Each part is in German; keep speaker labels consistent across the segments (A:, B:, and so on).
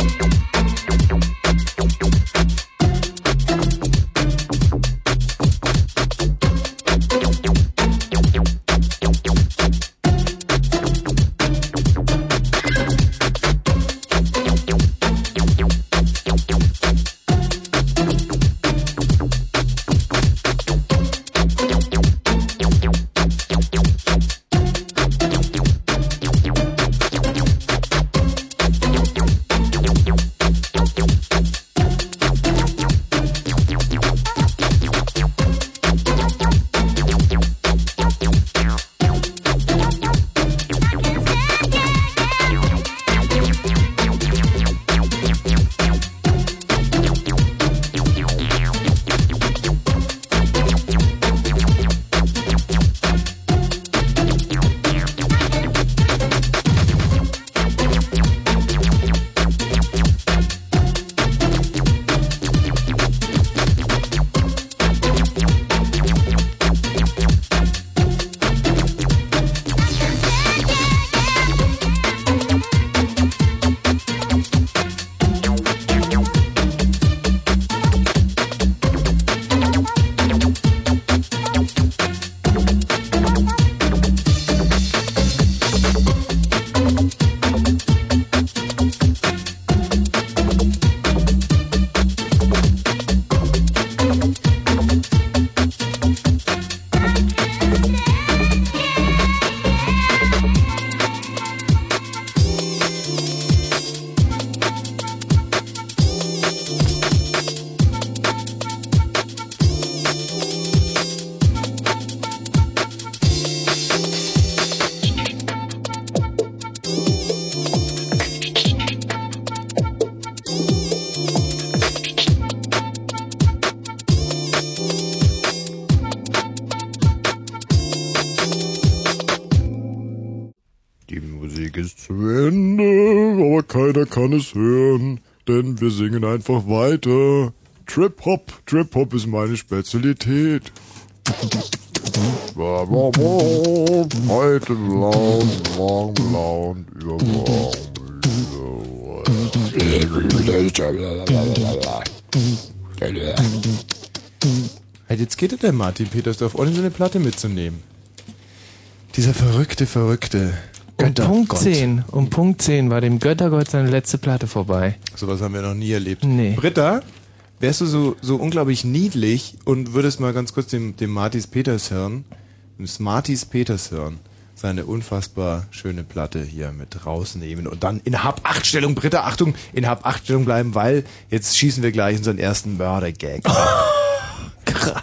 A: Keiner kann es hören, denn wir singen einfach weiter. Trip-Hop ist meine Spezialität. Heute laut, übermorgen.
B: Jetzt geht der Martin Petersdorf, ohne so eine Platte mitzunehmen. Dieser verrückte.
C: Um Punkt 10 war dem Göttergott seine letzte Platte vorbei.
B: Sowas haben wir noch nie erlebt.
C: Nee.
B: Britta, wärst du so unglaublich niedlich und würdest mal ganz kurz dem Smarties Peters hören, seine unfassbar schöne Platte hier mit rausnehmen und dann in Hab-8-Stellung, Britta, Achtung, in Hab-8-Stellung bleiben, weil jetzt schießen wir gleich unseren ersten Mörder-Gag.
C: Krass.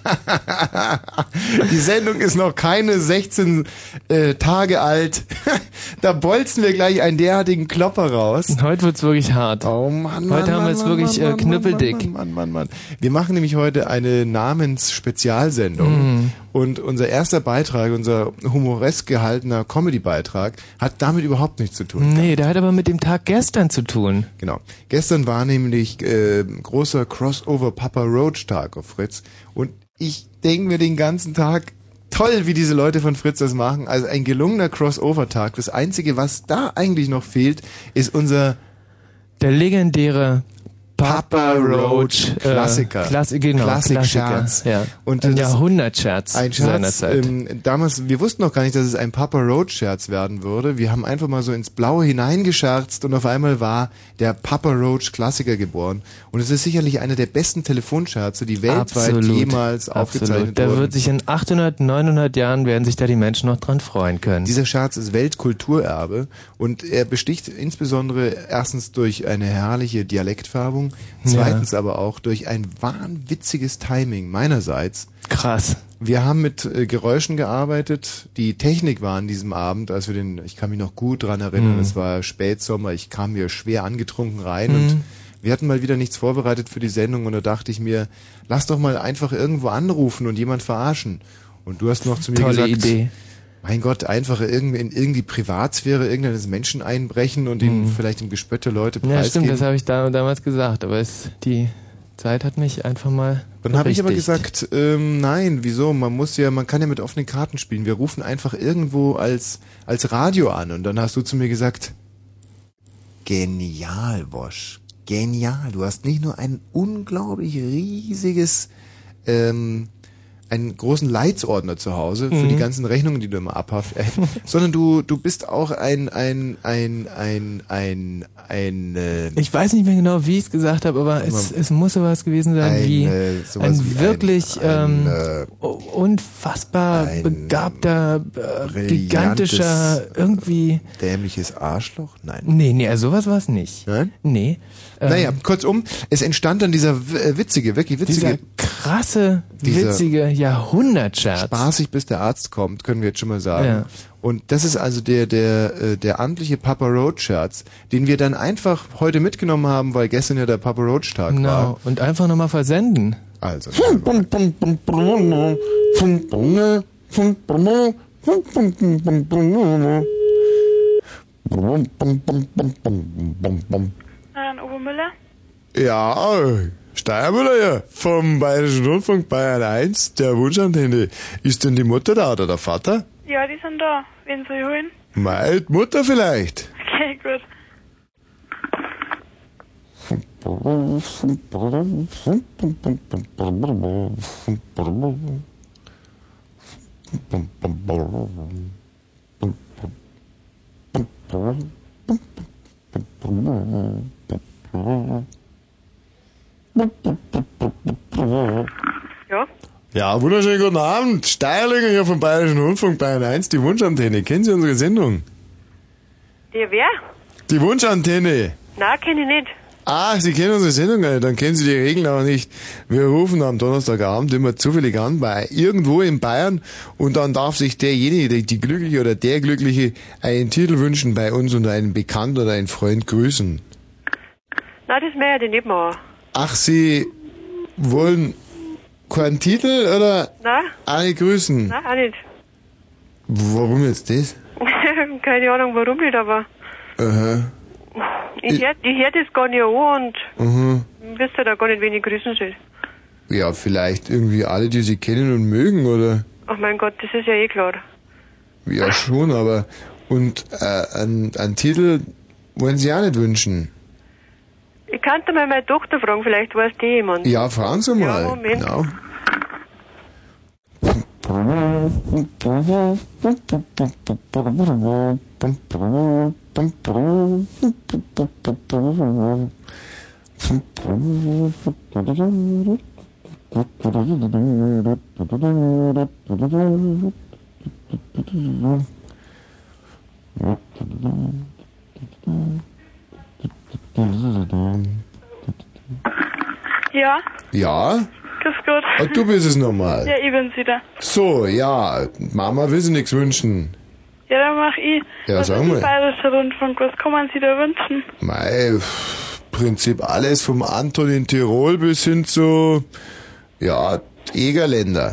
B: Die Sendung ist noch keine 16 Tage alt. Da bolzen wir gleich einen derartigen Klopper raus.
C: Heute wird's wirklich hart.
B: Oh Mann,
C: heute haben wir es wirklich knüppeldick.
B: Mann. Wir machen nämlich heute eine Namens-Spezialsendung. Und unser erster Beitrag, unser humoresk gehaltener Comedy-Beitrag, hat damit überhaupt nichts zu tun.
C: Nee, der hat aber mit dem Tag gestern zu tun.
B: Genau. Gestern war nämlich großer Crossover Papa Roach Tag auf Fritz. Und ich denke mir den ganzen Tag, toll, wie diese Leute von Fritz das machen. Also ein gelungener Crossover-Tag. Das Einzige, was da eigentlich noch fehlt, ist
C: der legendäre Papa Roach
B: Klassiker.
C: Klassik-Scherz. Ja.
B: Und
C: ein Jahrhundertscherz seiner Zeit.
B: Damals, wir wussten noch gar nicht, dass es ein Papa Roach Scherz werden würde. Wir haben einfach mal so ins Blaue hineingescherzt und auf einmal war der Papa Roach Klassiker geboren. Und es ist sicherlich einer der besten Telefonscherze, die weltweit jemals aufgezeichnet wurden.
C: Da wird sich in 800, 900 Jahren werden sich da die Menschen noch dran freuen können.
B: Dieser Scherz ist Weltkulturerbe und er besticht insbesondere erstens durch eine herrliche Dialektfärbung, zweitens aber auch durch ein wahnwitziges Timing meinerseits.
C: Krass.
B: Wir haben mit Geräuschen gearbeitet. Die Technik war an diesem Abend, als wir ich kann mich noch gut dran erinnern, es war Spätsommer, ich kam mir schwer angetrunken rein und wir hatten mal wieder nichts vorbereitet für die Sendung und da dachte ich mir, lass doch mal einfach irgendwo anrufen und jemand verarschen. Und du hast noch zu mir gesagt,
C: Idee.
B: Mein Gott, einfach in irgendwie Privatsphäre irgendeines Menschen einbrechen und ihn vielleicht im Gespött der Leute preisgeben.
C: Ja, stimmt, das habe ich damals gesagt, aber die Zeit hat mich einfach mal
B: Dann habe ich aber gesagt, nein, wieso? Man kann ja mit offenen Karten spielen. Wir rufen einfach irgendwo als Radio an und dann hast du zu mir gesagt, genial, Wosch. Genial. Du hast nicht nur ein unglaublich riesiges, einen großen Leitsordner zu Hause für die ganzen Rechnungen, die du immer abhaft, sondern du bist auch ein
C: ich weiß nicht mehr genau, wie ich es gesagt habe, aber es muss sowas gewesen sein wie ein wirklich unfassbar begabter, gigantischer, irgendwie...
B: Dämliches Arschloch? Nein.
C: Nee, also sowas war es nicht.
B: Nein?
C: Nee.
B: Naja, kurzum, es entstand dann dieser witzige,
C: dieser krasse, witzige Jahrhundertscherz.
B: Spaßig, bis der Arzt kommt, können wir jetzt schon mal sagen.
C: Ja.
B: Und das ist also der amtliche Papa Roach-Scherz, den wir dann einfach heute mitgenommen haben, weil gestern ja der Papa Roach-Tag war.
C: Genau, und einfach nochmal versenden.
B: Also.
D: Obermüller?
A: Ja, Steiermüller hier, vom Bayerischen Rundfunk Bayern 1, der Wunschantenne. Ist denn die Mutter da oder der Vater?
D: Ja, die sind da. Wen soll ich holen?
A: Mei, die Mutter vielleicht.
D: Okay, gut. Ja?
A: Ja, wunderschönen guten Abend. Steierlinger hier vom Bayerischen Rundfunk Bayern 1, die Wunschantenne. Kennen Sie unsere Sendung?
D: Der wer?
A: Die Wunschantenne.
D: Nein, kenne ich nicht.
A: Ach, Sie kennen unsere Sendung nicht, dann kennen Sie die Regeln auch nicht. Wir rufen am Donnerstagabend immer zufällig an, bei irgendwo in Bayern, und dann darf sich derjenige, die Glückliche oder der Glückliche, einen Titel wünschen bei uns und einen Bekannten oder einen Freund grüßen.
D: Nein, das möchte ich nicht machen.
A: Ach, Sie wollen keinen Titel oder
D: Nein?
A: alle grüßen?
D: Nein, auch nicht.
A: Warum jetzt das?
D: Keine Ahnung, warum nicht, aber
A: Aha.
D: ich hör das gar nicht an und wisst ja da gar nicht, wen ich grüßen soll.
A: Ja, vielleicht irgendwie alle, die Sie kennen und mögen, oder?
D: Ach mein Gott, das ist ja eh klar.
A: Ja, schon, aber... Und einen Titel wollen Sie auch nicht wünschen?
D: Ich könnte mal meine Tochter fragen, vielleicht weiß die jemand.
A: Ja, fragen Sie mal.
D: Ja, Moment.
A: Genau.
D: Ja?
A: Ja?
D: Grüß Gott.
A: Und du bist es nochmal.
D: Ja, ich bin's wieder.
A: So, ja, Mama will sie nichts wünschen.
D: Ja, dann mach ich.
A: Ja,
D: was
A: sag
D: ist
A: mal.
D: ein Bayerischer Rundfunk? Was kann man sich da wünschen?
A: Mei, Prinzip alles vom Anton in Tirol bis hin zu, ja, Egerländer.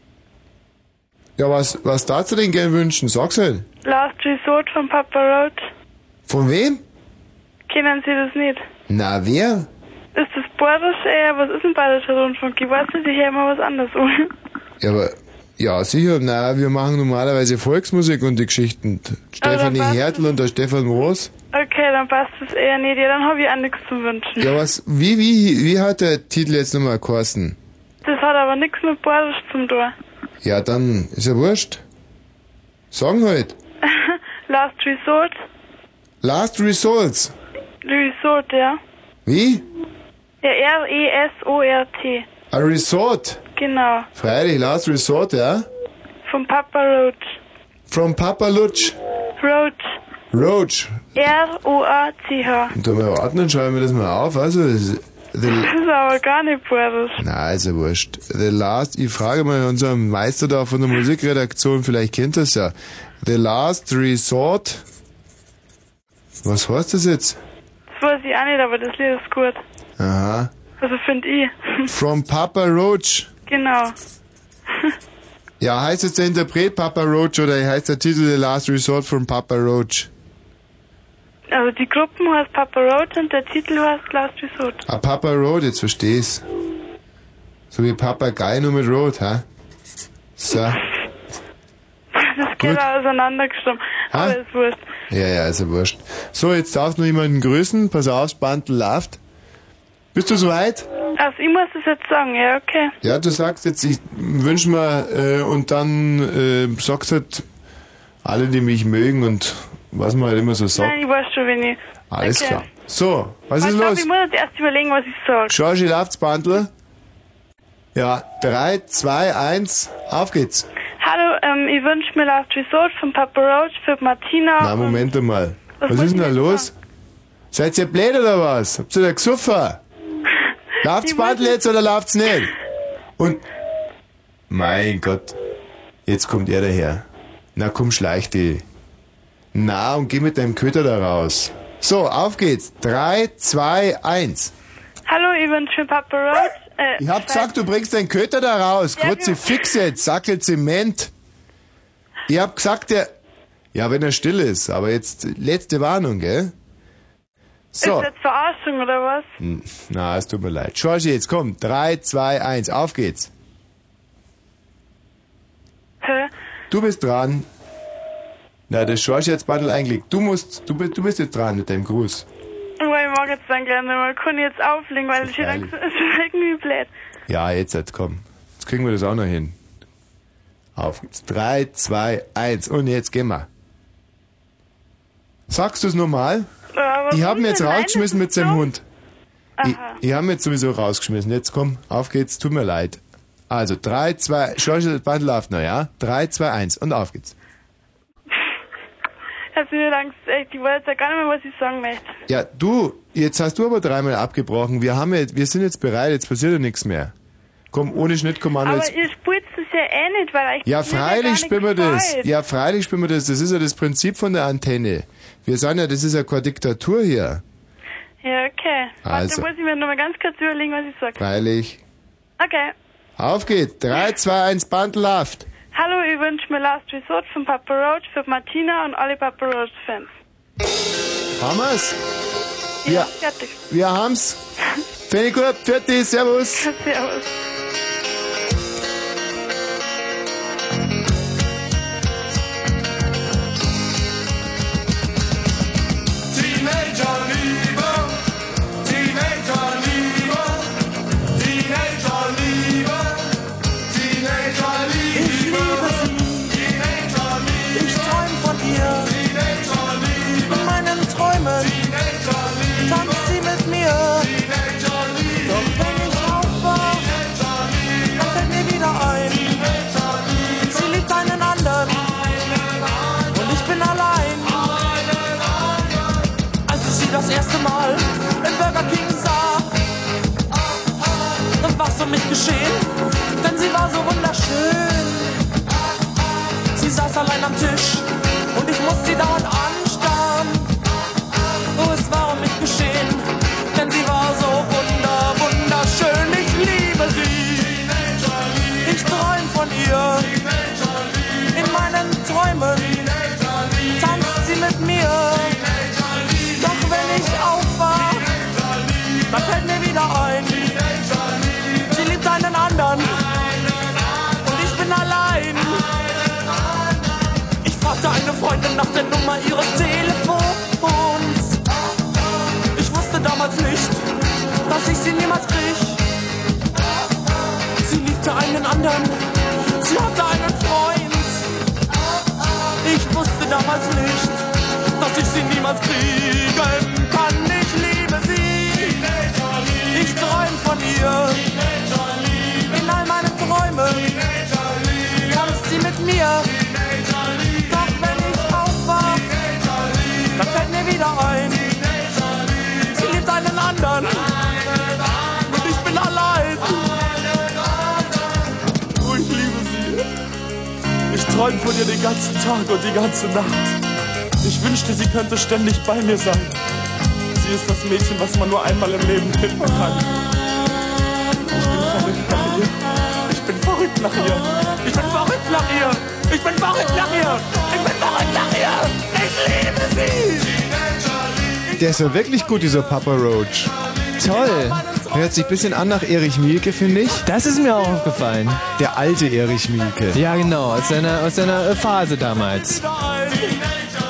A: Ja, was darfst du denn gern wünschen? Sag's halt.
D: Last Resort von Papa Roach.
A: Von wem?
D: Kennen Sie das nicht?
A: Na, wer?
D: Ist das Bayerisch? Was ist ein Bayerischer Rundfunk? Ich weiß nicht, ich höre immer was anderes an.
A: Ja, aber, ja, sicher, na, wir machen normalerweise Volksmusik und die Geschichten. Stefanie
D: passt
A: Hertel und der Stefan Moos.
D: Okay, dann passt das eher nicht. Ja, dann habe ich auch nichts zu wünschen.
A: Ja, wie hat der Titel jetzt nochmal geheißen?
D: Das hat aber nichts mit Bayerisch zu tun.
A: Ja, dann ist ja wurscht. Sagen halt.
D: Last Resort.
A: Last Results.
D: Resort, ja.
A: Wie?
D: Ja, R-E-S-O-R-T.
A: A Resort.
D: Genau.
A: Freilich, Last Resort, ja?
D: Von Papa Roach.
A: From Papa Lutsch.
D: Roach.
A: Roach.
D: R-O-A-C-H.
A: Und da mal warten, dann schreiben wir das mal auf. Also,
D: Das ist aber gar nicht bayerisch.
A: na, ist ja wurscht. The Last, ich frage mal unseren Meister da von der Musikredaktion, vielleicht kennt er es ja. The Last Resort. Was heißt das jetzt?
D: Das weiß ich auch nicht, aber das Lied ist gut.
A: Aha.
D: Also finde ich.
A: From Papa Roach.
D: Genau.
A: Ja, heißt jetzt der Interpret Papa Roach oder heißt der Titel The Last Resort from Papa Roach?
D: Also die Gruppen heißt Papa Roach und der Titel heißt Last Resort.
A: Ah, Papa Road, jetzt versteh's. So wie Papagei nur mit Rot, hä? So.
D: Das geht auch auseinandergestimmt. Aber ist wurscht.
A: Ja, ist ja wurscht. So, jetzt darfst du noch jemanden grüßen. Pass auf, Bandl läuft. Bist du soweit?
D: Also ich muss das jetzt sagen, ja, okay.
A: Ja, du sagst jetzt, ich wünsche mir und dann sagst halt alle, die mich mögen und was man halt immer so sagt.
D: Nein, ich weiß schon, wenn ich...
A: Alles klar. So, was ist los?
D: Ich muss jetzt erst überlegen, was ich sage.
A: Georgie, läuft's, Bandl? Ja, 3, 2, 1, auf geht's.
D: Hallo, ich wünsche mir Last Resort von Papa Roach für Martina.
A: Na, Moment einmal. Was ist denn da los? Sagen? Seid ihr blöd oder was? Habt ihr da gesoffen? Läuft's, Bandl, jetzt oder läuft's nicht? Und... Mein Gott. Jetzt kommt er daher. Na komm, schleich dich. Na, und geh mit deinem Köter da raus. So, auf geht's. 3, 2, 1.
D: Hallo, ich wünsche mir Papa Roach.
A: Ich hab gesagt, du bringst deinen Köter da raus. Kruzifix jetzt, Sackel Zement. Ich hab gesagt, ja, wenn er still ist, aber jetzt letzte Warnung, gell? So.
D: Ist das Verarschung oder was?
A: Na, es tut mir leid. Georgie, jetzt komm. 3, 2, 1, auf geht's.
D: Hä?
A: Du bist dran. Na, das Georgie jetzt Bandl eingelegt. Du bist jetzt dran mit deinem Gruß.
D: Ich mag jetzt dann gerne mal. Kann ich jetzt auflegen, weil ich ist irgendwie blöd.
A: Ja, jetzt komm. Jetzt kriegen wir das auch noch hin. Auf geht's. 3, 2, 1 und jetzt gehen wir. Sagst du es nochmal? Ich habe ihn jetzt rausgeschmissen mit seinem Hund. Ich habe ihn jetzt sowieso rausgeschmissen. Jetzt komm, auf geht's. Tut mir leid. Also 3, 2, Georgie, das Band läuft noch, ja? 3, 2, 1 und auf geht's.
D: Hast du mir Angst, echt, ich weiß ja gar nicht mehr, was ich sagen möchte.
A: Ja, jetzt hast du aber 3-mal abgebrochen. Wir sind jetzt bereit, jetzt passiert ja nichts mehr. Komm, ohne Schnittkommando
D: aber
A: jetzt.
D: ihr spielt es ja eh nicht, weil ich...
A: Ja, freilich spielen wir das. Ja, freilich spielen wir das. Das ist ja das Prinzip von der Antenne. Wir sagen ja, das ist ja keine Diktatur hier.
D: Ja, okay.
A: Also.
D: Warte, muss ich mir noch mal ganz kurz überlegen, was ich sage.
A: Freilich.
D: Okay.
A: Auf geht's. 3, 2, 1, Bandl läuft.
D: Hallo, ich wünsche mir Last Resort von Papa Roach für Martina und alle Papa Roach-Fans.
A: Haben wir's?
D: Ja, fertig.
A: Wir haben's. Finde ich gut. Fertig. Servus.
D: Servus.
E: Tanzt sie mit mir, doch wenn ich aufwach, dann fällt mir wieder ein, sie liebt einen anderen und ich bin allein. Als ich sie das erste Mal im Burger King sah, dann war's um mich geschehen, denn sie war so wunderschön. Sie saß allein am Tisch und ich musste sie dauernd anstarren. Oh, es war um mich geschehen, denn sie war so wunderschön. Ich liebe sie, ich träum von ihr. In meinen Träumen tanzt sie mit mir. Doch wenn ich aufwach, dann fällt mir wieder ein, sie liebt einen anderen und ich bin allein. Ich fragte eine Freundin nach der Nummer ihres Telefons. Ich wusste damals nicht, dass ich sie niemals krieg. Sie liebte einen anderen, sie hatte einen Freund. Ich wusste damals nicht, dass ich sie niemals kriegen kann. Ich liebe sie, ich träum von ihr. In all meinen Träumen tanzt sie mit mir. Doch wenn ich aufwach, dann fällt mir wieder ein, sie liebt einen anderen und ich bin allein. Oh, ich liebe sie. Ich träume von ihr den ganzen Tag und die ganze Nacht. Ich wünschte, sie könnte ständig bei mir sein. Sie ist das Mädchen, was man nur einmal im Leben finden kann. Ich bin verrückt nach ihr. Ich bin verrückt nach ihr. Ich bin verrückt nach ihr. Ich bin verrückt nach ihr. Ich liebe sie.
A: Der ist ja wirklich gut, dieser Papa Roach.
C: Toll.
A: Hört sich ein bisschen an nach Erich Mielke, finde ich.
C: Das ist mir auch aufgefallen.
A: Der alte Erich Mielke.
C: Ja, genau, aus seiner Phase damals.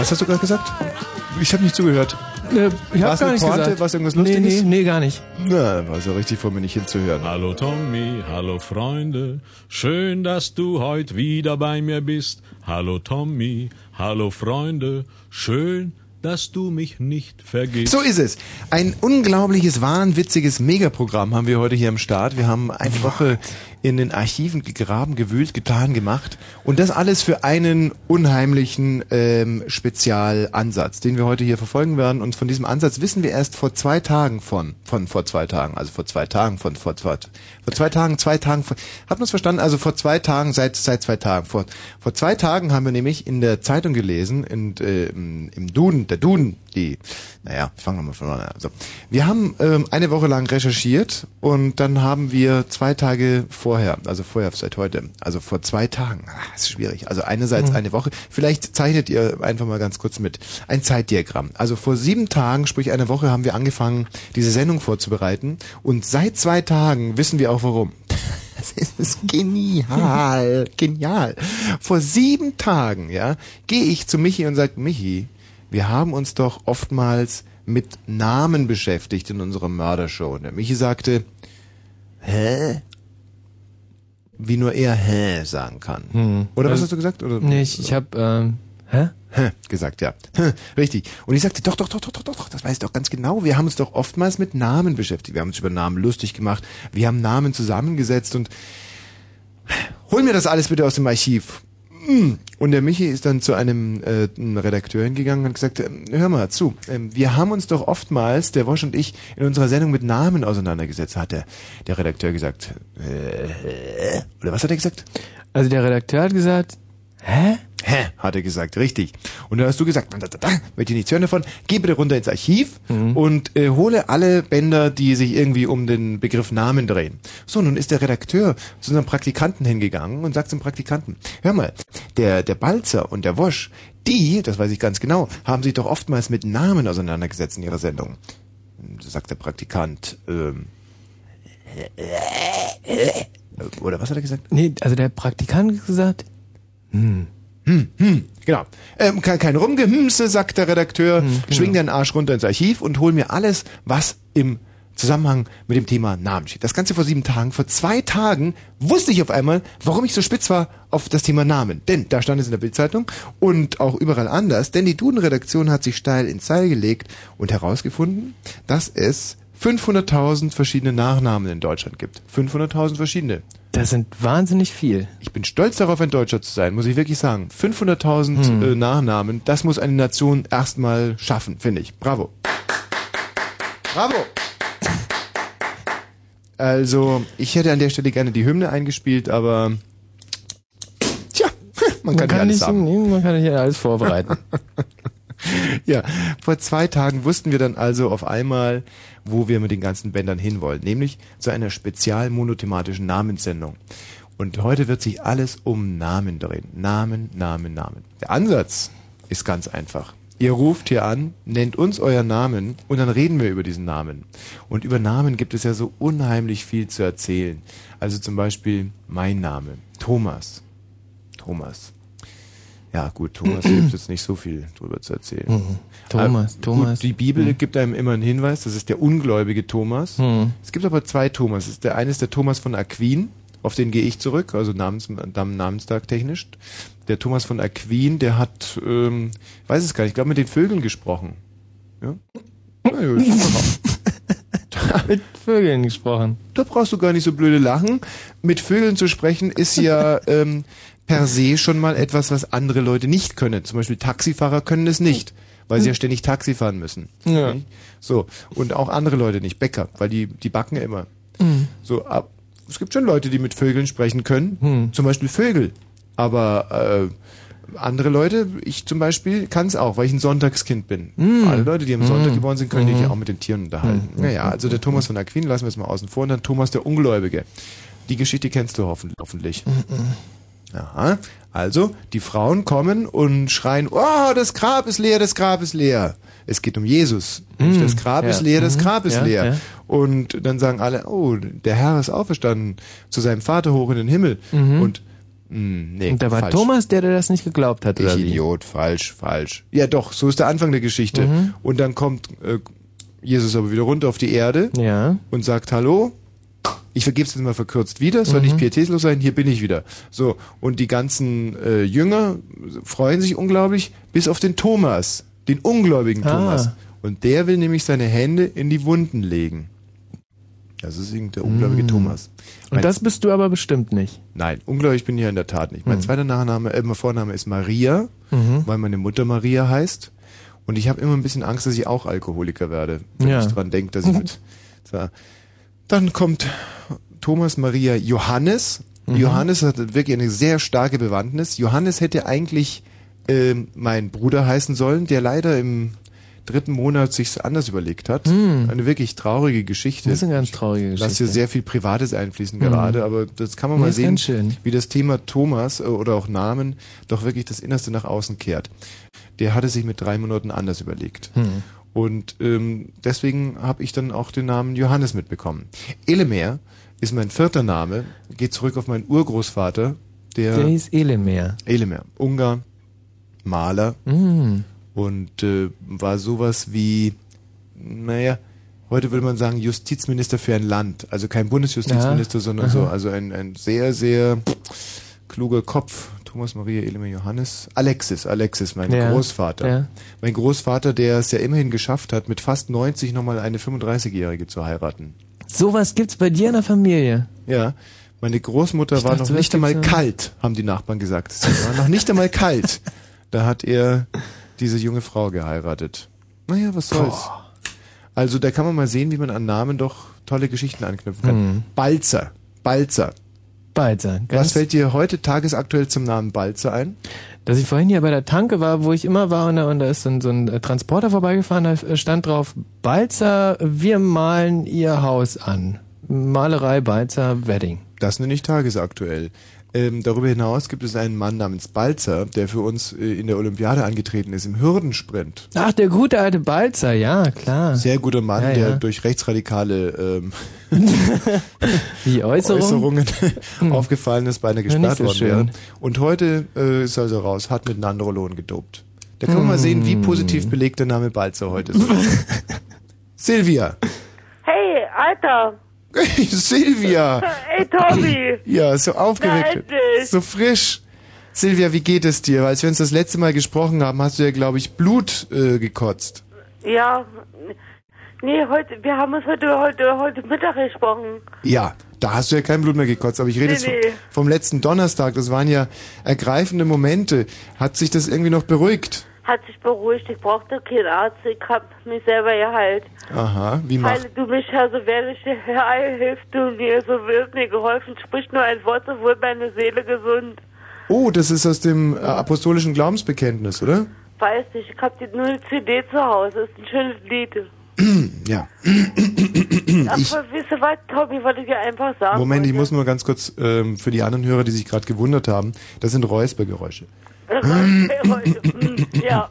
B: Was hast du gerade gesagt? Ich habe nicht zugehört.
C: Ich habe gar nicht gesagt.
B: Was irgendwas Lustiges?
C: Nee, gar nicht.
B: Na, war so richtig vor mir nicht hinzuhören.
F: Hallo Tommy, hallo Freunde, schön, dass du heute wieder bei mir bist. Hallo Tommy, hallo Freunde, schön, dass du mich nicht vergisst.
B: So ist es. Ein unglaubliches, wahnwitziges Megaprogramm haben wir heute hier am Start. Wir haben eine Woche in den Archiven gegraben, gewühlt, getan, gemacht. Und das alles für einen unheimlichen Spezialansatz, den wir heute hier verfolgen werden. Und von diesem Ansatz wissen wir erst vor 2 Tagen vor 2 Tagen. Habt ihr es verstanden? Also vor 2 Tagen, seit 2 Tagen. Vor 2 Tagen haben wir nämlich in der Zeitung gelesen, im Duden, fangen wir mal von vorne an. Also, wir haben eine Woche lang recherchiert und dann haben wir 2 Tage vorher seit heute, also vor 2 Tagen, ist schwierig, also einerseits eine Woche, vielleicht zeichnet ihr einfach mal ganz kurz mit, ein Zeitdiagramm. Also vor 7 Tagen, sprich eine Woche, haben wir angefangen, diese Sendung vorzubereiten und seit 2 Tagen wissen wir auch warum. Das ist genial. Vor 7 Tagen, gehe ich zu Michi und sage, Michi, wir haben uns doch oftmals mit Namen beschäftigt in unserer Mördershow. Und der Michi sagte, hä? Wie nur er hä sagen kann. Oder was hast du gesagt? Oder?
C: Nee, ich habe hä?
B: Gesagt, ja. Richtig. Und ich sagte, doch, das weiß ich doch ganz genau. Wir haben uns doch oftmals mit Namen beschäftigt. Wir haben uns über Namen lustig gemacht. Wir haben Namen zusammengesetzt und hol mir das alles bitte aus dem Archiv. Und der Michi ist dann zu einem Redakteur hingegangen und hat gesagt, hör mal zu, wir haben uns doch oftmals, der Wosch und ich, in unserer Sendung mit Namen auseinandergesetzt. Hat der Redakteur gesagt, oder was hat er gesagt?
C: Also der Redakteur hat gesagt, hä?
B: Hat er gesagt, richtig. Und dann hast du gesagt, möchte ich nichts hören davon, geh bitte runter ins Archiv und hole alle Bänder, die sich irgendwie um den Begriff Namen drehen. So, nun ist der Redakteur zu unserem Praktikanten hingegangen und sagt zum Praktikanten, hör mal, der Balzer und der Wosch, die, das weiß ich ganz genau, haben sich doch oftmals mit Namen auseinandergesetzt in ihrer Sendung. Da sagt der Praktikant, oder was hat er gesagt?
C: Nee, also der Praktikant hat gesagt,
B: Genau. Kein Rumgehümse, sagt der Redakteur, schwing den Arsch runter ins Archiv und hol mir alles, was im Zusammenhang mit dem Thema Namen steht. Das Ganze vor 7 Tagen. Vor 2 Tagen wusste ich auf einmal, warum ich so spitz war auf das Thema Namen. Denn da stand es in der Bildzeitung und auch überall anders, denn die Duden-Redaktion hat sich steil ins Seil gelegt und herausgefunden, dass es 500.000 verschiedene Nachnamen in Deutschland gibt. 500.000 verschiedene.
C: Das sind wahnsinnig viel.
B: Ich bin stolz darauf, ein Deutscher zu sein, muss ich wirklich sagen. 500.000 Nachnamen, das muss eine Nation erstmal schaffen, finde ich. Bravo. Bravo. Also, ich hätte an der Stelle gerne die Hymne eingespielt, aber tja, man kann alles haben.
C: Man kann nicht alles vorbereiten.
B: Ja, vor 2 Tagen wussten wir dann also auf einmal, wo wir mit den ganzen Bändern hinwollen, nämlich zu einer spezial monothematischen Namenssendung. Und heute wird sich alles um Namen drehen. Namen. Der Ansatz ist ganz einfach. Ihr ruft hier an, nennt uns euren Namen und dann reden wir über diesen Namen. Und über Namen gibt es ja so unheimlich viel zu erzählen. Also zum Beispiel mein Name, Thomas. Ja gut, Thomas gibt jetzt nicht so viel drüber zu erzählen.
C: Thomas.
B: Gut, die Bibel gibt einem immer einen Hinweis, das ist der ungläubige Thomas. Es gibt aber 2 Thomas. Der eine ist der Thomas von Aquin, auf den gehe ich zurück, also Namenstag technisch. Der Thomas von Aquin, der hat, weiß es gar nicht, ich glaube mit den Vögeln gesprochen. Ja?
C: Mit Vögeln gesprochen.
B: Da brauchst du gar nicht so blöde lachen. Mit Vögeln zu sprechen ist ja per se schon mal etwas, was andere Leute nicht können. Zum Beispiel Taxifahrer können es nicht, weil sie ja ständig Taxi fahren müssen.
C: Ja.
B: So. Und auch andere Leute nicht, Bäcker, weil die backen ja immer. So, es gibt schon Leute, die mit Vögeln sprechen können. Zum Beispiel Vögel. Aber andere Leute, ich zum Beispiel, kann es auch, weil ich ein Sonntagskind bin. Alle Leute, die am Sonntag geboren sind, können sich ja auch mit den Tieren unterhalten. Naja, also der Thomas von Aquin, lassen wir es mal außen vor, und dann Thomas der Ungläubige. Die Geschichte kennst du hoffentlich. Aha. Also, die Frauen kommen und schreien, oh, das Grab ist leer, das Grab ist leer. Es geht um Jesus. Das Grab ist leer, das Grab ist leer. Ja. Und dann sagen alle, oh, der Herr ist auferstanden zu seinem Vater hoch in den Himmel. Und Nee,
C: und da war falsch. Thomas, der das nicht geglaubt hat, oder
B: wie? Idiot, falsch. Ja doch, so ist der Anfang der Geschichte. Und dann kommt Jesus aber wieder runter auf die Erde und sagt, hallo, ich vergebe es jetzt mal verkürzt wieder, soll nicht pietätlos sein, hier bin ich wieder. So, und die ganzen Jünger freuen sich unglaublich, bis auf den Thomas, den ungläubigen Thomas. Und der will nämlich seine Hände in die Wunden legen. Das ist der ungläubige Thomas.
C: Und das bist du aber bestimmt nicht.
B: Nein, ungläubig bin ich ja in der Tat nicht. Mein zweiter Vorname ist Maria, weil meine Mutter Maria heißt. Und ich habe immer ein bisschen Angst, dass ich auch Alkoholiker werde, wenn ich dran denke, dass ich Dann kommt Thomas Maria Johannes. Johannes hat wirklich eine sehr starke Bewandtnis. Johannes hätte eigentlich mein Bruder heißen sollen, der leider im 3. Monat sich's anders überlegt hat. Eine wirklich traurige Geschichte.
C: Das ist eine ganz traurige Geschichte.
B: Lass hier sehr viel Privates einfließen gerade, aber das kann man mal sehen, wie das Thema Thomas oder auch Namen doch wirklich das Innerste nach außen kehrt. Der hatte sich mit 3 Monaten anders überlegt. Und deswegen habe ich dann auch den Namen Johannes mitbekommen. Elemer ist mein 4. Name, geht zurück auf meinen Urgroßvater. Der
C: hieß Elemer.
B: Elemer, Ungar, Maler. Und war sowas wie, heute würde man sagen Justizminister für ein Land. Also kein Bundesjustizminister, sondern so, also ein sehr, sehr kluger Kopf. Thomas Maria Elemer Johannes. Alexis, mein Großvater. Ja. Mein Großvater, der es ja immerhin geschafft hat, mit fast 90 nochmal eine 35-Jährige zu heiraten.
C: Sowas gibt's bei dir in der Familie?
B: Ja. Meine Großmutter war noch nicht einmal kalt, haben die Nachbarn gesagt. Sie war noch nicht einmal kalt. Da hat er diese junge Frau geheiratet. Naja, was soll's. Also da kann man mal sehen, wie man an Namen doch tolle Geschichten anknüpfen kann. Balzer. Was fällt dir heute tagesaktuell zum Namen Balzer ein?
C: Dass ich vorhin hier bei der Tanke war, wo ich immer war, und da ist so ein Transporter vorbeigefahren, da stand drauf, Balzer, wir malen Ihr Haus an. Malerei Balzer Wedding.
B: Das nenne ich tagesaktuell. Darüber hinaus gibt es einen Mann namens Balzer, der für uns in der Olympiade angetreten ist, im Hürdensprint.
C: Ach, der gute alte Balzer, ja, klar.
B: Sehr guter Mann, der durch rechtsradikale
C: Äußerungen
B: aufgefallen ist, beinahe gesperrt worden wäre. Und heute ist also raus, hat mit Nandrolon gedopt. Da kann man mal sehen, wie positiv belegt der Name Balzer heute ist. Silvia.
D: Hey, Alter.
B: Silvia!
D: Ey, Tommy!
B: Ja, so aufgeregt. So frisch. Silvia, wie geht es dir? Als wir uns das letzte Mal gesprochen haben, hast du ja, glaube ich, Blut gekotzt.
D: Ja. Nee, wir haben uns heute Mittag gesprochen.
B: Ja, da hast du ja kein Blut mehr gekotzt, aber ich rede jetzt vom letzten Donnerstag. Das waren ja ergreifende Momente. Hat sich das irgendwie noch beruhigt?
D: Hat sich beruhigt, ich brauchte keinen Arzt, ich hab mich selber geheilt.
B: Aha, wie machst du?
D: Heile du mich, also werde ich dir hilfst du mir, so wird mir geholfen, sprich nur ein Wort, so wird meine Seele gesund.
B: Oh, das ist aus dem apostolischen Glaubensbekenntnis, oder?
D: Weiß nicht, ich hab nur eine CD zu Hause, das ist ein schönes Lied.
B: Ja.
D: Aber wisst ihr was, Tommy, wollte ich dir einfach sagen.
B: Moment, ich muss nur ganz kurz für die anderen Hörer, die sich gerade gewundert haben, das sind Räuspergeräusche.
D: Ja.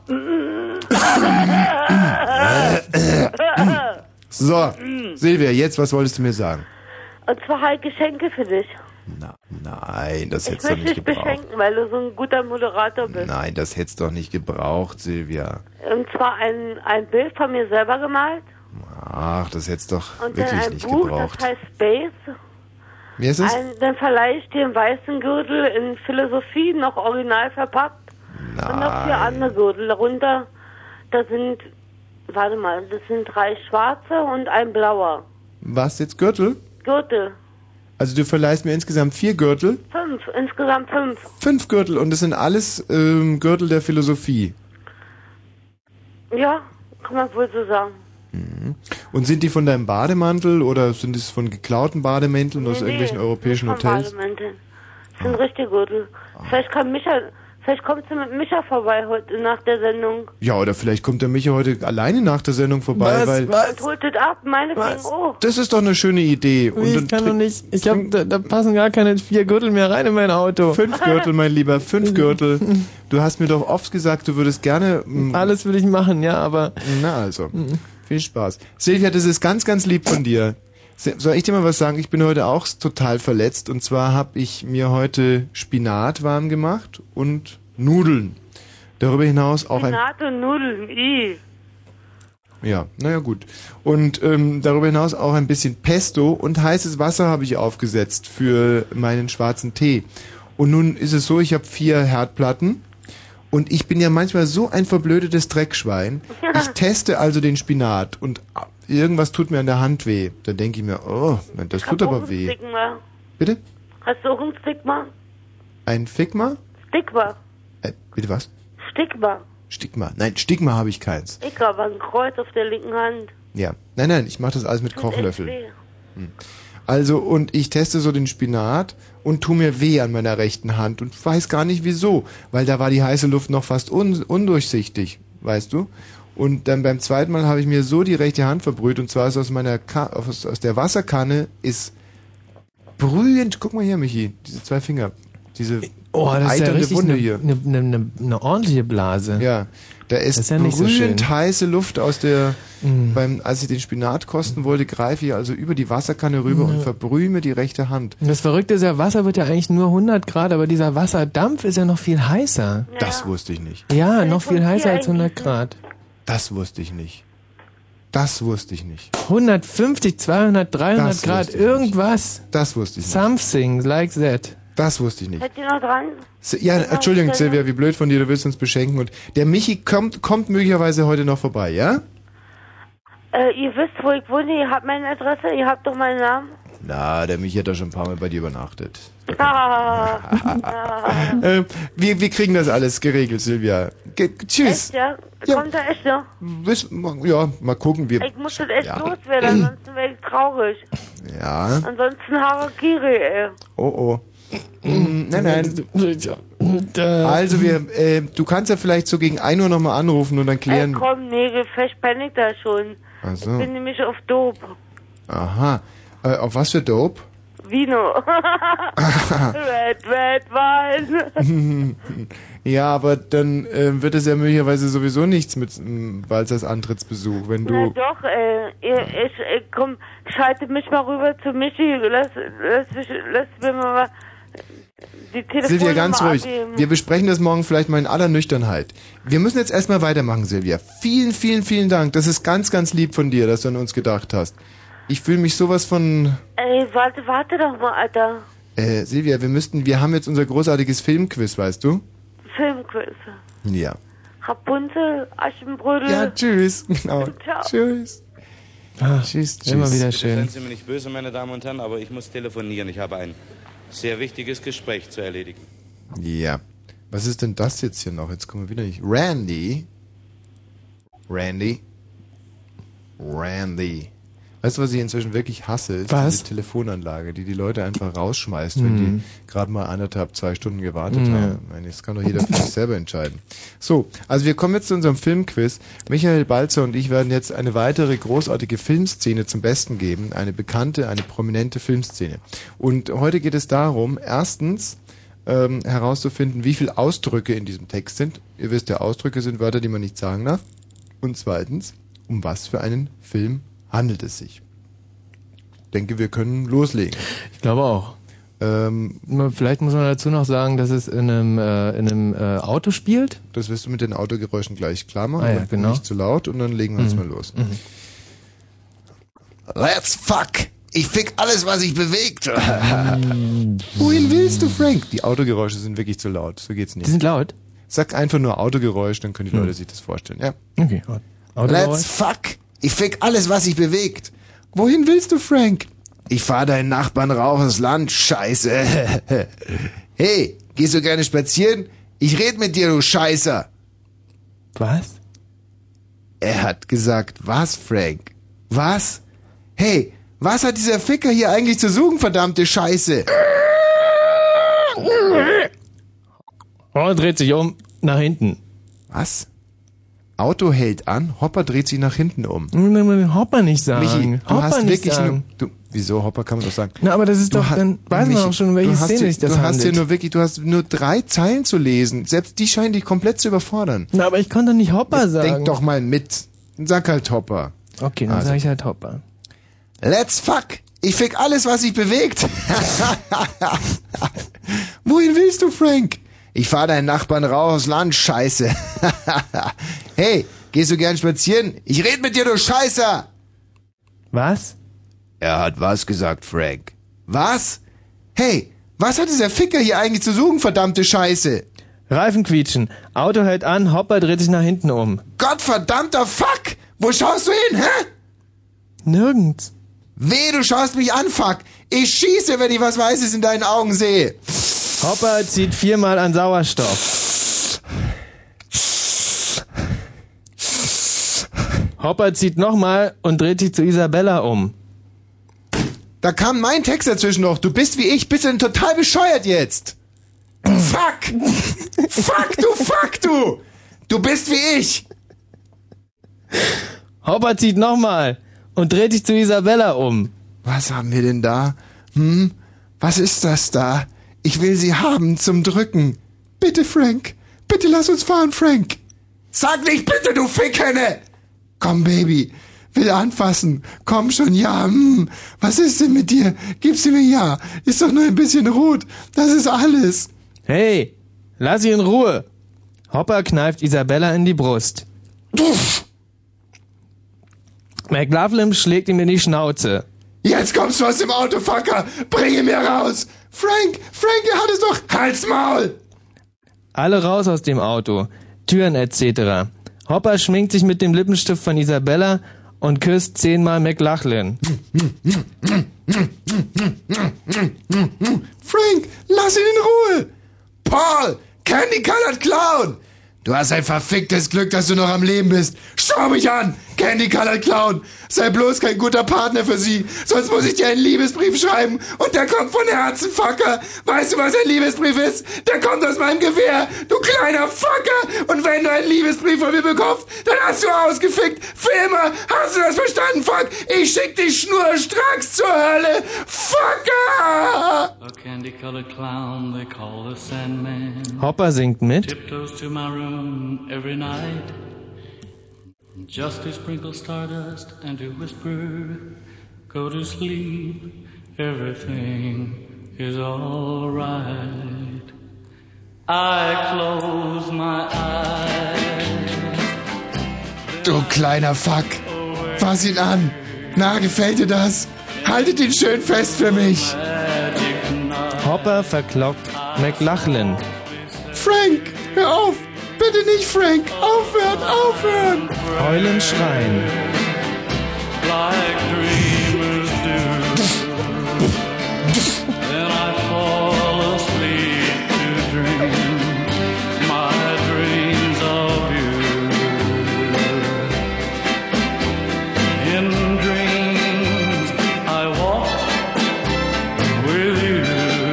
B: So, Silvia, jetzt, was wolltest du mir sagen?
D: Und zwar halt Geschenke für dich.
B: Nein, das hättest du nicht gebraucht. Ich möchte dich
D: beschenken, weil du so ein guter Moderator bist.
B: Nein, das hättest du doch nicht gebraucht, Silvia.
D: Und zwar ein Bild von mir selber gemalt.
B: Ach, das hättest du doch
D: und
B: wirklich nicht
D: Buch,
B: gebraucht.
D: Das heißt Space.
B: Wie ist es?
D: Dann verleihe ich dir einen weißen Gürtel in Philosophie, noch original verpackt.
B: Nein.
D: Und noch 4 andere Gürtel. Darunter, das sind 3 schwarze und ein blauer.
B: Was, jetzt Gürtel?
D: Gürtel.
B: Also du verleihst mir insgesamt 4 Gürtel?
D: 5, insgesamt 5.
B: 5 Gürtel und das sind alles Gürtel der Philosophie?
D: Ja, kann man wohl so sagen.
B: Und sind die von deinem Bademantel oder sind es von geklauten Bademänteln aus irgendwelchen europäischen Hotels?
D: Bademänteln. Das sind richtige Gürtel. Vielleicht kommst du mit Micha vorbei heute nach der Sendung.
B: Ja, oder vielleicht kommt der Micha heute alleine nach der Sendung vorbei,
D: weil... Und holt das ab, meinetwegen auch.
B: Das ist doch eine schöne Idee.
C: Ich kann doch nicht... Ich glaube, da passen gar keine 4 Gürtel mehr rein in mein Auto.
B: 5 Gürtel, mein Lieber, 5 Gürtel. Du hast mir doch oft gesagt, du würdest gerne...
C: Alles würde ich machen, ja, aber...
B: Na also, viel Spaß. Silvia, das ist ganz, ganz lieb von dir. Soll ich dir mal was sagen? Ich bin heute auch total verletzt. Und zwar habe ich mir heute Spinat warm gemacht und Nudeln. Darüber hinaus auch
D: Spinat und Nudeln,
B: Ja, naja gut. Und darüber hinaus auch ein bisschen Pesto und heißes Wasser habe ich aufgesetzt für meinen schwarzen Tee. Und nun ist es so, ich habe 4 Herdplatten und ich bin ja manchmal so ein verblödetes Dreckschwein. Ich teste also den Spinat und irgendwas tut mir an der Hand weh. Dann denke ich mir, oh, das tut aber weh.
D: Stigma.
B: Bitte?
D: Hast du auch ein Stigma?
B: Ein Figma?
D: Stigma.
B: Bitte was?
D: Stigma.
B: Stigma. Nein, Stigma habe ich keins.
D: Ich habe ein Kreuz auf der linken Hand.
B: Ja. Nein, ich mache das alles mit Kochlöffel.
D: Echt weh.
B: Also, und ich teste so den Spinat und tu mir weh an meiner rechten Hand und weiß gar nicht wieso, weil da war die heiße Luft noch fast undurchsichtig, weißt du? Und dann beim zweiten Mal habe ich mir so die rechte Hand verbrüht und zwar ist aus der Wasserkanne ist brühend, guck mal hier, Michi, diese 2 Finger, diese
C: das ist ja richtig
B: Wunde hier.
C: Eine ordentliche Blase.
B: Ja, da ist,
C: Das ist ja nicht so
B: brühend
C: schön.
B: heiße Luft aus der, als ich den Spinat kosten wollte, greife ich also über die Wasserkanne rüber und verbrühe mir die rechte Hand.
C: Und das Verrückte ist ja, Wasser wird ja eigentlich nur 100 Grad, aber dieser Wasserdampf ist ja noch viel heißer.
D: Ja.
B: Das wusste ich nicht.
C: Ja, noch viel heißer als 100 Grad.
B: Das wusste ich nicht. Das wusste ich nicht.
C: 150, 200, 300
B: Das
C: Grad,
B: wusste ich
C: irgendwas.
B: Das wusste ich nicht.
C: Something like that.
B: Das wusste ich nicht.
D: Seid ihr noch dran?
B: Ja, Entschuldigung, Silvia, wie blöd von dir, du willst uns beschenken. Und der Michi kommt möglicherweise heute noch vorbei, ja?
D: Ihr wisst, wo ich wohne, ihr habt meine Adresse, ihr habt doch meinen Namen.
B: Na, der Michi hat da schon ein paar Mal bei dir übernachtet. Wir kriegen das alles geregelt, Silvia. Tschüss.
D: Echt, ja?
B: Ja.
D: Kommt er echt noch?
B: Ja, mal gucken.
D: Ich muss das echt loswerden, ansonsten wäre ich traurig.
B: Ja.
D: Ansonsten Harakiri, ey.
B: Oh. Nein. Also du kannst ja vielleicht so gegen 1 Uhr nochmal anrufen und dann klären.
D: Komm, nee, gefecht bin ich da schon.
B: Ach so.
D: Ich bin nämlich auf Dope.
B: Aha. Auf was für Dope?
D: Vino. Red Wine.
B: Ja, aber dann wird es ja möglicherweise sowieso nichts mit Walzers Antrittsbesuch, wenn du...
D: Na doch, komm, schalte mich mal rüber zu Michi. Lass mir mal die Telefonnummer
B: Silvia, ganz ruhig.
D: abgeben.
B: Wir besprechen das morgen vielleicht mal in aller Nüchternheit. Wir müssen jetzt erstmal weitermachen, Silvia. Vielen, vielen, vielen Dank. Das ist ganz, ganz lieb von dir, dass du an uns gedacht hast. Ich fühle mich sowas von...
D: Ey, warte doch mal, Alter.
B: Silvia, wir haben jetzt unser großartiges Filmquiz, weißt du?
D: Filmquiz.
B: Ja.
D: Rapunzel, Aschenbrödel.
B: Ja, tschüss. Genau.
D: Ciao.
B: Tschüss. Tschüss.
C: Immer wieder schön.
G: Seien Sie mir nicht böse, meine Damen und Herren, aber ich muss telefonieren. Ich habe ein sehr wichtiges Gespräch zu erledigen.
B: Ja. Was ist denn das jetzt hier noch? Jetzt kommen wir wieder nicht. Randy. Weißt du, was ich inzwischen wirklich hasse? Ist diese Telefonanlage, die Leute einfach rausschmeißt, wenn die gerade mal 1,5, 2 Stunden gewartet haben. Ich meine, das kann doch jeder für sich selber entscheiden. So, also wir kommen jetzt zu unserem Filmquiz. Michael Balzer und ich werden jetzt eine weitere großartige Filmszene zum Besten geben. Eine bekannte, eine prominente Filmszene. Und heute geht es darum, erstens herauszufinden, wie viele Ausdrücke in diesem Text sind. Ihr wisst ja, Ausdrücke sind Wörter, die man nicht sagen darf. Und zweitens, um was für einen Film handelt es sich. Ich denke, wir können loslegen.
C: Ich glaube auch. Vielleicht muss man dazu noch sagen, dass es in einem Auto spielt.
B: Das wirst du mit den Autogeräuschen gleich klar machen.
C: Ja, genau.
B: Nicht zu laut und dann legen wir uns mal los. Let's fuck! Ich fick alles, was sich bewegt! Wohin willst du, Frank? Die Autogeräusche sind wirklich zu laut. So geht's nicht.
C: Die sind laut?
B: Sag einfach nur Autogeräusch, dann können die Leute sich das vorstellen. Ja.
C: Okay.
B: Let's fuck! Ich fick alles, was sich bewegt. Wohin willst du, Frank? Ich fahr deinen Nachbarn raus ins Land, Scheiße. Hey, gehst du gerne spazieren? Ich red mit dir, du Scheißer.
C: Was?
B: Er hat gesagt, was, Frank? Was? Hey, was hat dieser Ficker hier eigentlich zu suchen, verdammte Scheiße?
C: Oh, dreht sich um, nach hinten.
B: Was? Auto hält an, Hopper dreht sich nach hinten um.
C: Hopper nicht sagen.
B: Michi, du
C: Hopper
B: hast
C: nicht
B: wirklich
C: sagen.
B: wieso Hopper kann man doch sagen?
C: Na, aber das ist doch, dann weiß man auch schon, um welche Szene sich das handelt.
B: Du hast nur 3 Zeilen zu lesen. Selbst die scheinen dich komplett zu überfordern.
C: Na, aber ich konnte nicht Hopper sagen.
B: Denk doch mal mit. Sag halt Hopper.
C: Okay, dann sag ich halt Hopper.
B: Let's fuck!
A: Ich fick alles, was sich bewegt. Wohin willst du, Frank? Ich fahr deinen Nachbarn raus, Land, Scheiße. Hey, gehst du gern spazieren? Ich red mit dir, du Scheißer.
C: Was?
A: Er hat was gesagt, Frank. Was? Hey, was hat dieser Ficker hier eigentlich zu suchen, verdammte Scheiße?
C: Reifen quietschen. Auto hält an, Hopper dreht sich nach hinten um.
A: Gottverdammter Fuck! Wo schaust du hin, hä?
C: Nirgends.
A: Weh, du schaust mich an, Fuck. Ich schieße, wenn ich was Weißes in deinen Augen sehe.
C: Hopper zieht 4-mal an Sauerstoff. Hopper zieht nochmal und dreht sich zu Isabella um.
A: Da kam mein Text dazwischen noch. Du bist wie ich, bist du denn total bescheuert jetzt? Fuck! Fuck, du! Du bist wie ich!
C: Hopper zieht nochmal und dreht sich zu Isabella um.
A: Was haben wir denn da? Was ist das da? Ich will sie haben zum Drücken. Bitte, Frank. Bitte lass uns fahren, Frank. Sag nicht bitte, du Fickhenne! Komm, Baby. Will anfassen. Komm schon, ja. Was ist denn mit dir? Gib sie mir ja. Ist doch nur ein bisschen rot. Das ist alles.
C: Hey, lass sie in Ruhe. Hopper kneift Isabella in die Brust. McLaughlin schlägt ihm in die Schnauze.
A: Jetzt kommst du aus dem Auto, Fucker. Bring ihn mir raus. Frank, er hat es doch. Halt's Maul.
C: Alle raus aus dem Auto. Türen etc. Hopper schminkt sich mit dem Lippenstift von Isabella und küsst 10-mal McLaughlin.
A: Frank, lass ihn in Ruhe. Paul, Candy Colored Clown. Du hast ein verficktes Glück, dass du noch am Leben bist. Schau mich an, Candy Colored Clown. Sei bloß kein guter Partner für sie, sonst muss ich dir einen Liebesbrief schreiben und der kommt von Herzen, Fucker. Weißt du, was ein Liebesbrief ist? Der kommt aus meinem Gewehr, du kleiner Fucker. Und wenn du einen Liebesbrief von mir bekommst, dann hast du ausgefickt. Für immer. Hast du das verstanden, Fuck? Ich schick dich schnurstracks zur Hölle. Fucker!
H: A candy-colored clown they call the Sandman.
C: Hopper singt mit.
H: Tiptoes to my room every night. Just to sprinkle stardust and to whisper, go to sleep, everything is all right. I close my eyes.
A: Du kleiner Fuck. Fass ihn an. Na, gefällt dir das? Haltet ihn schön fest für mich.
C: Hopper verkloppt McLaughlin.
A: Frank, hör auf. Bitte nicht, Frank. Aufhören.
C: Heulen, schreien.
H: Like dreamers do. Then I fall asleep to dream my dreams of you. In dreams I walk with you.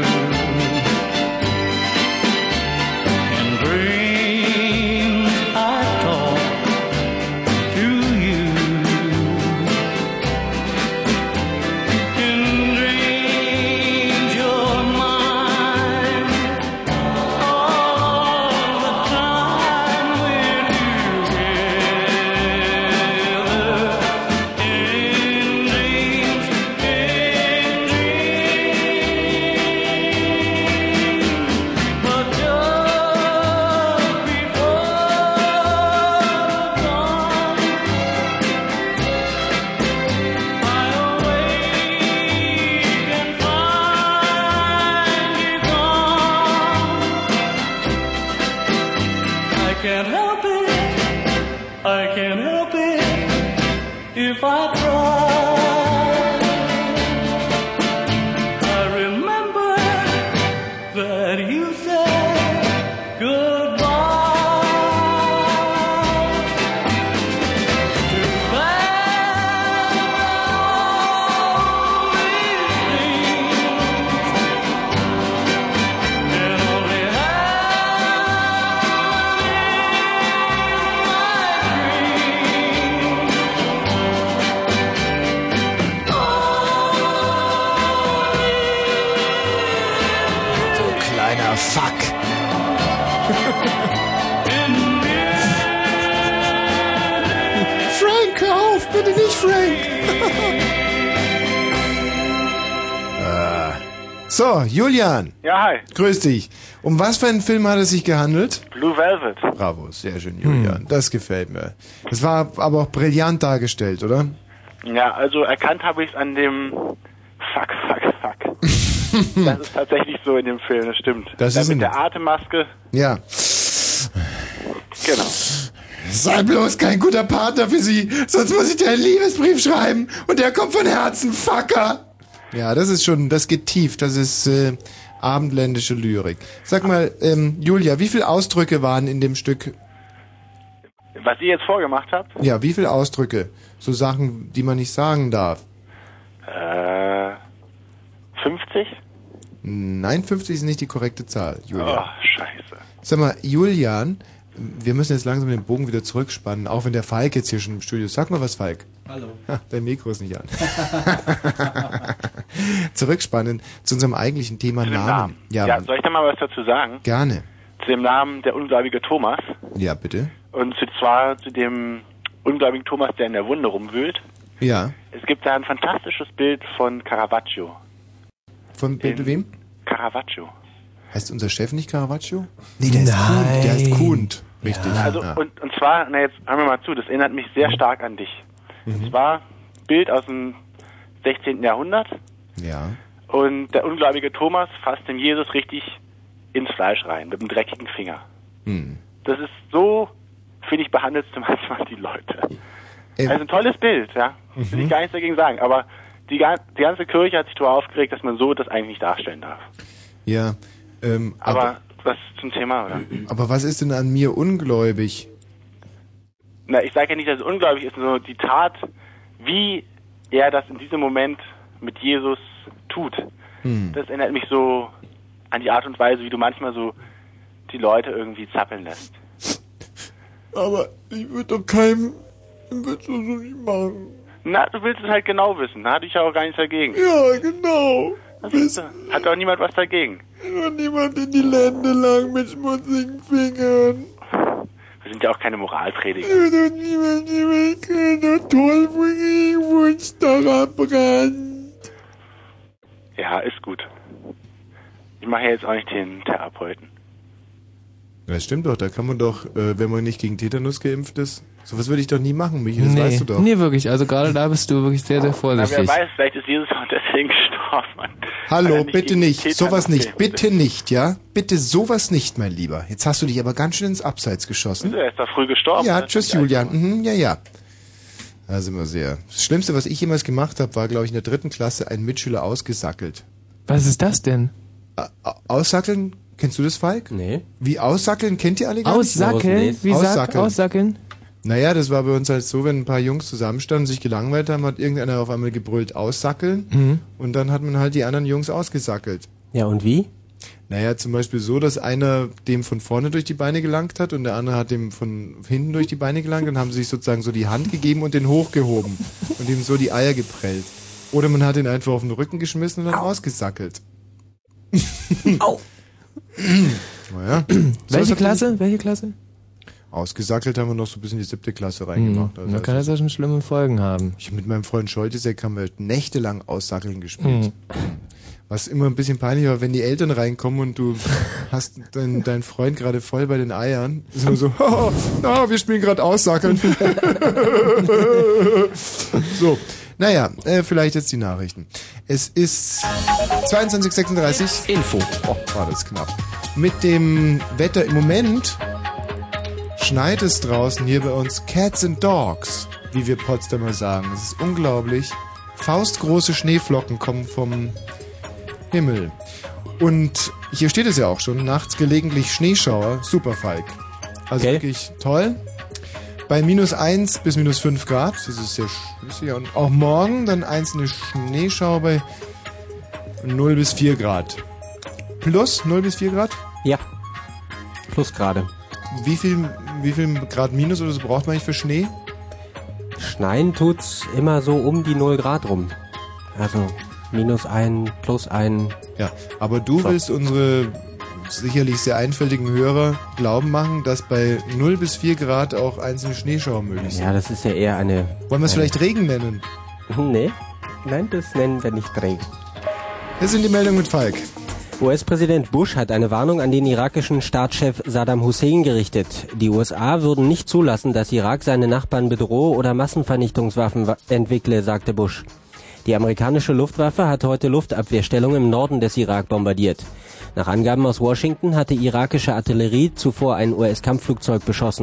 H: In dreams I talk to you. In dreams you're mine all the time we're together. In dreams, but just before dawn, I awake and find you gone. I can't help it if I try. I remember that you said goodbye. Too bad all these things can only happen
A: Du kleiner Fuck. Frank, hör auf. Bitte nicht, Frank.
B: So, Julian.
I: Ja, hi.
B: Grüß dich. Um was für einen Film hat es sich gehandelt?
I: Blue Velvet.
B: Bravo, sehr schön, Julian. Das gefällt mir. Das war aber auch brillant dargestellt, oder?
I: Ja, also erkannt habe ich es an dem Fuck. Das ist tatsächlich so in dem Film, das stimmt.
B: Das ist
I: mit der Atemmaske.
B: Ja.
I: Genau.
B: Sei bloß kein guter Partner für sie, sonst muss ich dir einen Liebesbrief schreiben und der kommt von Herzen, Fucker. Ja, das ist schon, das geht tief, das ist abendländische Lyrik. Sag mal, Julia, wie viele Ausdrücke waren in dem Stück?
I: Was ihr jetzt vorgemacht habt?
B: Ja, wie viele Ausdrücke? So Sachen, die man nicht sagen darf.
I: 50?
B: Nein, 50 ist nicht die korrekte Zahl, Julian.
I: Oh, scheiße.
B: Sag mal, Julian, wir müssen jetzt langsam den Bogen wieder zurückspannen, auch wenn der Falk jetzt hier schon im Studio ist. Sag mal was, Falk.
J: Hallo.
B: Ha, dein Mikro ist nicht an. Zurückspannen zu unserem eigentlichen Thema
I: Zu dem
B: Namen.
I: Ja, soll ich da mal was dazu sagen?
B: Gerne.
I: Zu dem Namen der ungläubige Thomas.
B: Ja, bitte.
I: Und zwar zu dem ungläubigen Thomas, der in der Wunde rumwühlt.
B: Ja.
I: Es gibt da ein fantastisches Bild von Caravaggio.
B: Von bitte wem?
I: Caravaggio.
B: Heißt unser Chef nicht Caravaggio? Nee, der ist Kuhn. Der heißt Kuhnt. Richtig.
I: Ja. Also, und zwar, jetzt hören wir mal zu, das erinnert mich sehr stark an dich. Das war ein Bild aus dem 16. Jahrhundert.
B: Ja.
I: Und der ungläubige Thomas fasst dem Jesus richtig ins Fleisch rein, mit einem dreckigen Finger. Das ist so, finde ich, behandelst du manchmal die Leute. Also ein tolles Bild, ja. Will ich gar nichts dagegen sagen. Aber die ganze Kirche hat sich darüber aufgeregt, dass man so das eigentlich nicht darstellen darf.
B: Ja.
I: Aber was zum Thema, oder?
B: Aber was ist denn an mir ungläubig?
I: Na, ich sage ja nicht, dass es ungläubig ist, nur die Tat, wie er das in diesem Moment mit Jesus tut. Das erinnert mich so an die Art und Weise, wie du manchmal so die Leute irgendwie zappeln lässt.
B: Aber ich würde doch keinem... Würdest du so nicht machen.
I: Na, du willst es halt genau wissen. Da hatte ich ja auch gar nichts dagegen.
B: Ja, genau.
I: Hat doch niemand was dagegen.
B: Und niemand in die Lände lang mit schmutzigen Fingern.
I: Wir sind ja auch keine Moralprediger.
B: Niemand kann doch toll Wunsch daran brennt.
I: Ja, ist gut. Ich mache ja jetzt auch nicht den Therapeuten.
B: Das stimmt doch, da kann man doch, wenn man nicht gegen Tetanus geimpft ist, sowas würde ich doch nie machen, Michi, das weißt du doch.
C: Nee, wirklich, also gerade da bist du wirklich sehr, sehr vorsichtig.
I: Na, wer weiß, vielleicht ist Jesus auch deswegen gestorben.
B: Hallo, bitte nicht, sowas nicht, bitte nicht, ja? Bitte sowas nicht, mein Lieber. Jetzt hast du dich aber ganz schön ins Abseits geschossen.
I: Er ist doch früh gestorben.
B: Ja, tschüss, Julian. Ja. Da sind wir sehr. Das Schlimmste, was ich jemals gemacht habe, war, glaube ich, in der 3. Klasse ein Mitschüler ausgesackelt.
C: Was ist das denn?
B: Aussackeln? Kennst du das, Falk?
J: Nee.
B: Wie aussackeln? Kennt ihr alle gar nicht?
C: Aussackeln? Wie sagt aussackeln?
B: Naja, das war bei uns halt so, wenn ein paar Jungs zusammenstanden, sich gelangweilt haben, hat irgendeiner auf einmal gebrüllt, aussackeln. Und dann hat man halt die anderen Jungs ausgesackelt.
J: Ja, und wie?
B: Naja, zum Beispiel so, dass einer dem von vorne durch die Beine gelangt hat und der andere hat dem von hinten durch die Beine gelangt. Dann haben sie sich sozusagen so die Hand gegeben und den hochgehoben und ihm so die Eier geprellt. Oder man hat ihn einfach auf den Rücken geschmissen und dann ausgesackelt.
J: Au!
B: Naja.
C: Welche Klasse?
B: Ausgesackelt haben wir noch so bis in die 7. Klasse reingemacht. Also
C: dann kann das ja schon schlimme Folgen haben.
B: Ich mit meinem Freund Scholtesek haben wir nächtelang Aussackeln gespielt. Was immer ein bisschen peinlich war, wenn die Eltern reinkommen und du hast deinen Freund gerade voll bei den Eiern. Ist nur so, wir spielen gerade Aussackeln. So, naja, vielleicht jetzt die Nachrichten. Es ist 22:36.
J: Info.
B: Oh, war das knapp. Mit dem Wetter im Moment schneit es draußen hier bei uns Cats and Dogs, wie wir Potsdamer sagen. Es ist unglaublich. Faustgroße Schneeflocken kommen vom Himmel. Und hier steht es ja auch schon, nachts gelegentlich Schneeschauer. Super, Falk. Also wirklich toll. Bei -1 bis -5 Grad, das ist sehr schlüssig. Und auch morgen dann einzelne Schneeschauer bei 0 bis 4 Grad. Plus 0 bis 4 Grad?
J: Ja. Plusgrade.
B: Wie viel Grad minus oder so braucht man eigentlich für Schnee?
J: Schneien tut's immer so um die 0 Grad rum. Also -1, +1.
B: Ja, aber du willst unsere sicherlich sehr einfältigen Hörer glauben machen, dass bei 0 bis 4 Grad auch einzelne Schneeschauer möglich sind.
J: Ja, das ist ja eher eine...
B: Wollen wir es vielleicht Regen nennen?
J: Nee, nein, das nennen wir nicht Regen.
B: Das sind die Meldungen mit Falk.
J: US-Präsident Bush hat eine Warnung an den irakischen Staatschef Saddam Hussein gerichtet. Die USA würden nicht zulassen, dass Irak seine Nachbarn bedrohe oder Massenvernichtungswaffen entwickle, sagte Bush. Die amerikanische Luftwaffe hat heute Luftabwehrstellungen im Norden des Irak bombardiert. Nach Angaben aus Washington hatte irakische Artillerie zuvor ein US-Kampfflugzeug beschossen.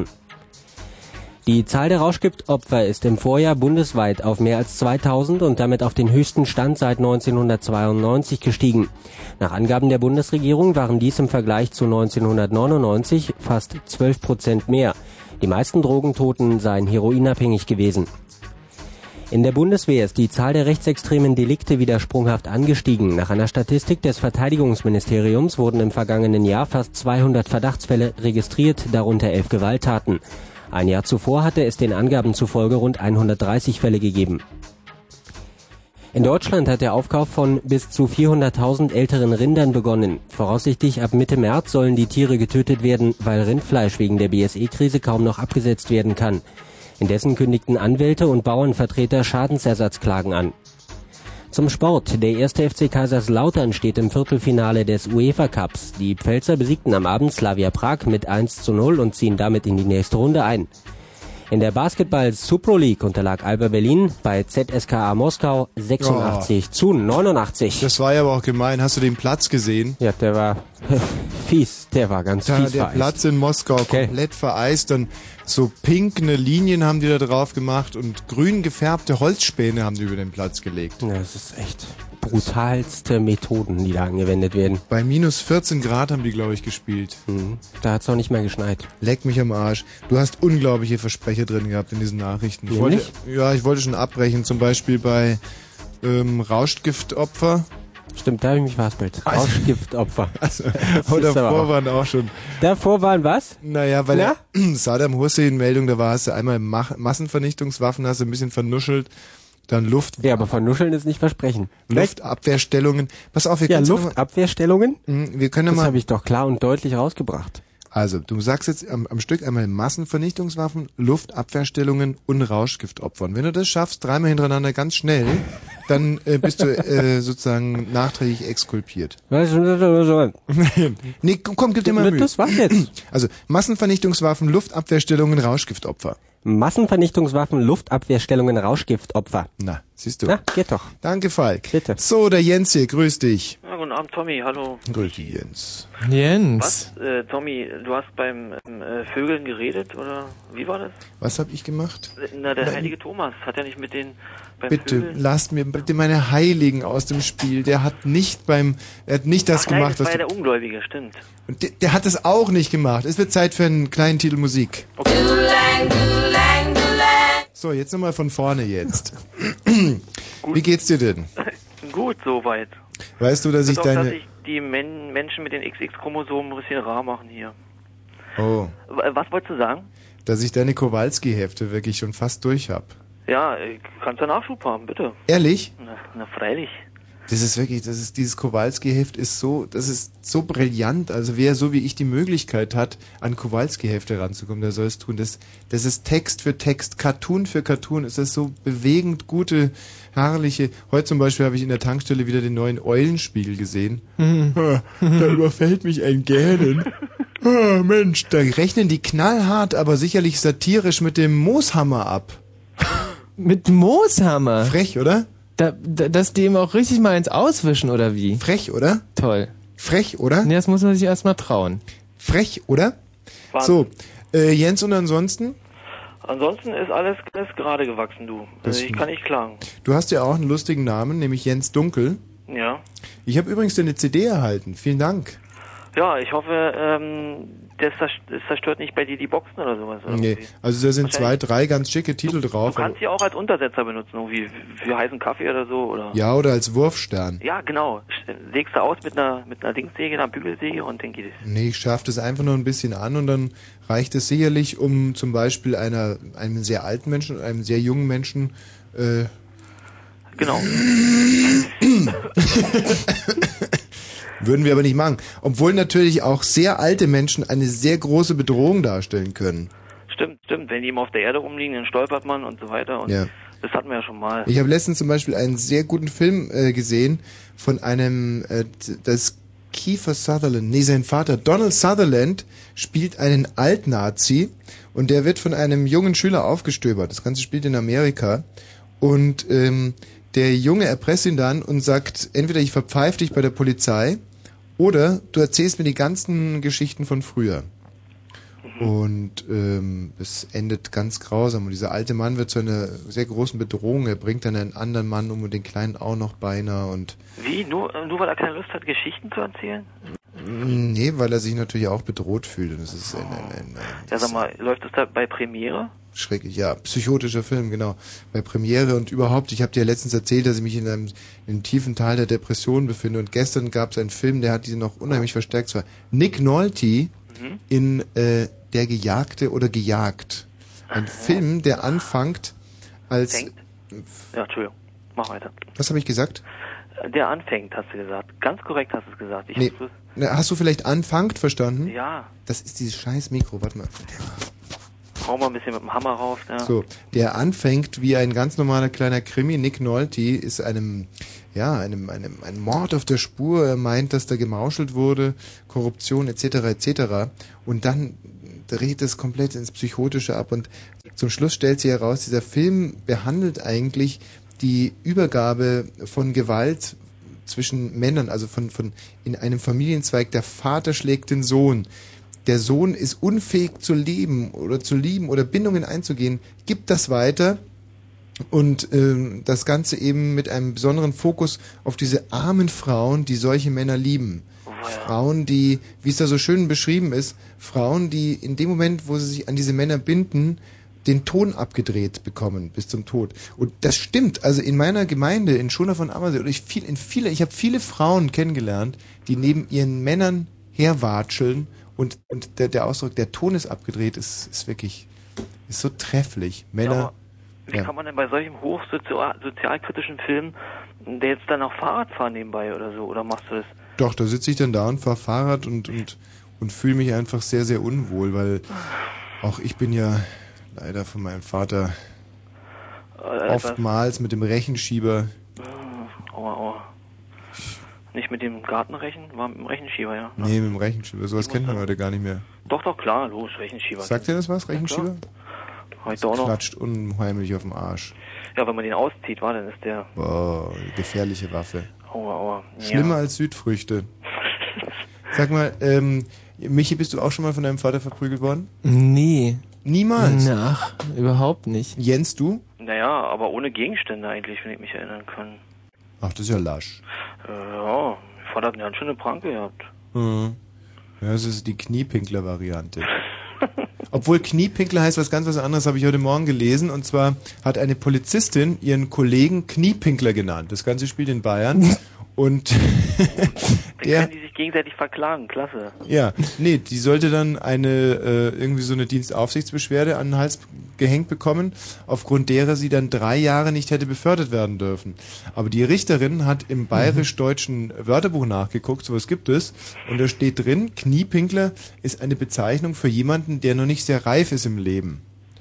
J: Die Zahl der Rauschgiftopfer ist im Vorjahr bundesweit auf mehr als 2000 und damit auf den höchsten Stand seit 1992 gestiegen. Nach Angaben der Bundesregierung waren dies im Vergleich zu 1999 fast 12% mehr. Die meisten Drogentoten seien heroinabhängig gewesen. In der Bundeswehr ist die Zahl der rechtsextremen Delikte wieder sprunghaft angestiegen. Nach einer Statistik des Verteidigungsministeriums wurden im vergangenen Jahr fast 200 Verdachtsfälle registriert, darunter 11 Gewalttaten. Ein Jahr zuvor hatte es den Angaben zufolge rund 130 Fälle gegeben. In Deutschland hat der Aufkauf von bis zu 400.000 älteren Rindern begonnen. Voraussichtlich ab Mitte März sollen die Tiere getötet werden, weil Rindfleisch wegen der BSE-Krise kaum noch abgesetzt werden kann. Indessen kündigten Anwälte und Bauernvertreter Schadensersatzklagen an. Zum Sport. Der 1. FC Kaiserslautern steht im Viertelfinale des UEFA Cups. Die Pfälzer besiegten am Abend Slavia Prag mit 1:0 und ziehen damit in die nächste Runde ein. In der Basketball-Super League unterlag Alba Berlin bei ZSKA Moskau 86:89.
B: Das war ja aber auch gemein. Hast du den Platz gesehen?
J: Ja, der war fies. Der war ganz fies
B: der
J: vereist.
B: Platz in Moskau komplett vereist. Dann so pinkne Linien haben die da drauf gemacht und grün gefärbte Holzspäne haben die über den Platz gelegt.
J: Ja, das ist echt brutalste Methoden, die da angewendet werden.
B: Bei minus 14 Grad haben die, glaube ich, gespielt.
J: Da hat's noch nicht mehr geschneit.
B: Leck mich am Arsch. Du hast unglaubliche Versprecher drin gehabt in diesen Nachrichten. Ich wollte schon abbrechen, zum Beispiel bei Rauschgiftopfer.
J: Stimmt, da habe ich mich verhaspelt. Rauschgiftopfer.
B: Also, davor waren auch schon.
J: Davor waren was?
B: Naja, weil Saddam Hussein-Meldung, da war es einmal Massenvernichtungswaffen, hast du ein bisschen vernuschelt. Dann Luft.
J: Ja, aber vernuscheln ist nicht versprechen.
B: Luftabwehrstellungen. Pass auf, wir können
J: Luftabwehrstellungen?
B: Wir können
J: das habe ich doch klar und deutlich rausgebracht.
B: Also, du sagst jetzt am Stück einmal Massenvernichtungswaffen, Luftabwehrstellungen und Rauschgiftopfern. Wenn du das schaffst, dreimal hintereinander ganz schnell, dann bist du sozusagen nachträglich exkulpiert. Nee, komm, gib dir mal Mühe.
J: Das war's jetzt.
B: Also, Massenvernichtungswaffen, Luftabwehrstellungen, Rauschgiftopfer.
J: Massenvernichtungswaffen, Luftabwehrstellungen, Rauschgiftopfer.
B: Na, siehst du.
J: Na, geht doch.
B: Danke, Falk.
J: Bitte.
B: So, der Jens hier, grüß dich.
K: Ja, guten Abend, Tommy, hallo.
B: Grüß dich, Jens.
C: Jens.
K: Was, Tommy, du hast beim Vögeln geredet, oder wie war das?
B: Was habe ich gemacht?
K: Na, der heilige Thomas hat ja nicht mit den beim
B: Bitte,
K: Vögeln...
B: lasst mir bitte meine Heiligen aus dem Spiel. Der hat nicht das gemacht,
K: das war ja der Ungläubige, stimmt.
B: Und der hat es auch nicht gemacht. Es wird Zeit für einen kleinen Titel Musik.
K: Okay.
B: So, jetzt nochmal von vorne jetzt. Wie geht's dir denn?
K: Gut, soweit.
B: Weißt du, dass ich
K: dass sich die Menschen mit den XX-Chromosomen ein bisschen rar machen hier.
B: Oh.
K: Was wolltest du sagen?
B: Dass ich deine Kowalski-Hefte wirklich schon fast durch hab.
K: Ja, kannst du Nachschub haben, bitte.
B: Ehrlich?
K: Na freilich.
B: Dieses Kowalski-Heft ist so brillant. Also wer so wie ich die Möglichkeit hat, an Kowalski-Hefte ranzukommen, der soll es tun. Das ist Text für Text, Cartoon für Cartoon. Es ist so bewegend gute, herrliche. Heute zum Beispiel habe ich in der Tankstelle wieder den neuen Eulenspiegel gesehen. Da überfällt mich ein Gähnen. Mensch, da rechnen die knallhart, aber sicherlich satirisch mit dem Mooshammer ab.
C: Mit Mooshammer?
B: Frech, oder?
C: Dass die ihm auch richtig mal ins Auswischen, oder wie?
B: Frech, oder?
C: Toll.
B: Frech, oder?
C: Nee, das muss man sich erstmal trauen.
B: Frech, oder?
K: Wahnsinn.
B: So, Jens, und ansonsten?
K: Ansonsten ist alles gerade gewachsen, du. Also ich kann nicht klagen.
B: Du hast ja auch einen lustigen Namen, nämlich Jens Dunkel.
K: Ja.
B: Ich habe übrigens deine CD erhalten. Vielen Dank.
K: Ja, ich hoffe, das zerstört nicht bei dir die Boxen oder sowas. Oder
B: nee, also da sind 2, 3 ganz schicke Titel drauf.
K: Du kannst sie auch als Untersetzer benutzen, irgendwie für heißen Kaffee oder so, oder?
B: Ja, oder als Wurfstern.
K: Ja, genau. Legst du aus mit einer Dingssäge, einer Bügelsäge und dann geht es.
B: Nee, ich schärfe das einfach nur ein bisschen an und dann reicht es sicherlich, um zum Beispiel einem sehr alten Menschen und einem sehr jungen Menschen
K: Genau.
B: Würden wir aber nicht machen. Obwohl natürlich auch sehr alte Menschen eine sehr große Bedrohung darstellen können.
K: Stimmt. Wenn die immer auf der Erde rumliegen, dann stolpert man und so weiter. Und
B: Ja.
K: das hatten wir ja schon mal.
B: Ich habe letztens zum Beispiel einen sehr guten Film gesehen von einem, das Kiefer Sutherland, sein Vater Donald Sutherland spielt einen Altnazi und der wird von einem jungen Schüler aufgestöbert. Das Ganze spielt in Amerika und der Junge erpresst ihn dann und sagt, entweder ich verpfeife dich bei der Polizei oder du erzählst mir die ganzen Geschichten von früher. Und es endet ganz grausam und dieser alte Mann wird zu einer sehr großen Bedrohung. Er bringt dann einen anderen Mann um und den Kleinen auch noch beinahe. Und
K: Wie? Nur weil er keine Lust hat, Geschichten zu erzählen?
B: nee, weil er sich natürlich auch bedroht fühlt. Und das ist
K: Ja, sag mal, läuft das da bei Premiere?
B: schrecklich. Ja, psychotischer Film, genau. Bei Premiere und überhaupt. Ich habe dir letztens erzählt, dass ich mich in einem tiefen Tal der Depression befinde. Und gestern gab es einen Film, der hat diese noch unheimlich verstärkt. Zwar Nick Nolte in Der Gejagte oder Gejagt. Ein Film, der anfängt als...
K: Ja, Entschuldigung. Mach weiter.
B: Was habe ich gesagt?
K: Der anfängt, hast du gesagt. Ganz korrekt hast du es gesagt. Ich
B: Nee.
K: hab's bloß-
B: Na, hast du vielleicht anfangt verstanden?
K: Ja.
B: Das ist dieses scheiß Mikro. Warte mal.
K: Hau mal ein bisschen mit dem Hammer rauf. Ja.
B: So, der anfängt wie ein ganz normaler kleiner Krimi. Nick Nolte ist einem Mord auf der Spur. Er meint, dass da gemauschelt wurde, Korruption etc. etc. Und dann dreht es komplett ins Psychotische ab. Und zum Schluss stellt sich heraus, dieser Film behandelt eigentlich die Übergabe von Gewalt zwischen Männern, also von in einem Familienzweig. Der Vater schlägt den Sohn. Der Sohn ist unfähig zu leben oder zu lieben oder Bindungen einzugehen, gibt das weiter und das Ganze eben mit einem besonderen Fokus auf diese armen Frauen, die solche Männer lieben. Frauen, die, wie es da so schön beschrieben ist, Frauen, die in dem Moment, wo sie sich an diese Männer binden, den Ton abgedreht bekommen bis zum Tod. Und das stimmt. Also in meiner Gemeinde, in Schoner von Ammersee, oder ich habe viele Frauen kennengelernt, die neben ihren Männern herwatscheln und der Ausdruck, der Ton ist abgedreht, ist wirklich, ist so trefflich. Männer.
K: Wie kann man denn bei solchem hochsozialkritischen Film, der jetzt dann noch Fahrrad fahren nebenbei oder so, oder machst du das?
B: Doch, da sitze ich dann da und fahre Fahrrad und fühle mich einfach sehr, sehr unwohl, weil auch ich bin ja leider von meinem Vater oftmals mit dem Rechenschieber.
K: Aua. Nicht mit dem Gartenrechen, war mit dem Rechenschieber, ja.
B: Nee, mit dem Rechenschieber. Sowas kennt man heute gar nicht mehr.
K: Doch, klar, los, Rechenschieber.
B: Sagt ihr das was, Rechenschieber?
K: Heute auch noch.
B: Klatscht unheimlich auf den Arsch.
K: Ja, wenn man den auszieht, dann ist der...
B: Boah, gefährliche Waffe.
K: Aua.
B: Schlimmer als Südfrüchte. Sag mal, Michi, bist du auch schon mal von deinem Vater verprügelt worden?
C: Nee.
B: Niemals?
C: Ach, überhaupt nicht.
B: Jens, du?
K: Naja, aber ohne Gegenstände eigentlich, wenn ich mich erinnern kann.
B: Ach, das ist ja lasch.
K: Ja, mein Vater hat eine ganz schöne Pranke gehabt.
B: Mhm. Ja, das ist die Kniepinkler-Variante. Obwohl Kniepinkler heißt was ganz was anderes, habe ich heute Morgen gelesen. Und zwar hat eine Polizistin ihren Kollegen Kniepinkler genannt. Das Ganze spielt in Bayern. Und
K: Dann können die sich gegenseitig verklagen, klasse.
B: Ja, nee, die sollte dann irgendwie so eine Dienstaufsichtsbeschwerde an den Hals gehängt bekommen, aufgrund derer sie dann 3 Jahre nicht hätte befördert werden dürfen. Aber die Richterin hat im bayerisch-deutschen Wörterbuch nachgeguckt, sowas gibt es, und da steht drin, Kniepinkler ist eine Bezeichnung für jemanden, der noch nicht sehr reif ist im Leben.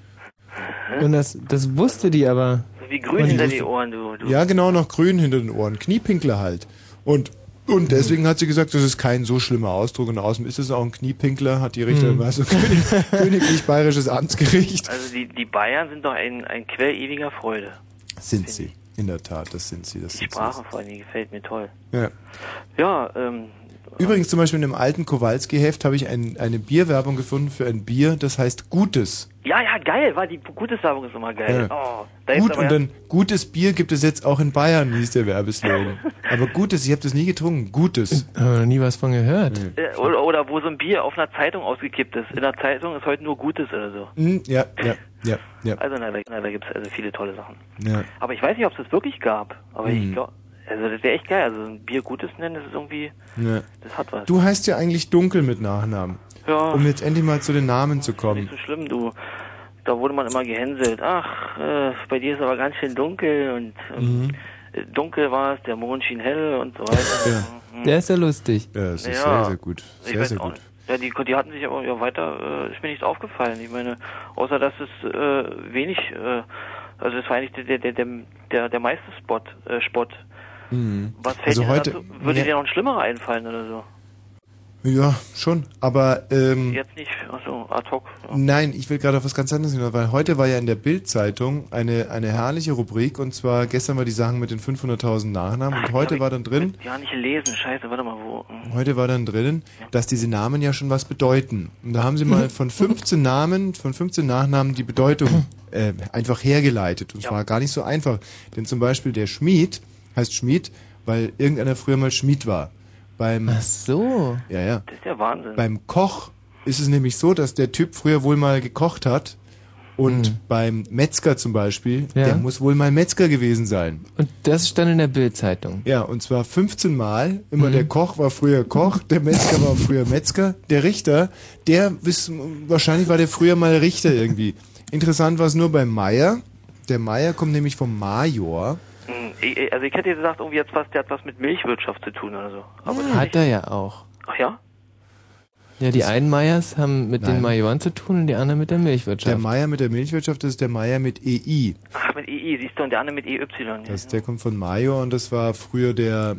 C: Und das wusste die aber.
K: Wie grün hinter die Ohren, du.
B: Ja, genau, noch grün hinter den Ohren. Kniepinkler halt. Und deswegen hat sie gesagt, das ist kein so schlimmer Ausdruck. Und außen ist es auch ein Kniepinkler, hat die Richterin, also Königlich Bayerisches Amtsgericht.
K: Also die Bayern sind doch ein Quell ewiger Freude.
B: Sind sie. In der Tat, das sind sie.
K: Die Sprache vor allem, die gefällt mir toll.
B: Ja.
K: Ja,
B: Übrigens zum Beispiel in einem alten Kowalski-Heft habe ich eine Bierwerbung gefunden für ein Bier, das heißt Gutes.
K: Ja, geil, die Gutes-Werbung ist immer geil.
B: Ja.
K: Oh, da
B: Gut, und dann gutes Bier gibt es jetzt auch in Bayern, hieß der Werbeslogan. Aber Gutes, ich habe das nie getrunken. Gutes.
C: Aber noch nie was von gehört.
K: Oder wo so ein Bier auf einer Zeitung ausgekippt ist. In der Zeitung ist heute nur Gutes oder so.
B: Ja.
K: Also da gibt es also viele tolle Sachen.
B: Ja.
K: Aber ich weiß nicht, ob es das wirklich gab. Aber ich glaube, also das wäre echt geil. Also ein Bier Gutes nennen, das ist irgendwie, das hat was.
B: Du heißt ja eigentlich Dunkel mit Nachnamen.
K: Ja.
B: Um jetzt endlich mal zu den Namen zu kommen.
K: Nicht so schlimm, du. Da wurde man immer gehänselt. Ach, bei dir ist aber ganz schön dunkel und dunkel war es, der Mond schien hell und so weiter.
C: Der ist ja lustig.
B: Ja, das ist sehr, sehr gut. Sehr, sehr gut.
K: Ja, die hatten sich aber ja weiter, ist mir nichts aufgefallen. Ich meine, außer dass es wenig, also es war eigentlich der meiste Spott. Was fällt dir
B: heute,
K: dazu? Würde dir noch ein schlimmerer einfallen oder so?
B: Ja, schon, aber
K: jetzt nicht, also ad hoc. Ja.
B: Nein, ich will gerade auf was ganz anderes hinaus, weil heute war ja in der Bild-Zeitung eine herrliche Rubrik, und zwar gestern war die Sache mit den 500.000 Nachnamen, und heute war dann drin...
K: Ja, nicht gelesen, scheiße, warte mal, wo...
B: Heute war dann drin, dass diese Namen ja schon was bedeuten. Und da haben sie mal von 15 Nachnamen die Bedeutung einfach hergeleitet. Und zwar gar nicht so einfach. Denn zum Beispiel der Schmied heißt Schmied, weil irgendeiner früher mal Schmied war.
C: Ach so.
B: Ja.
K: Das ist ja Wahnsinn.
B: Beim Koch ist es nämlich so, dass der Typ früher wohl mal gekocht hat. Und beim Metzger zum Beispiel, der muss wohl mal Metzger gewesen sein.
C: Und das stand in der Bild-Zeitung.
B: Ja, und zwar 15 Mal. Immer der Koch war früher Koch, der Metzger war früher Metzger. Der Richter, wahrscheinlich war der früher mal Richter irgendwie. Interessant war es nur beim Meier. Der Meier kommt nämlich vom Major.
K: Also ich hätte gesagt, irgendwie der hat was mit Milchwirtschaft zu tun oder so. Aber
C: hat er ja auch.
K: Ach ja?
C: Ja, die einen Meyers haben mit den Majoren zu tun und die anderen mit der Milchwirtschaft.
B: Der Meier mit der Milchwirtschaft, das ist der Meier mit EI.
K: Ach, mit EI, siehst du, und der andere mit EY.
B: Der kommt von Major, und das war früher der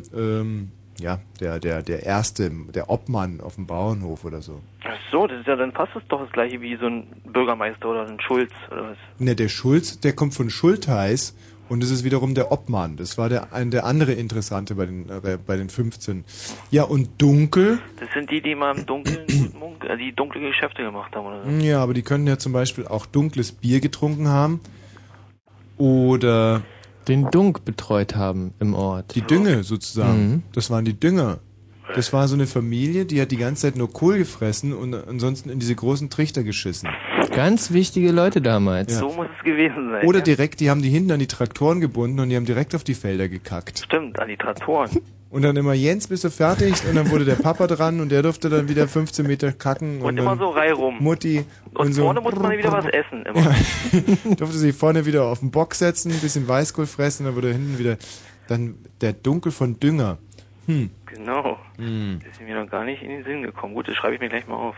B: Erste, der Obmann auf dem Bauernhof oder so.
K: Ach so, das ist ja dann fast doch das gleiche wie so ein Bürgermeister oder ein Schulz oder was.
B: Ne, der Schulz, der kommt von Schultheiß. Und das ist wiederum der Obmann. Das war der andere Interessante bei den 15. Ja, und dunkel.
K: Das sind die mal im Dunkeln die dunkle Geschäfte gemacht haben oder so.
B: Ja, aber die können ja zum Beispiel auch dunkles Bier getrunken haben. Oder
C: den Dunk betreut haben im Ort.
B: Die Dünge sozusagen. Das waren die Dünger. Das war so eine Familie, die hat die ganze Zeit nur Kohl gefressen und ansonsten in diese großen Trichter geschissen.
C: Ganz wichtige Leute damals.
B: Ja.
K: So muss es gewesen sein.
B: Oder direkt, die haben die hinten an die Traktoren gebunden und die haben direkt auf die Felder gekackt.
K: Stimmt, an die Traktoren.
B: Und dann immer, Jens, bist du fertig? Und dann wurde der Papa dran und der durfte dann wieder 15 Meter kacken.
K: Und immer so reihum.
B: Mutti.
K: Und
B: so
K: vorne muss man wieder was essen. Immer.
B: Ja. Durfte sich vorne wieder auf den Bock setzen, ein bisschen Weißkohl fressen, dann wurde hinten wieder dann der Dunkel von Dünger.
K: Genau. Das ist mir noch gar nicht in den Sinn gekommen. Gut, das schreibe ich mir gleich mal auf.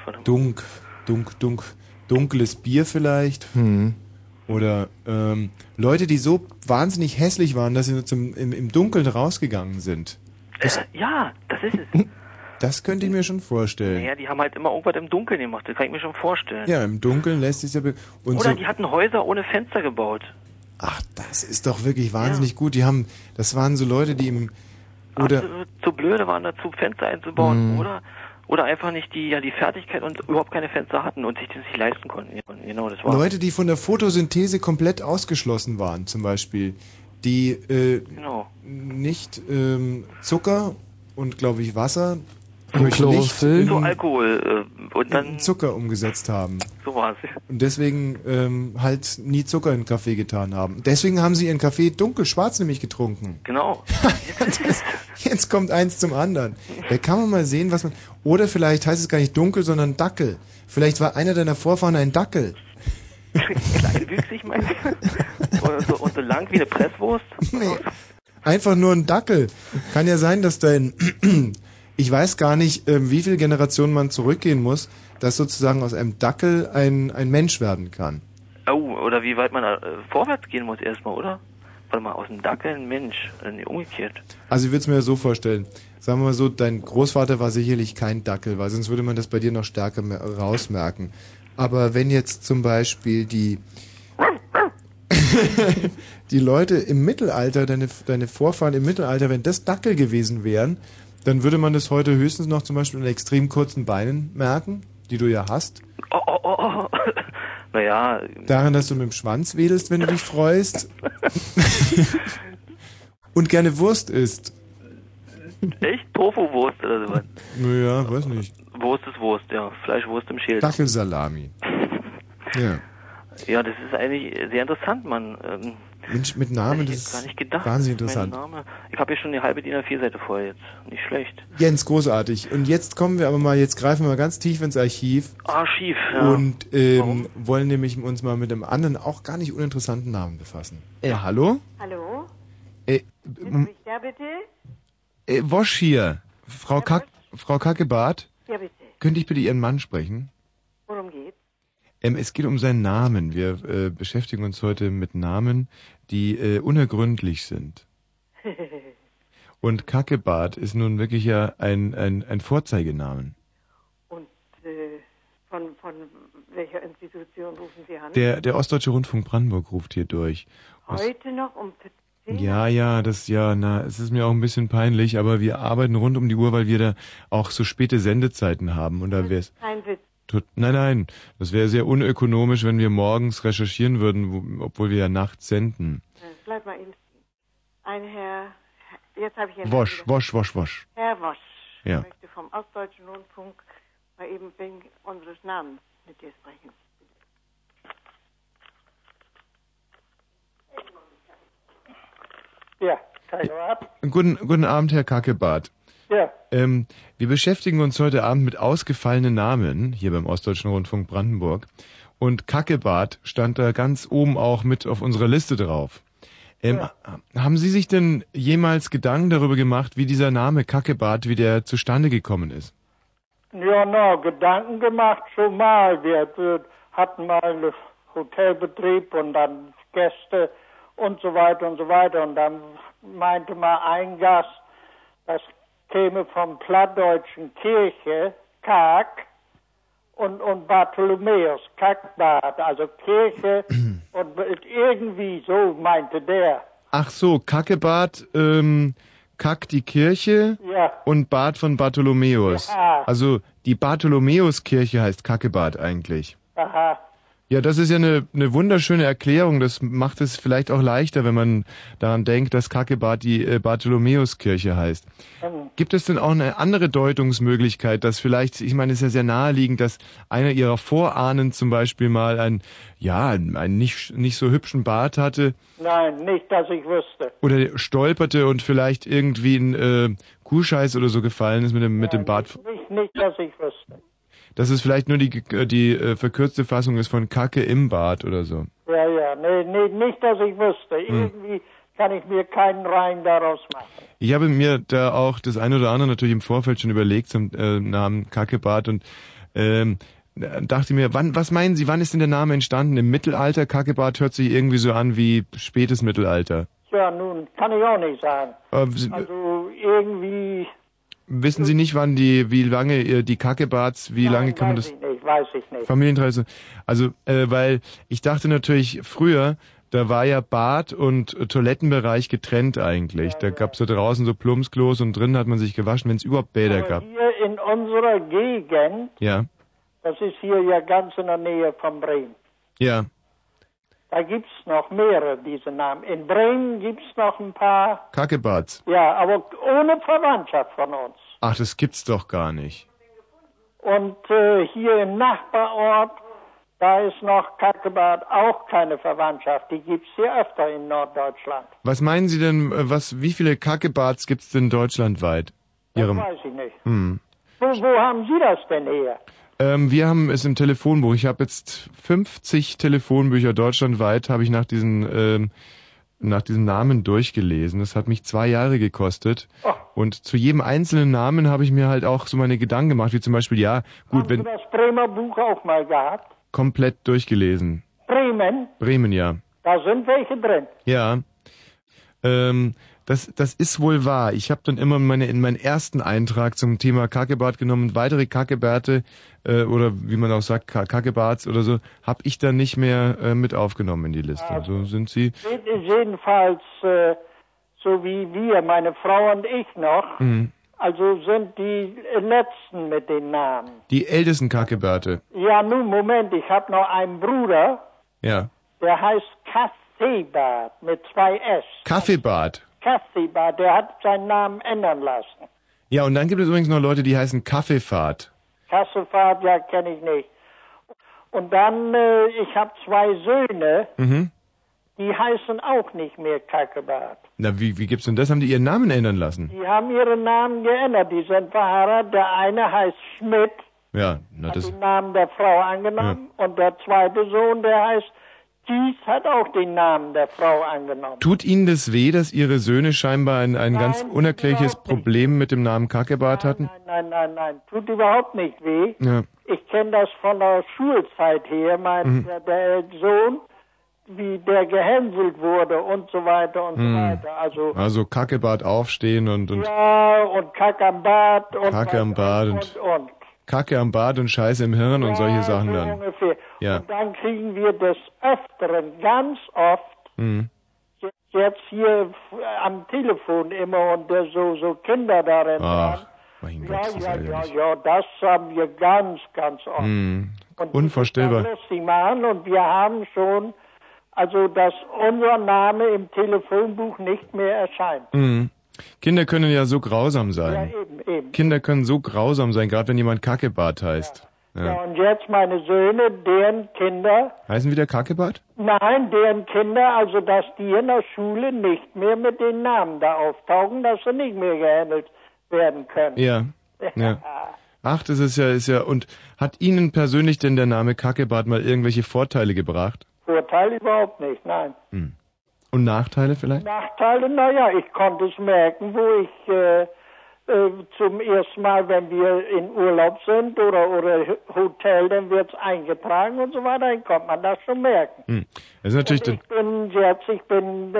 B: Dunkles Bier vielleicht. Oder Leute, die so wahnsinnig hässlich waren, dass sie im Dunkeln rausgegangen sind.
K: Ja, das ist es.
B: Das könnte ich mir schon vorstellen.
K: Naja, die haben halt immer irgendwas im Dunkeln gemacht, das kann ich mir schon vorstellen.
B: Ja, im Dunkeln lässt sich ja...
K: Oder die hatten Häuser ohne Fenster gebaut.
B: Ach, das ist doch wirklich wahnsinnig gut. Das waren so Leute, die im...
K: Absolut zu blöde waren dazu, Fenster einzubauen. Oder einfach nicht die Fertigkeit und überhaupt keine Fenster hatten und sich das nicht leisten konnten. Genau, das war
B: Leute, die von der Photosynthese komplett ausgeschlossen waren, zum Beispiel. Die nicht Zucker und, glaube ich, Wasser durch Licht
K: in Alkohol und dann
B: Zucker umgesetzt haben.
K: So war's.
B: Und deswegen halt nie Zucker in den Kaffee getan haben. Deswegen haben sie ihren Kaffee dunkel-schwarz nämlich getrunken.
K: Genau.
B: Jetzt kommt eins zum anderen. Da kann man mal sehen, was man... Oder vielleicht heißt es gar nicht dunkel, sondern Dackel. Vielleicht war einer deiner Vorfahren ein Dackel.
K: Kleinwüchsig, meinst du? Und so lang wie eine Presswurst?
B: Nee. Einfach nur ein Dackel. Kann ja sein, dass dein... Ich weiß gar nicht, wie viele Generationen man zurückgehen muss, dass sozusagen aus einem Dackel ein Mensch werden kann.
K: Oh, oder wie weit man vorwärts gehen muss erstmal, oder? Warte mal, aus einem Dackel ein Mensch, umgekehrt.
B: Also ich würde es mir so vorstellen. Sagen wir mal so, dein Großvater war sicherlich kein Dackel, weil sonst würde man das bei dir noch stärker rausmerken. Aber wenn jetzt zum Beispiel die Leute im Mittelalter, deine Vorfahren im Mittelalter, wenn das Dackel gewesen wären, dann würde man das heute höchstens noch zum Beispiel an extrem kurzen Beinen merken, die du ja hast.
K: Oh. Naja.
B: Daran, dass du mit dem Schwanz wedelst, wenn du dich freust. Und gerne Wurst isst.
K: Echt? Tofu-Wurst oder sowas?
B: Naja, weiß nicht.
K: Wurst ist Wurst, ja. Fleischwurst im Schädel.
B: Dackelsalami. Ja.
K: Ja, das ist eigentlich sehr interessant, Mann.
B: Mensch, mit Namen, das ist
K: gar nicht gedacht,
B: wahnsinnig interessant.
K: Ich habe ja schon eine halbe DIN A4-Seite voll jetzt. Nicht schlecht.
B: Jens, großartig. Und jetzt kommen wir aber mal, jetzt greifen wir mal ganz tief ins Archiv.
K: Archiv, ja.
B: Und wollen nämlich uns mal mit einem anderen, auch gar nicht uninteressanten Namen befassen. Hallo?
L: Hallo? Wer spricht da bitte?
B: Wosch hier. Frau Kackebart?
L: Ja, bitte.
B: Könnte ich bitte Ihren Mann sprechen?
L: Worum geht's?
B: Es geht um seinen Namen. Wir beschäftigen uns heute mit Namen, die unergründlich sind. Und Kackebart ist nun wirklich ja ein Vorzeigenamen.
L: Und von welcher Institution rufen Sie an?
B: Der Ostdeutsche Rundfunk Brandenburg ruft hier durch.
L: Heute noch um 10?
B: Es ist mir auch ein bisschen peinlich, aber wir arbeiten rund um die Uhr, weil wir da auch so späte Sendezeiten haben. Und da wäre es...
L: Kein Witz.
B: Nein, das wäre sehr unökonomisch, wenn wir morgens recherchieren würden, obwohl wir ja nachts senden.
L: Bleib mal eben. Ein Herr, jetzt habe ich ihn.
B: Wosch.
L: Herr Wosch.
B: Ja.
L: Ich möchte vom Ostdeutschen Rundfunk mal eben wegen unseres Namens mit dir sprechen.
M: Ja, Kackebart.
B: Guten Abend, Herr Kackebart.
M: Ja.
B: Wir beschäftigen uns heute Abend mit ausgefallenen Namen hier beim Ostdeutschen Rundfunk Brandenburg. Und Kackebart stand da ganz oben auch mit auf unserer Liste drauf. Haben Sie sich denn jemals Gedanken darüber gemacht, wie dieser Name Kackebart, wie der zustande gekommen ist?
M: Ja, Gedanken gemacht schon mal. Wir hatten mal einen Hotelbetrieb und dann Gäste und so weiter und so weiter. Und dann meinte mal ein Gast, das käme vom plattdeutschen Kirche, Kack, und Bartholomäus, Kackbart, also Kirche und irgendwie so meinte der.
B: Ach so, Kackebart, Kack die Kirche und Bart von Bartholomäus.
M: Ja.
B: Also die Bartholomäuskirche heißt Kackebart eigentlich.
M: Aha.
B: Ja, das ist ja eine wunderschöne Erklärung. Das macht es vielleicht auch leichter, wenn man daran denkt, dass Kackebart die Bartholomäuskirche heißt. Gibt es denn auch eine andere Deutungsmöglichkeit, dass vielleicht, ich meine, es ist ja sehr naheliegend, dass einer Ihrer Vorahnen zum Beispiel mal einen nicht so hübschen Bart hatte?
M: Nein, nicht, dass ich wüsste.
B: Oder stolperte und vielleicht irgendwie ein Kuhscheiß oder so gefallen ist mit dem Bart?
M: Nicht, dass ich wüsste.
B: Dass es vielleicht nur die verkürzte Fassung ist von Kacke im Bad oder so.
M: Ja, nee, nicht, dass ich wüsste. Irgendwie kann ich mir keinen Reim daraus machen.
B: Ich habe mir da auch das eine oder andere natürlich im Vorfeld schon überlegt zum Namen Kackebart und dachte mir, was meinen Sie, wann ist denn der Name entstanden? Im Mittelalter? Kackebart hört sich irgendwie so an wie spätes Mittelalter.
M: Ja, nun, kann ich auch nicht sagen. Also irgendwie...
B: Wissen Sie nicht, wie lange die Kackebarts, lange kann man das...
M: Weiß ich nicht.
B: Familieninteresse. Also, weil ich dachte natürlich früher, da war ja Bad und Toilettenbereich getrennt eigentlich. Da gab's da draußen so Plumpsklos und drinnen hat man sich gewaschen, wenn es überhaupt Bäder gab.
M: Hier in unserer Gegend, das ist hier ja ganz in der Nähe von Bremen.
B: Ja.
M: Da gibt's noch mehrere diese Namen. In Bremen gibt's noch ein paar.
B: Kackebarts.
M: Ja, aber ohne Verwandtschaft von uns.
B: Ach, das gibt's doch gar nicht.
M: Und hier im Nachbarort, da ist noch Kackebart auch keine Verwandtschaft. Die gibt's hier öfter in Norddeutschland.
B: Was meinen Sie denn, wie viele Kackebarts gibt's denn deutschlandweit?
M: Das weiß ich nicht.
B: Hm.
M: Wo haben Sie das denn her?
B: Wir haben es im Telefonbuch. Ich habe jetzt 50 Telefonbücher deutschlandweit, habe ich nach diesem Namen durchgelesen. Das hat mich 2 Jahre gekostet. Oh. Und zu jedem einzelnen Namen habe ich mir halt auch so meine Gedanken gemacht, wie zum Beispiel,
M: haben Sie das Bremer Buch auch mal gehabt?
B: Komplett durchgelesen.
M: Bremen?
B: Bremen, ja.
M: Da sind welche drin.
B: Ja. Das ist wohl wahr. Ich habe dann immer in meinen ersten Eintrag zum Thema Kackebart genommen. Weitere Kackebärte oder wie man auch sagt, Kackebarts oder so, habe ich dann nicht mehr mit aufgenommen in die Liste. So sind sie.
M: Jedenfalls so wie wir, meine Frau und ich noch.
B: Mhm.
M: Also sind die Letzten mit den Namen.
B: Die ältesten Kackebärte.
M: Ja, nun, Moment, ich habe noch einen Bruder.
B: Ja.
M: Der heißt Kaffeebart mit 2 S.
B: Kaffeebart.
M: Kaffeebart, der hat seinen Namen ändern lassen.
B: Ja, und dann gibt es übrigens noch Leute, die heißen Kaffeefahrt.
M: Kaffeefahrt, ja, kenne ich nicht. Und dann, ich habe 2 Söhne, die heißen auch nicht mehr Kackebart.
B: Na, wie gibt's denn das? Haben die ihren Namen ändern lassen?
M: Die haben ihren Namen geändert, die sind verheiratet. Der eine heißt Schmidt,
B: ja,
M: hat den Namen der Frau angenommen. Ja. Und der zweite Sohn, der heißt Dies hat auch den Namen der Frau angenommen.
B: Tut Ihnen das weh, dass Ihre Söhne scheinbar ein ganz unerklärliches Problem mit dem Namen Kackebart hatten?
M: Nein. Tut überhaupt nicht weh.
B: Ja.
M: Ich kenne das von der Schulzeit her. Der Sohn, wie der gehänselt wurde und so weiter und so weiter.
B: Also Kackebart aufstehen und
M: ja, und Kack am Bad und
B: Kacke am Bad und Kacke am Bad und Scheiße im Hirn und solche Sachen dann.
M: Ungefähr.
B: Ja.
M: Und dann kriegen wir des Öfteren ganz oft jetzt hier am Telefon immer und so Kinder darin.
B: Ach, mein Gott,
M: ja, das haben wir ganz oft. Und
B: unvorstellbar.
M: Das lustig machen und wir haben schon, also dass unser Name im Telefonbuch nicht mehr erscheint.
B: Kinder können ja so grausam sein.
M: Ja, eben.
B: Kinder können so grausam sein, gerade wenn jemand Kackebart heißt.
M: Ja, und jetzt meine Söhne, deren Kinder...
B: Heißen wieder Kackebart?
M: Nein, deren Kinder, also dass die in der Schule nicht mehr mit den Namen da auftauchen, dass sie nicht mehr gehandelt werden können.
B: Ja. Ach, das ist ja... Und hat Ihnen persönlich denn der Name Kackebart mal irgendwelche Vorteile gebracht?
M: Vorteile überhaupt nicht, nein.
B: Und Nachteile vielleicht?
M: Nachteile, naja, ich konnte es merken, wo ich zum ersten Mal, wenn wir in Urlaub sind oder Hotel, dann wird es eingetragen und so weiter, dann kommt man das schon merken.
B: Das ist natürlich
M: ich bin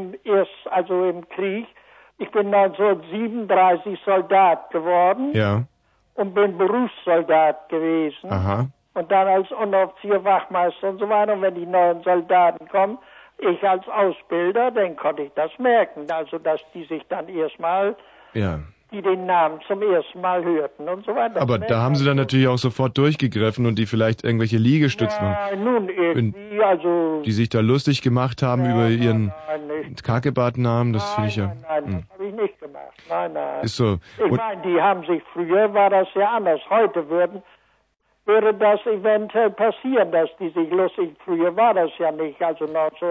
M: im Krieg, ich bin 1937 Soldat geworden und bin Berufssoldat gewesen.
B: Aha.
M: Und dann als Unteroffizier, Wachmeister und so weiter. Und wenn die neuen Soldaten kommen, ich als Ausbilder, dann konnte ich das merken. Also, dass die sich dann erstmal, die den Namen zum ersten Mal hörten und so weiter.
B: Aber da haben Sie dann natürlich auch sofort durchgegriffen und die vielleicht irgendwelche Liegestützen,
M: nun irgendwie, also...
B: die sich da lustig gemacht haben über Ihren Kackebart-Namen, das finde ich ja...
M: Nein, das habe ich nicht gemacht. Nein.
B: Ist so.
M: Ich meine, die haben sich, früher war das ja anders. Heute würde das eventuell passieren, dass die sich lustig, früher war das ja nicht, also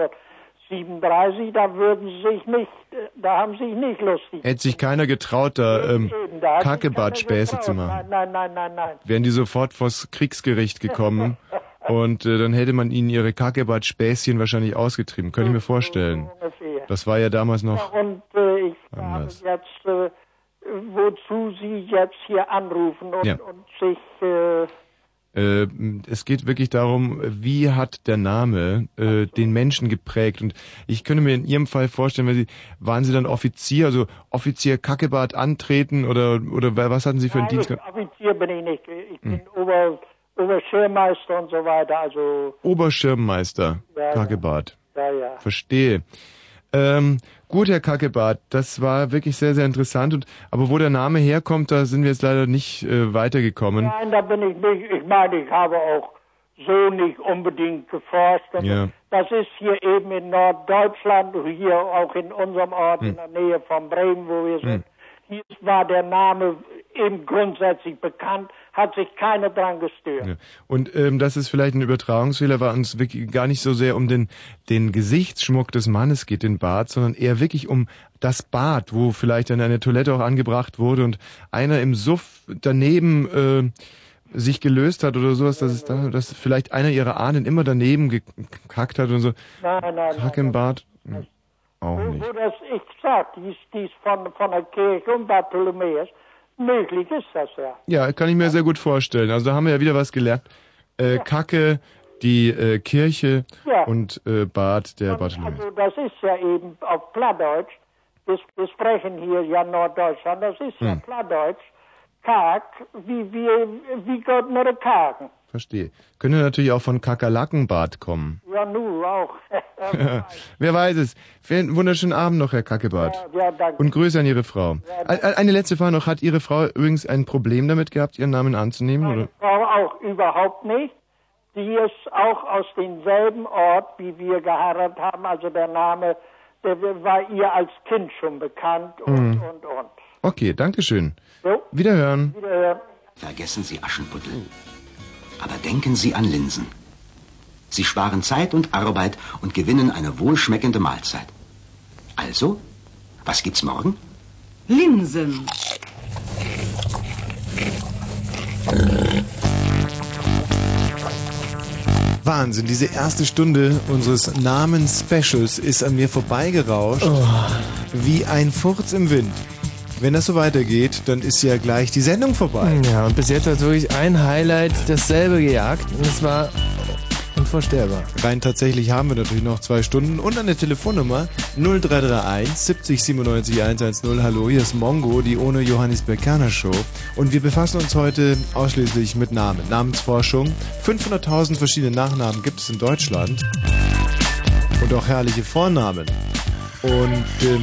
M: 1937, da haben sie sich nicht lustig.
B: Hätte sich keiner getraut, da Kackebart-Späße zu machen.
M: Nein.
B: Wären die sofort vors Kriegsgericht gekommen und dann hätte man ihnen ihre Kackebart-Späßchen wahrscheinlich ausgetrieben, könnte ich mir vorstellen. Das war ja damals noch
M: und ich frage jetzt, wozu Sie jetzt hier anrufen und sich...
B: es geht wirklich darum, wie hat der Name den Menschen geprägt? Und ich könnte mir in Ihrem Fall vorstellen, waren Sie dann Offizier, also Offizier Kackebart antreten oder was hatten Sie für einen Dienst?
M: Offizier bin ich nicht. Ich bin Oberschirmmeister und so weiter. Also
B: Oberschirmmeister, Kackebart.
M: Ja.
B: Verstehe. Gut, Herr Kackebart, das war wirklich sehr, sehr interessant. Aber wo der Name herkommt, da sind wir jetzt leider nicht weitergekommen.
M: Nein, da bin ich nicht. Ich meine, ich habe auch so nicht unbedingt geforscht. Das ist hier eben in Norddeutschland, hier auch in unserem Ort in der Nähe von Bremen, wo wir sind. Hier war der Name eben grundsätzlich bekannt, hat sich keiner dran gestört.
B: Ja. Und das ist vielleicht ein Übertragungsfehler, weil uns wirklich gar nicht so sehr um den Gesichtsschmuck des Mannes geht, den Bart, sondern eher wirklich um das Bad, wo vielleicht dann eine Toilette auch angebracht wurde und einer im Suff daneben sich gelöst hat oder sowas, dass vielleicht einer ihrer Ahnen immer daneben gekackt hat und so.
M: Nein.
B: Kack im Bad. Auch nicht.
M: Wo das, ich sag, dies von der Kirche und Bartholomäus, möglich ist das ja.
B: Ja, kann ich mir sehr gut vorstellen. Also da haben wir ja wieder was gelernt. Kacke, die Kirche und Bad der Bartholomäus.
M: Also das ist ja eben auf Plattdeutsch, wir sprechen hier ja Norddeutschland, das ist ja Plattdeutsch, Kak, wie Gott nur Kaken.
B: Verstehe. Könnte natürlich auch von Kakerlakenbart kommen.
M: Ja, nu auch.
B: Wer weiß es. Einen wunderschönen Abend noch, Herr Kackebart.
M: Ja, danke.
B: Und Grüße an Ihre Frau. Eine letzte Frage noch. Hat Ihre Frau übrigens ein Problem damit gehabt, Ihren Namen anzunehmen?
M: Meine Frau auch überhaupt nicht. Die ist auch aus demselben Ort, wie wir geheiratet haben. Also der Name, der war ihr als Kind schon bekannt und.
B: Okay, dankeschön.
M: So.
B: Wiederhören.
N: Vergessen Sie Aschenputtel. Aber denken Sie an Linsen. Sie sparen Zeit und Arbeit und gewinnen eine wohlschmeckende Mahlzeit. Also, was gibt's morgen?
O: Linsen.
B: Wahnsinn, diese erste Stunde unseres Namens-Specials ist an mir vorbeigerauscht, wie ein Furz im Wind. Wenn das so weitergeht, dann ist ja gleich die Sendung vorbei.
C: Ja, und bis jetzt hat wirklich ein Highlight dasselbe gejagt und es war unvorstellbar.
B: Rein tatsächlich haben wir natürlich noch 2 Stunden und eine Telefonnummer 0331 70 97 110. Hallo, hier ist Mongo, die ohne Johannes Bekerner Show. Und wir befassen uns heute ausschließlich mit Namen. Namensforschung. 500.000 verschiedene Nachnamen gibt es in Deutschland. Und auch herrliche Vornamen. Und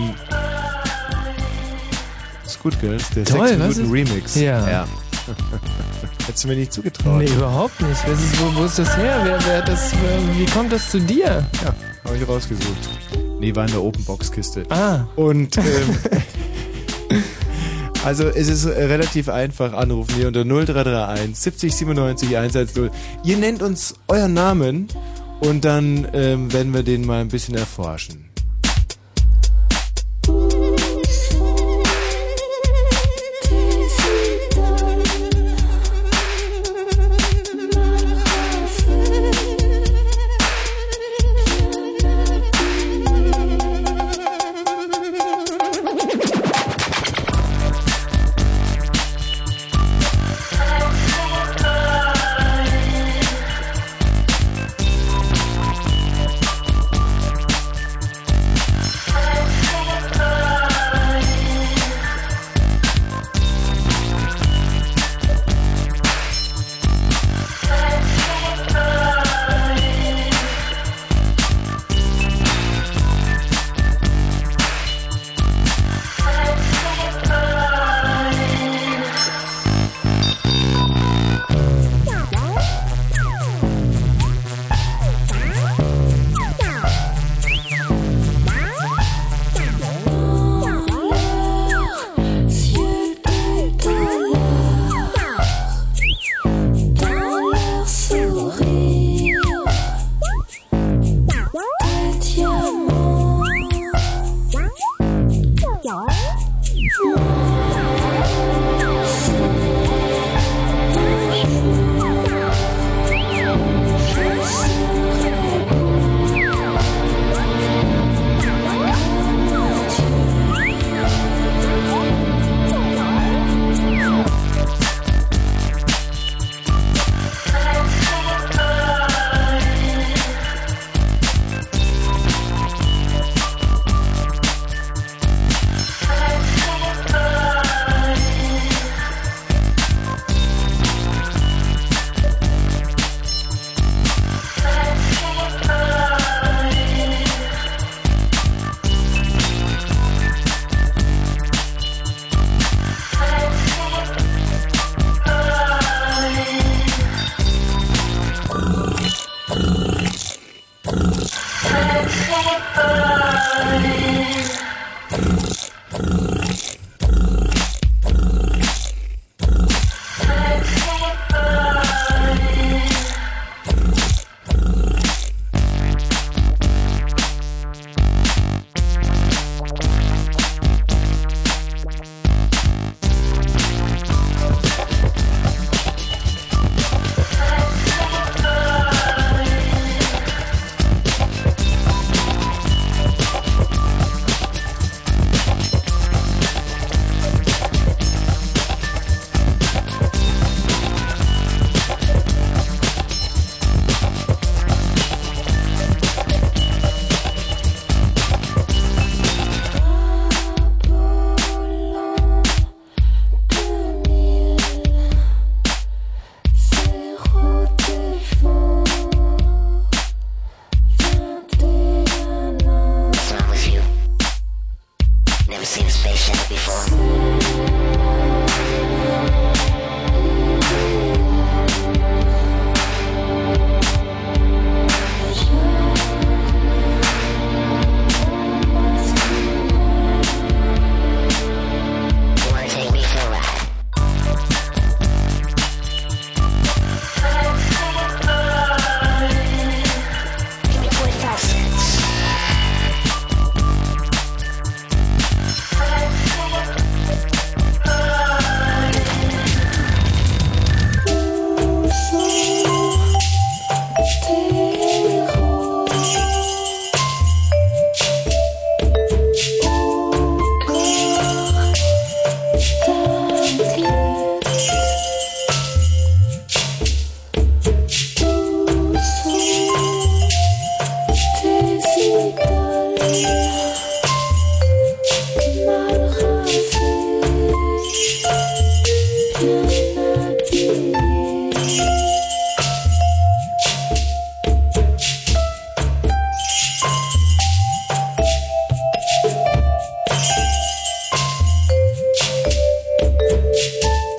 B: ist gut, gell? Der
C: Toll,
B: 6 Minuten Remix.
C: Ja.
B: Hättest du mir nicht zugetraut.
C: Nee, überhaupt nicht. Wo ist das her? Wie kommt das zu dir?
B: Ja, habe ich rausgesucht. Nee, war in der Open-Box-Kiste.
C: Ah.
B: Und, also es ist relativ einfach, anrufen hier unter 0331 70 97 110. Ihr nennt uns euren Namen und dann werden wir den mal ein bisschen erforschen.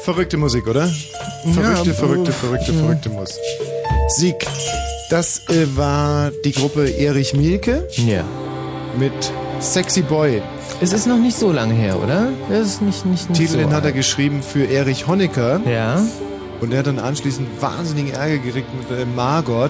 B: Verrückte Musik, oder? Verrückte Musik. Das war die Gruppe Erich Mielke.
C: Ja.
B: Mit Sexy Boy.
C: Es ist noch nicht so lange her, oder? Es ist nicht
B: Titel,
C: so
B: den hat er
C: alt.
B: geschrieben für Erich Honecker.
C: Ja.
B: Und er hat dann anschließend wahnsinnigen Ärger gekriegt mit Margot.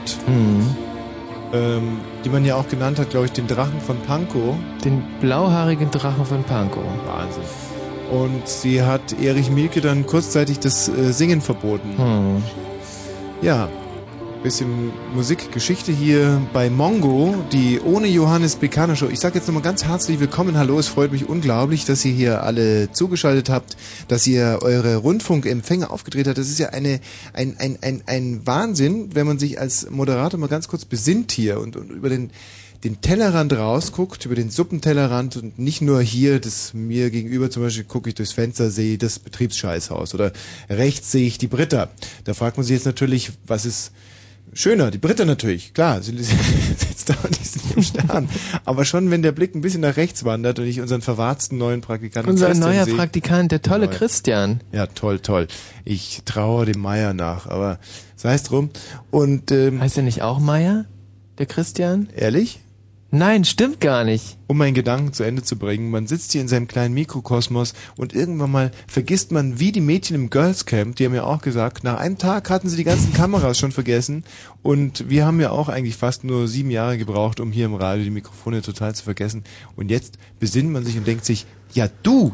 B: Die man ja auch genannt hat, glaube ich, den Drachen von Pankow.
C: Den blauhaarigen Drachen von Pankow.
B: Wahnsinn. Und sie hat Erich Mielke dann kurzzeitig das Singen verboten. Ja, bisschen Musikgeschichte hier bei Mongo, die ohne Johannes Bekanner Show. Ich sage jetzt nochmal ganz herzlich willkommen, hallo, es freut mich unglaublich, dass ihr hier alle zugeschaltet habt, dass ihr eure Rundfunkempfänger aufgedreht habt. Das ist ja ein Wahnsinn, wenn man sich als Moderator mal ganz kurz besinnt hier und über den Tellerrand rausguckt, über den Suppentellerrand und nicht nur hier, das mir gegenüber zum Beispiel gucke ich durchs Fenster, sehe das Betriebsscheißhaus oder rechts sehe ich die Britta. Da fragt man sich jetzt natürlich, was ist schöner? Die Britta natürlich, klar, sie sitzt da und ist nicht im Stern. Aber schon, wenn der Blick ein bisschen nach rechts wandert und ich unseren verwarzten neuen Praktikanten
C: Unser
B: Christian
C: neuer
B: sehe,
C: Praktikant, der tolle Christian.
B: Ja, toll. Ich traue dem Meier nach, aber sei es drum. Und
C: heißt er nicht auch Meier? Der Christian?
B: Ehrlich?
C: Nein, stimmt gar nicht.
B: Um meinen Gedanken zu Ende zu bringen, man sitzt hier in seinem kleinen Mikrokosmos und irgendwann mal vergisst man, wie die Mädchen im Girls Camp, die haben ja auch gesagt, nach einem Tag hatten sie die ganzen Kameras schon vergessen und wir haben ja auch eigentlich fast nur 7 Jahre gebraucht, um hier im Radio die Mikrofone total zu vergessen und jetzt besinnt man sich und denkt sich, ja du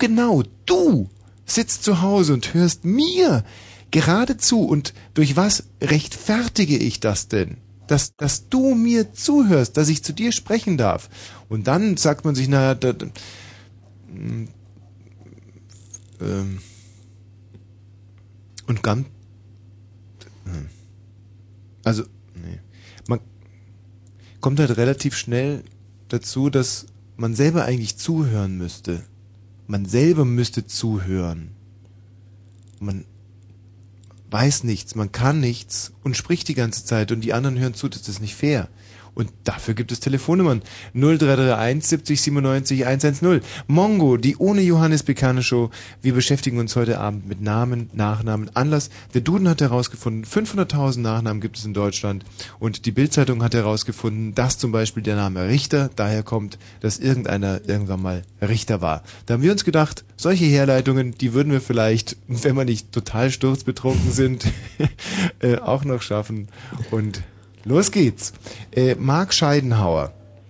B: sitzt zu Hause und hörst mir gerade zu und durch was rechtfertige ich das denn? Dass du mir zuhörst, dass ich zu dir sprechen darf. Und dann sagt man sich, naja, und ganz, also, nee, man kommt halt relativ schnell dazu, dass man selber eigentlich zuhören müsste. Man selber müsste zuhören. Man weiß nichts, man kann nichts und spricht die ganze Zeit und die anderen hören zu, das ist nicht fair. Und dafür gibt es Telefonnummern 0331 70 97 110. Mongo, die ohne Johannes Bekanner Show. Wir beschäftigen uns heute Abend mit Namen, Nachnamen, Anlass. Der Duden hat herausgefunden, 500.000 Nachnamen gibt es in Deutschland. Und die Bild-Zeitung hat herausgefunden, dass zum Beispiel der Name Richter daher kommt, dass irgendeiner irgendwann mal Richter war. Da haben wir uns gedacht, solche Herleitungen, die würden wir vielleicht, wenn wir nicht total sturzbetrunken sind, auch noch schaffen. Und los geht's. Marc Scheidenhauer.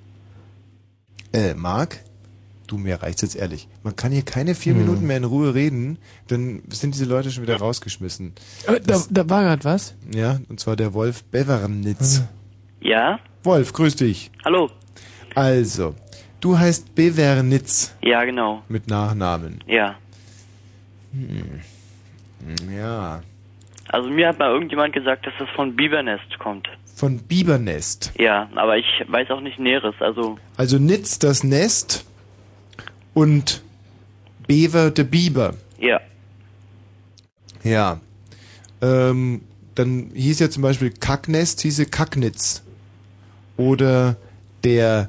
B: Marc, du, mir reicht's jetzt ehrlich. Man kann hier keine 4 Minuten mehr in Ruhe reden, dann sind diese Leute schon wieder rausgeschmissen.
C: Da war gerade was?
B: Ja, und zwar der Wolf Bevernitz.
P: Ja?
B: Wolf, grüß dich.
P: Hallo.
B: Also, du heißt Bevernitz.
P: Ja, genau.
B: Mit Nachnamen.
P: Ja.
B: Ja.
P: Also mir hat mal irgendjemand gesagt, dass das von Bibernest kommt.
B: Von Bibernest.
P: Ja, aber ich weiß auch nicht Näheres, also
B: Nitz das Nest und Bever der Biber.
P: ja.
B: Ja. Dann hieß ja zum Beispiel Kacknest, hieße Kacknitz. Oder der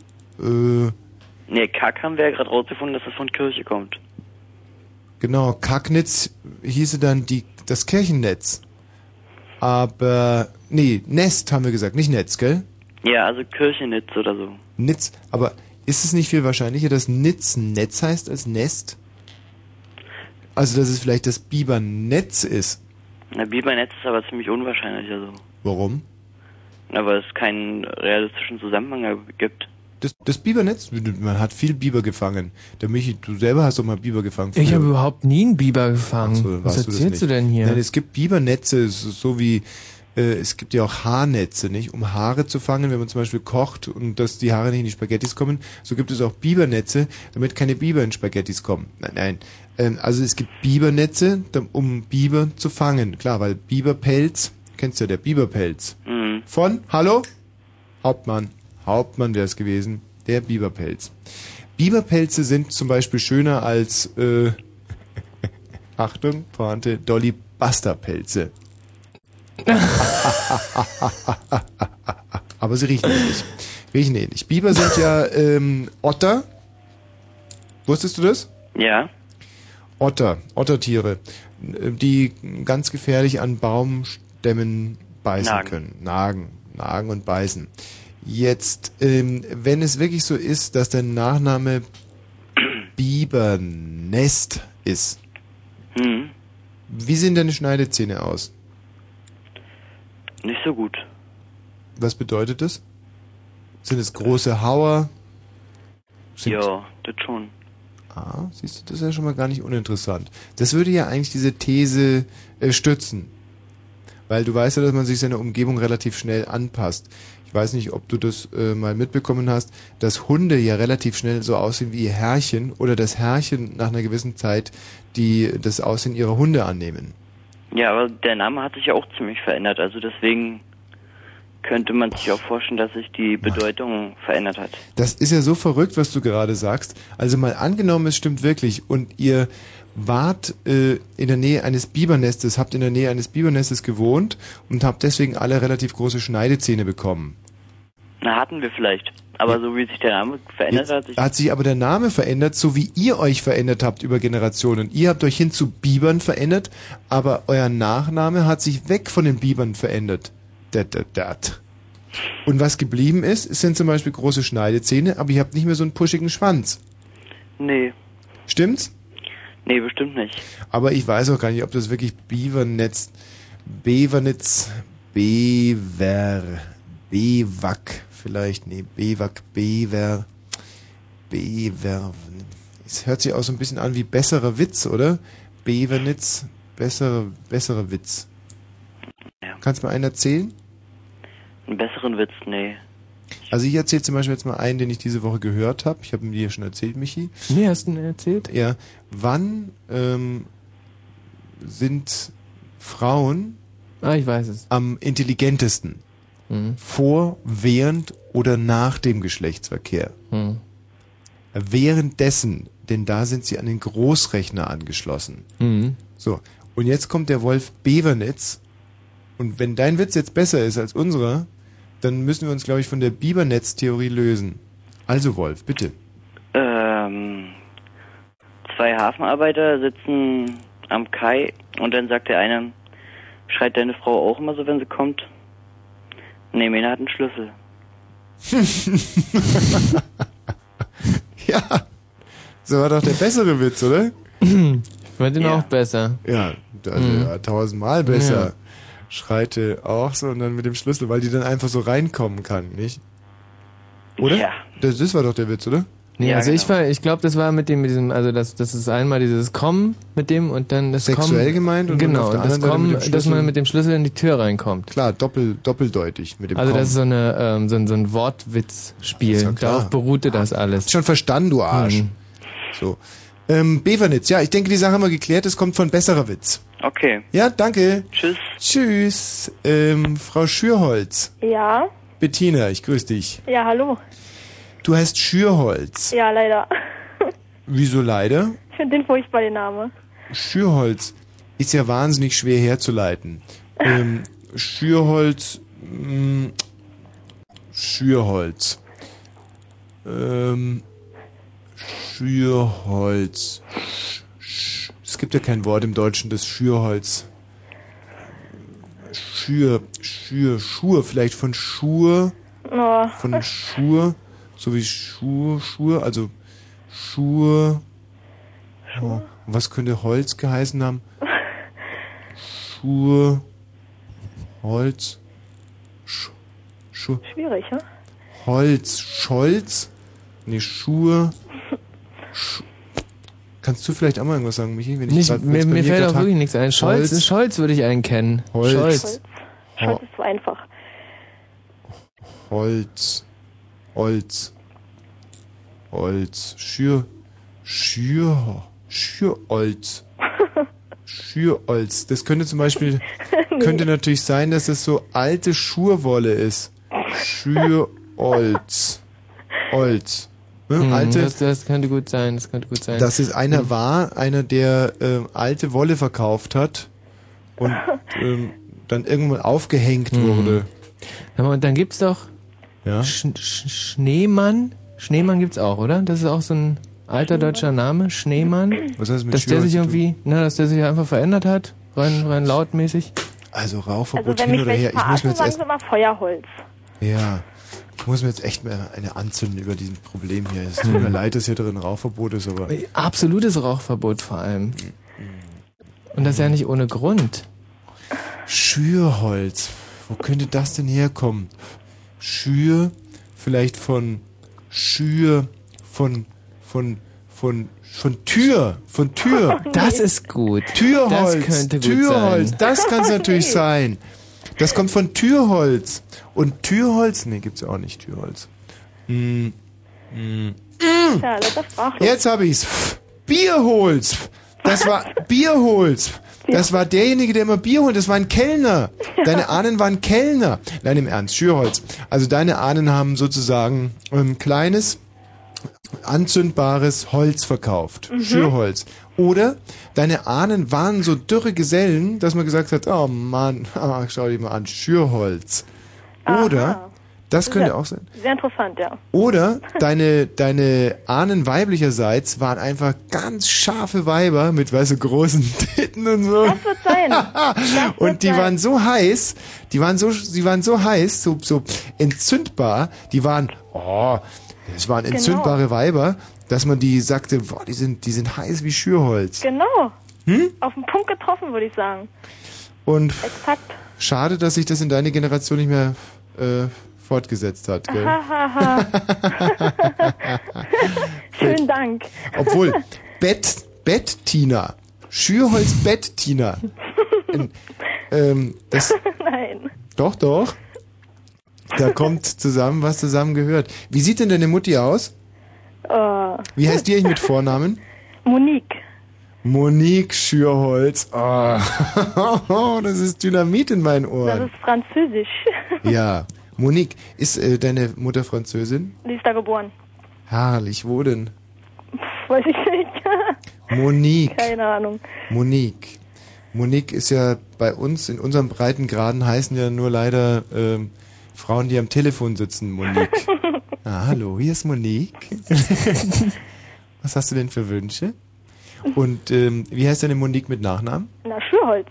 P: Nee, Kack haben wir ja gerade rausgefunden, dass das von Kirche kommt.
B: Genau, Kacknitz hieße dann das Kirchennetz. Aber, nee, Nest haben wir gesagt, nicht Netz, gell?
P: Ja, also Kirchennetz oder so.
B: Nitz, aber ist es nicht viel wahrscheinlicher, dass Nitz Netz heißt als Nest? Also, dass es vielleicht das Bibernetz ist.
P: Na, Bibernetz ist aber ziemlich unwahrscheinlich, also.
B: Warum?
P: Na, weil es keinen realistischen Zusammenhang gibt.
B: Das Bibernetz, man hat viel Biber gefangen. Der Michi, du selber hast doch mal Biber gefangen.
C: Ich habe überhaupt nie einen Biber gefangen. So, was erzählst du denn hier?
B: Nein, es gibt Bibernetze, so wie es gibt ja auch Haarnetze, nicht? Um Haare zu fangen, wenn man zum Beispiel kocht und dass die Haare nicht in die Spaghettis kommen. So gibt es auch Bibernetze, damit keine Biber in Spaghettis kommen. Nein. Also es gibt Bibernetze, um Biber zu fangen. Klar, weil Biberpelz, kennst du ja, der Biberpelz.
P: Mhm.
B: Von, hallo? Hauptmann wäre es gewesen, der Biberpelz. Biberpelze sind zum Beispiel schöner als, Achtung, Pointe, Dolly Buster-Pelze. Aber sie riechen ähnlich. Biber sind ja Otter. Wusstest du das?
P: Ja.
B: Ottertiere, die ganz gefährlich an Baumstämmen beißen können. Nagen und beißen. Jetzt, wenn es wirklich so ist, dass der Nachname Bibernest ist, wie sehen deine Schneidezähne aus?
P: Nicht so gut.
B: Was bedeutet das? Sind es große Hauer?
P: Ja, das schon.
B: Ah, siehst du, das ist ja schon mal gar nicht uninteressant. Das würde ja eigentlich diese These stützen. Weil du weißt ja, dass man sich seiner Umgebung relativ schnell anpasst. Ich weiß nicht, ob du das mal mitbekommen hast, dass Hunde ja relativ schnell so aussehen wie ihr Herrchen oder das Herrchen nach einer gewissen Zeit das Aussehen ihrer Hunde annehmen.
P: Ja, aber der Name hat sich ja auch ziemlich verändert. Also deswegen könnte man sich auch vorstellen, dass sich die Bedeutung verändert hat.
B: Das ist ja so verrückt, was du gerade sagst. Also mal angenommen, es stimmt wirklich und ihr wart in der Nähe eines Bibernestes, habt in der Nähe eines Bibernestes gewohnt und habt deswegen alle relativ große Schneidezähne bekommen.
P: Na, hatten wir vielleicht. Aber so wie sich der Name verändert
B: hat sich aber der Name verändert, so wie ihr euch verändert habt über Generationen. Ihr habt euch hin zu Bibern verändert, aber euer Nachname hat sich weg von den Bibern verändert. Und was geblieben ist, sind zum Beispiel große Schneidezähne, aber ihr habt nicht mehr so einen puschigen Schwanz.
P: Nee.
B: Stimmt's?
P: Nee, bestimmt nicht.
B: Aber ich weiß auch gar nicht, ob das wirklich Bewak vielleicht, nee, Bewer. Es hört sich auch so ein bisschen an wie besserer Witz, oder? Bevernitz, besserer Witz. Ja. Kannst du mal einen erzählen?
P: Einen besseren Witz, nee.
B: Also ich erzähle zum Beispiel jetzt mal einen, den ich diese Woche gehört habe. Ich habe ihn dir schon erzählt, Michi.
C: Nee, hast du ihn erzählt?
B: Ja. Wann sind Frauen
C: ich weiß es.
B: am intelligentesten? Vor, während oder nach dem Geschlechtsverkehr? Währenddessen, denn da sind sie an den Großrechner angeschlossen. So, und jetzt kommt der Wolf Bevernitz. Und wenn dein Witz jetzt besser ist als unserer, dann müssen wir uns, glaube ich, von der Bibernetz-Theorie lösen. Also Wolf, bitte.
P: 2 Hafenarbeiter sitzen am Kai und dann sagt der eine, schreit deine Frau auch immer so, wenn sie kommt? Nee, Mena hat einen Schlüssel.
B: Ja, so war doch der bessere Witz, oder?
C: Ich fand ihn auch besser.
B: Ja, also ja, 1000-mal besser. Ja. Schreite auch so und dann mit dem Schlüssel, weil die dann einfach so reinkommen kann, nicht? Oder? Ja. Das war doch der Witz, oder?
C: Nee, ja, also genau. Ich glaube, das war mit diesem, also das ist einmal dieses Kommen mit dem und dann das
B: sexuell gemeint und
C: genau, und das Kommen, dass man mit dem Schlüssel in die Tür reinkommt.
B: Klar, doppeldeutig mit dem
C: Also
B: Kommen.
C: das ist so ein Wortwitzspiel. Ja, darauf beruhte das alles.
B: Schon verstanden, du Arsch. So. Bevernitz, ja, ich denke, die Sache haben wir geklärt, es kommt von besserer Witz.
P: Okay.
B: Ja, danke.
P: Tschüss.
B: Tschüss. Frau Schürholz.
Q: Ja.
B: Bettina, ich grüße dich.
Q: Ja, hallo.
B: Du heißt Schürholz.
Q: Ja, leider.
B: Wieso leider?
Q: Ich finde den furchtbar, den Namen.
B: Schürholz ist ja wahnsinnig schwer herzuleiten. Schürholz. Schürholz. Schürholz. Es gibt ja kein Wort im Deutschen, das Schürholz. Schur, vielleicht von Schur.
Q: Oh.
B: Von Schur, so wie Schur, also Schur. Oh, was könnte Holz geheißen haben? Schur, Holz.
Q: Schwierig, ja?
B: Holz, Scholz? Nee, Schur. Kannst du vielleicht auch mal irgendwas sagen, Michi? Wenn ich
C: mir fällt auch wirklich nichts ein. Scholz würde ich einen kennen.
B: Scholz
Q: ist so einfach.
B: Holz. Schürolz. Das könnte zum Beispiel, könnte natürlich sein, dass es so alte Schurwolle ist. Schürolz. Holz. Alte,
C: das könnte gut sein,
B: Dass es einer der alte Wolle verkauft hat und dann irgendwann aufgehängt wurde.
C: Und dann gibt's doch
B: ja?
C: Schneemann. Schneemann gibt's auch, oder? Das ist auch so ein... Alter deutscher Name, Schneemann.
B: Was heißt mit
C: dass der
B: Schürholz
C: sich
B: zu
C: irgendwie, dass der sich einfach verändert hat, rein lautmäßig.
B: Also Rauchverbot
Q: Also wenn
B: hin
Q: mich
B: oder her.
Q: welche
B: Ich muss mir
Q: verarschen,
B: jetzt
Q: sagen
B: erst,
Q: sie immer Feuerholz.
B: ja, ich muss mir jetzt echt mal eine anzünden über diesen Problem hier. Es tut mir leid, dass hier drin Rauchverbot ist, aber...
C: Absolutes Rauchverbot vor allem. Und das ist ja nicht ohne Grund.
B: Schürholz. Wo könnte das denn herkommen? Schür, vielleicht von Schür, von Tür.
C: Das ist gut.
B: Türholz.
C: Das könnte gut
B: Türholz.
C: sein.
B: Das kann es natürlich sein. Das kommt von Türholz. Und Türholz, nee, gibt's auch nicht, Türholz.
Q: Ja, das ist sprachlos.
B: Jetzt habe ich's. Bierholz. Das war Bierholz. Das war derjenige, der immer Bier holt. Das war ein Kellner. Deine Ahnen waren Kellner. Nein, im Ernst, Schürholz. Also deine Ahnen haben sozusagen kleines, anzündbares Holz verkauft. Schürholz. Oder deine Ahnen waren so dürre Gesellen, dass man gesagt hat, oh Mann, schau dir mal an, Schürholz. Oder, das könnte auch sein.
Q: Sehr interessant, ja.
B: Oder deine Ahnen weiblicherseits waren einfach ganz scharfe Weiber mit, weißt du, großen Titten und so.
Q: Das wird sein.
B: Und die waren so heiß, sie waren so heiß, so entzündbar, das waren entzündbare Weiber, dass man die sagte, boah, die sind heiß wie Schürholz.
Q: Genau. Auf den Punkt getroffen, würde ich sagen.
B: Und
Q: Exakt.
B: schade, dass sich das in deine Generation nicht mehr fortgesetzt hat, gell?
Q: Schönen Dank.
B: Obwohl, Bett-Tina. Schürholz Bett-Tina. Das,
Q: Nein.
B: Doch. Da kommt zusammen, was zusammen gehört. Wie sieht denn deine Mutti aus? Wie heißt die eigentlich mit Vornamen?
Q: Monique.
B: Monique Schürholz. Oh, das ist Dynamit in meinen
Q: Das
B: Ohren.
Q: ist französisch.
B: Ja. Monique, ist deine Mutter Französin?
Q: Die ist da geboren.
B: Herrlich, wo denn?
Q: Weiß ich nicht.
B: Monique.
Q: Keine Ahnung.
B: Monique. Monique ist ja bei uns, in unserem Breitengraden heißen ja nur leider Frauen, die am Telefon sitzen, Monique. Hallo, hier ist Monique. Was hast du denn für Wünsche? Und wie heißt deine Monique mit Nachnamen?
Q: Na, Schürholz.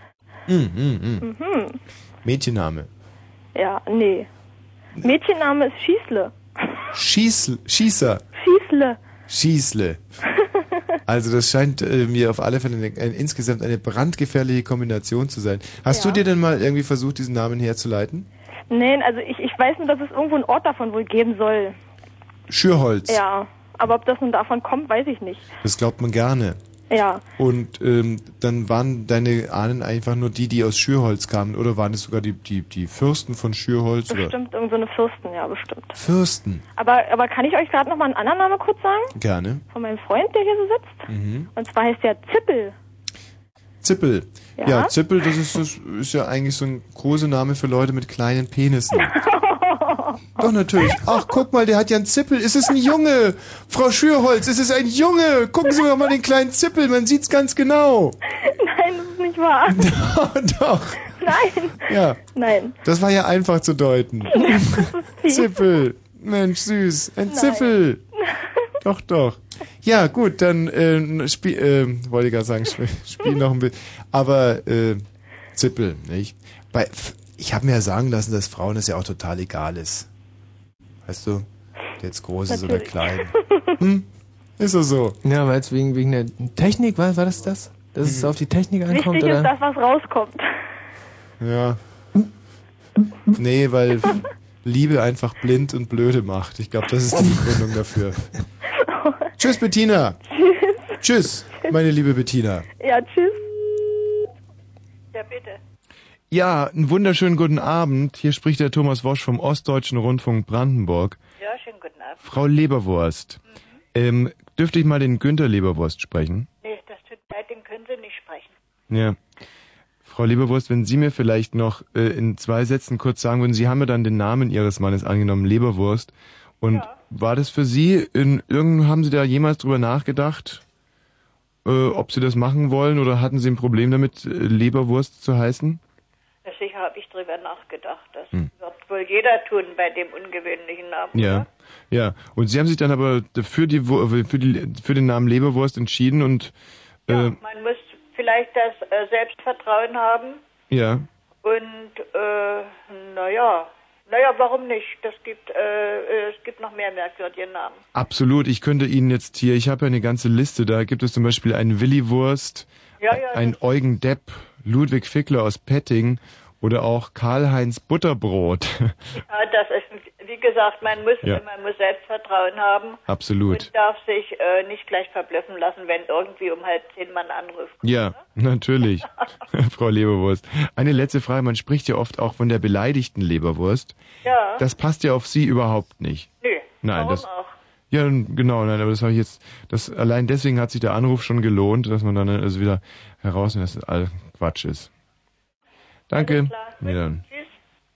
B: Mädchenname.
Q: Ja, nee. Mädchenname ist Schießle.
B: Schießle. Also das scheint mir auf alle Fälle insgesamt eine brandgefährliche Kombination zu sein. Hast du dir denn mal irgendwie versucht, diesen Namen herzuleiten?
Q: Nein, also ich weiß nur, dass es irgendwo einen Ort davon wohl geben soll.
B: Schürholz.
Q: Ja, aber ob das nun davon kommt, weiß ich nicht.
B: Das glaubt man gerne.
Q: Ja.
B: Und dann waren deine Ahnen einfach nur die aus Schürholz kamen, oder waren es sogar die Fürsten von Schürholz?
Q: Bestimmt irgend so eine Fürsten, ja, bestimmt.
B: Fürsten?
Q: Aber kann ich euch gerade noch mal einen anderen Namen kurz sagen?
B: Gerne.
Q: Von meinem Freund, der hier so sitzt. Und zwar heißt der Zippel.
B: Zippel.
Q: Ja?
B: Ja, Zippel, das ist ja eigentlich so ein großer Name für Leute mit kleinen Penissen. Doch, natürlich. Ach, guck mal, der hat ja einen Zippel. Es ist ein Junge. Frau Schürholz, es ist ein Junge. Gucken Sie mir mal den kleinen Zippel, man sieht's ganz genau.
Q: Nein, das ist nicht wahr.
B: Doch.
Q: Nein.
B: Ja.
Q: Nein.
B: Das war ja einfach zu deuten. Zippel. Mensch, süß. Ein Zippel. Doch. Ja, gut, dann wollte ich gerade sagen, spiel noch ein bisschen. Aber Zippel, nicht? Ich habe mir ja sagen lassen, dass Frauen es ja auch total egal ist. Weißt du, ob der jetzt groß ist oder klein. Ist doch so.
C: Ja, weil es wegen der Technik, war das? Dass es auf die Technik ankommt?
Q: Wichtig
C: Oder?
Q: ist das, was rauskommt.
B: Ja. Nee, weil Liebe einfach blind und blöde macht. Ich glaube, das ist die Begründung dafür. Tschüss, Bettina. Tschüss, meine liebe Bettina.
Q: Ja, tschüss. Ja, bitte.
B: Ja, einen wunderschönen guten Abend. Hier spricht der Thomas Wosch vom Ostdeutschen Rundfunk Brandenburg.
R: Ja, schönen guten Abend.
B: Frau Leberwurst, dürfte ich mal den Günther Leberwurst sprechen?
R: Nee, das tut leid, den können Sie nicht sprechen.
B: Ja. Frau Leberwurst, wenn Sie mir vielleicht noch in 2 Sätzen kurz sagen würden, Sie haben ja dann den Namen Ihres Mannes angenommen, Leberwurst. Und war das für Sie, haben Sie da jemals drüber nachgedacht, ob Sie das machen wollen, oder hatten Sie ein Problem damit, Leberwurst zu heißen?
R: Sicher habe ich drüber nachgedacht. Das wird wohl jeder tun bei dem ungewöhnlichen Namen.
B: Ja.
R: Oder?
B: Ja, und Sie haben sich dann aber für den Namen Leberwurst entschieden und...
R: Man muss vielleicht das Selbstvertrauen haben.
B: Ja.
R: Und, naja, warum nicht? Es gibt noch mehr merkwürdige Namen.
B: Absolut, ich könnte Ihnen jetzt hier, ich habe ja eine ganze Liste, da gibt es zum Beispiel einen Willi-Wurst, einen Eugen Depp, Ludwig Fickler aus Petting oder auch Karl-Heinz Butterbrot.
R: Ja, das ist, wie gesagt, man muss Selbstvertrauen haben.
B: Absolut.
R: Und darf sich nicht gleich verblüffen lassen, wenn irgendwie um 9:30 man anruft.
B: Ja, natürlich, Frau Leberwurst. Eine letzte Frage, man spricht ja oft auch von der beleidigten Leberwurst. Ja. Das passt ja auf Sie überhaupt nicht.
R: Nö,
B: nein,
R: warum
B: das
R: auch?
B: Ja, genau, nein, aber das habe ich jetzt, allein deswegen hat sich der Anruf schon gelohnt, dass man dann also wieder herausnimmt, dass das all Quatsch ist. Danke. Wieder.
R: Tschüss.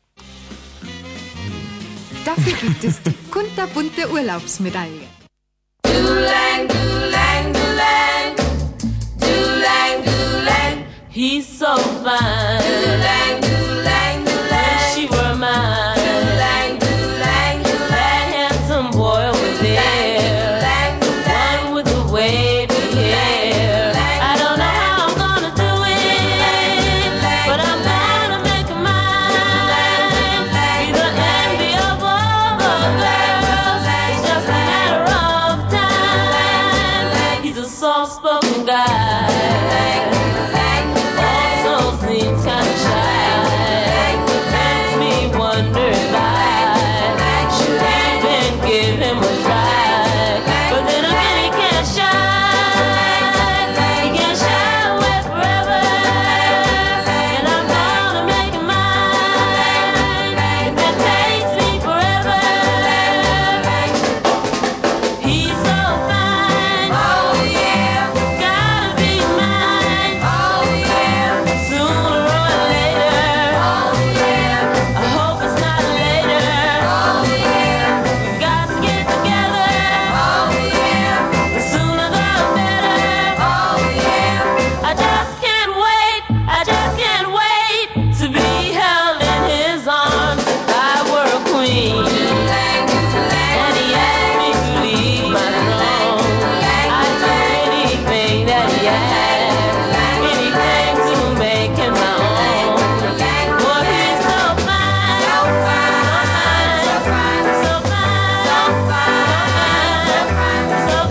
S: Dafür gibt es die kunterbunte Urlaubsmedaille.
E: Dulang, dulang, dulang, dulang, dulang, he's so fine. Dulang, dulang, dulang, she were mine. Dulang, dulang, dulang, that handsome boy was there. The one with the wavy hair. I don't know how I'm gonna do it, but I'm gonna make him mine. Be the envy of all the girls. It's just a matter of time. He's a soft-spoken guy. Also seems kinda shy. Makes me wonder if I should even give him a try. But then again, he can't shine. He can't shine away forever. And I'm gonna make him mine. If it takes me forever. He's so fine. Oh yeah. Gotta be mine. Oh yeah. Sooner or later. Oh yeah. I hope it's not later. Oh yeah. We've got to get together. Oh yeah. The sooner the better. Oh yeah. I just can't wait. I just can't wait to be held in his arms. If I were a queen. And he asked me to leave my throne. I'd do anything that he asked. Anything to make him my own. Boy, he's so fine. So fine. So fine. So fine. So fine. So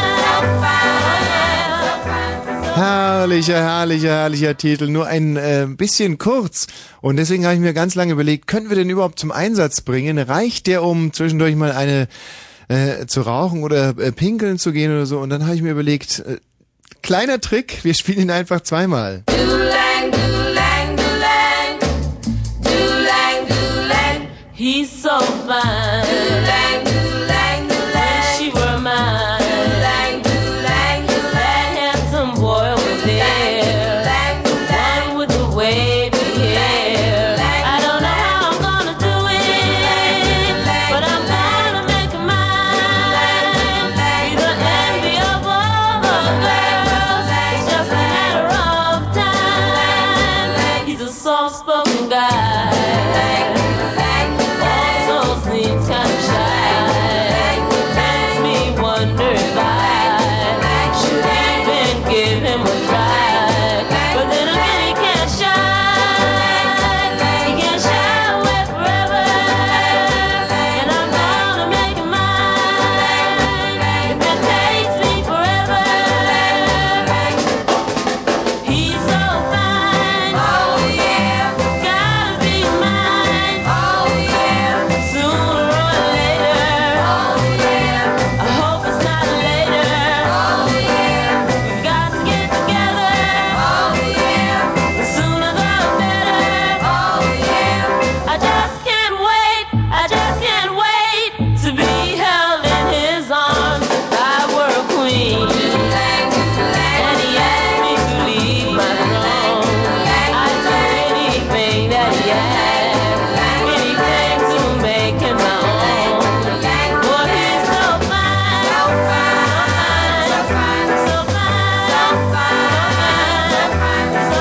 E: fine.
A: Herrlicher Titel, nur ein bisschen kurz. Und deswegen habe ich mir ganz lange überlegt, können wir den überhaupt zum Einsatz bringen? Reicht der, um zwischendurch mal eine zu rauchen oder pinkeln zu gehen oder so? Und dann habe ich mir überlegt, kleiner Trick, wir spielen ihn einfach zweimal.
E: Dulang, dulang, dulang, dulang, dulang, he's so fine. Dulang, dulang, dulang, she were mine. Dulang, dulang, dulang, that handsome boy was there. The one with the wavy hair. I don't know how I'm gonna do it, but I'm gonna make him mine. Be the envy of all the girls. It's just a matter of time. He's a soft-spoken guy. Also seems kind of shy. Makes me wonder if I should even give him a try. But then again, he can't shine. He can't shine away forever. And I'm gonna make him mine. If it takes me forever. He's so fine. Oh yeah. Gotta be mine. Oh yeah. Sooner or later. Oh yeah. I hope it's not later. Oh yeah. We've got to get together. Oh yeah. The sooner the better. Oh yeah. I just can't wait. I just can't wait to be held in his arms. If I were a queen. And he asked me to leave my throne. I'd do anything that he asked. Anything to make him my own. Boy, he's so fine. So fine. So fine. So fine. So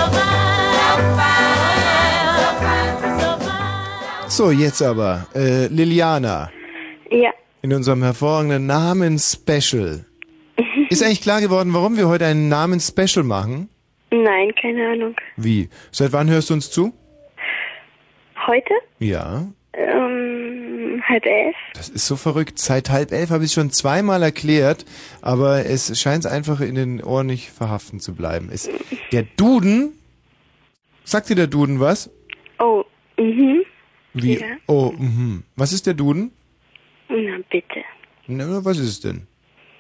E: fine. So fine.
A: So, jetzt aber, Liliana.
Q: Ja,
A: In unserem hervorragenden Namens-Special. Ist eigentlich klar geworden, warum wir heute ein Namens-Special machen?
Q: Nein, keine Ahnung.
A: Wie? Seit wann hörst du uns zu?
Q: Heute?
A: Ja.
Q: 10:30.
A: Das ist so verrückt. Seit 10:30 habe ich es schon zweimal erklärt, aber es scheint einfach in den Ohren nicht verhaften zu bleiben. Der Duden, sagt dir der Duden was?
Q: Oh,
A: Wie?
Q: Ja.
A: Oh, Was ist der Duden?
Q: Na, bitte.
A: Na, was ist es denn?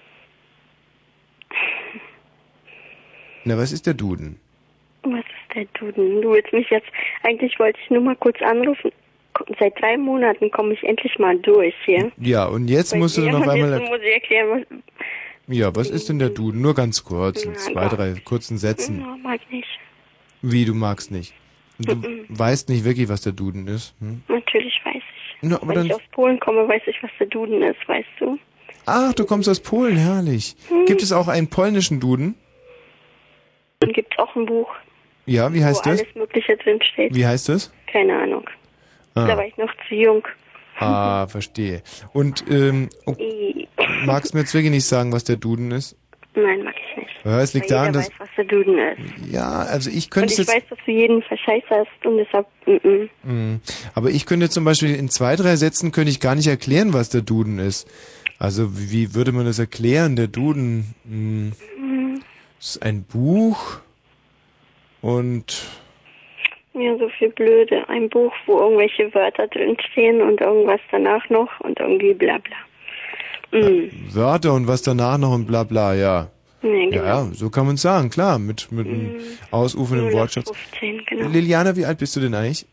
A: Na, was ist der Duden?
Q: Was ist der Duden? Du willst mich jetzt... Eigentlich wollte ich nur mal kurz anrufen. Seit 3 Monaten komme ich endlich mal durch hier.
A: Ja, und jetzt musst du dann auf einmal...
Q: Jetzt muss ich erklären, was...
A: Ja, was ist denn der Duden? Nur ganz kurz, in 2, 3 kurzen Sätzen.
Q: Ja, mag nicht.
A: Wie, du magst nicht? Du weißt nicht wirklich, was der Duden ist? Hm?
Q: Natürlich weiß ich.
A: Na, aber
Q: Wenn
A: dann...
Q: ich aus Polen komme, weiß ich, was der Duden ist, weißt du?
A: Ach, du kommst aus Polen, herrlich. Gibt es auch einen polnischen Duden?
Q: Dann gibt es auch ein Buch,
A: Ja, wie heißt
Q: wo
A: das?
Q: alles Mögliche drin steht.
A: Wie heißt das?
Q: Keine Ahnung.
A: Ah.
Q: Da war ich noch zu jung.
A: Ah, verstehe. Und magst du mir jetzt wirklich nicht sagen, was der Duden ist?
Q: Nein, mag ich nicht.
A: Ja, es liegt
Q: Weil
A: daran,
Q: jeder
A: dass...
Q: weiß, was der Duden ist.
A: Ja, also ich könnte
Q: Und ich
A: jetzt...
Q: weiß, dass du jeden verscheißerst und deshalb...
A: Aber ich könnte zum Beispiel in 2, 3 Sätzen könnte ich gar nicht erklären, was der Duden ist. Also wie würde man das erklären? Der Duden ist ein Buch und...
Q: Ja, so viel Blöde. Ein Buch, wo irgendwelche Wörter drin stehen und irgendwas danach noch und irgendwie bla bla.
A: Wörter und was danach noch und bla bla, ja.
Q: Nee, genau.
A: Ja, so kann man es sagen, klar, mit einem ausufernden Wortschatz.
Q: 15, genau.
A: Liliana, wie alt bist du denn eigentlich?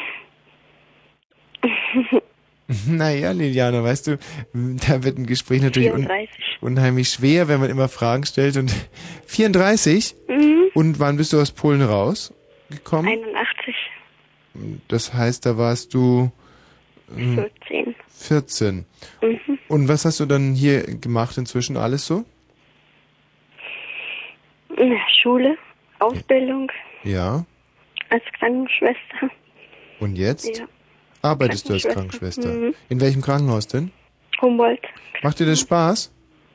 A: Naja, Liliana, weißt du, da wird ein Gespräch natürlich
Q: 34.
A: Unheimlich schwer, wenn man immer Fragen stellt. Und 34? Und wann bist du aus Polen rausgekommen?
Q: 81.
A: Das heißt, da warst du
Q: 14.
A: 14. Und was hast du dann hier gemacht inzwischen alles so?
Q: Schule, Ausbildung
A: Ja.
Q: als Krankenschwester.
A: Und jetzt?
Q: Ja.
A: Arbeitest du als Krankenschwester?
Q: Mhm.
A: In welchem Krankenhaus denn?
Q: Humboldt.
A: Macht dir das Spaß?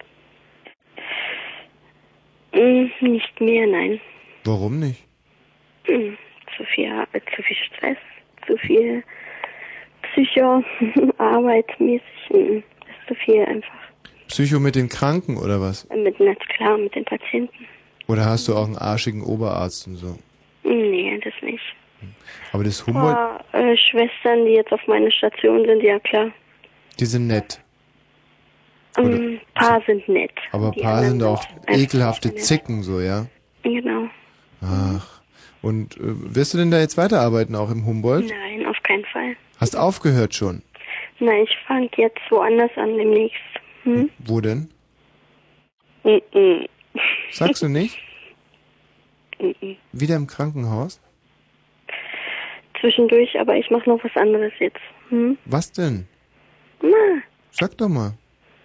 Q: Nicht mehr, nein.
A: Warum nicht?
Q: Zu viel Stress, zu viel Psychoarbeit mäßig. Das ist zu viel einfach.
A: Psycho mit den Kranken oder was?
Q: Mit den Patienten.
A: Oder hast du auch einen arschigen Oberarzt und so?
Q: Nee, das nicht.
A: Aber das Humboldt,
Q: Schwestern, die jetzt auf meiner Station sind, ja klar.
A: die sind nett.
Q: Paar sind nett.
A: Aber
Q: Die
A: Paar sind
Q: anderen
A: auch ekelhafte Zicken, so, ja?
Q: Genau.
A: Ach. Und wirst du denn da jetzt weiterarbeiten, auch im Humboldt?
Q: Nein, auf keinen Fall.
A: Hast aufgehört schon?
Q: Nein, ich fange jetzt woanders an demnächst.
A: Wo denn? Sagst du nicht? Wieder im Krankenhaus?
Q: Zwischendurch, aber ich mache noch was anderes jetzt.
A: Was denn?
Q: Na,
A: Sag doch mal.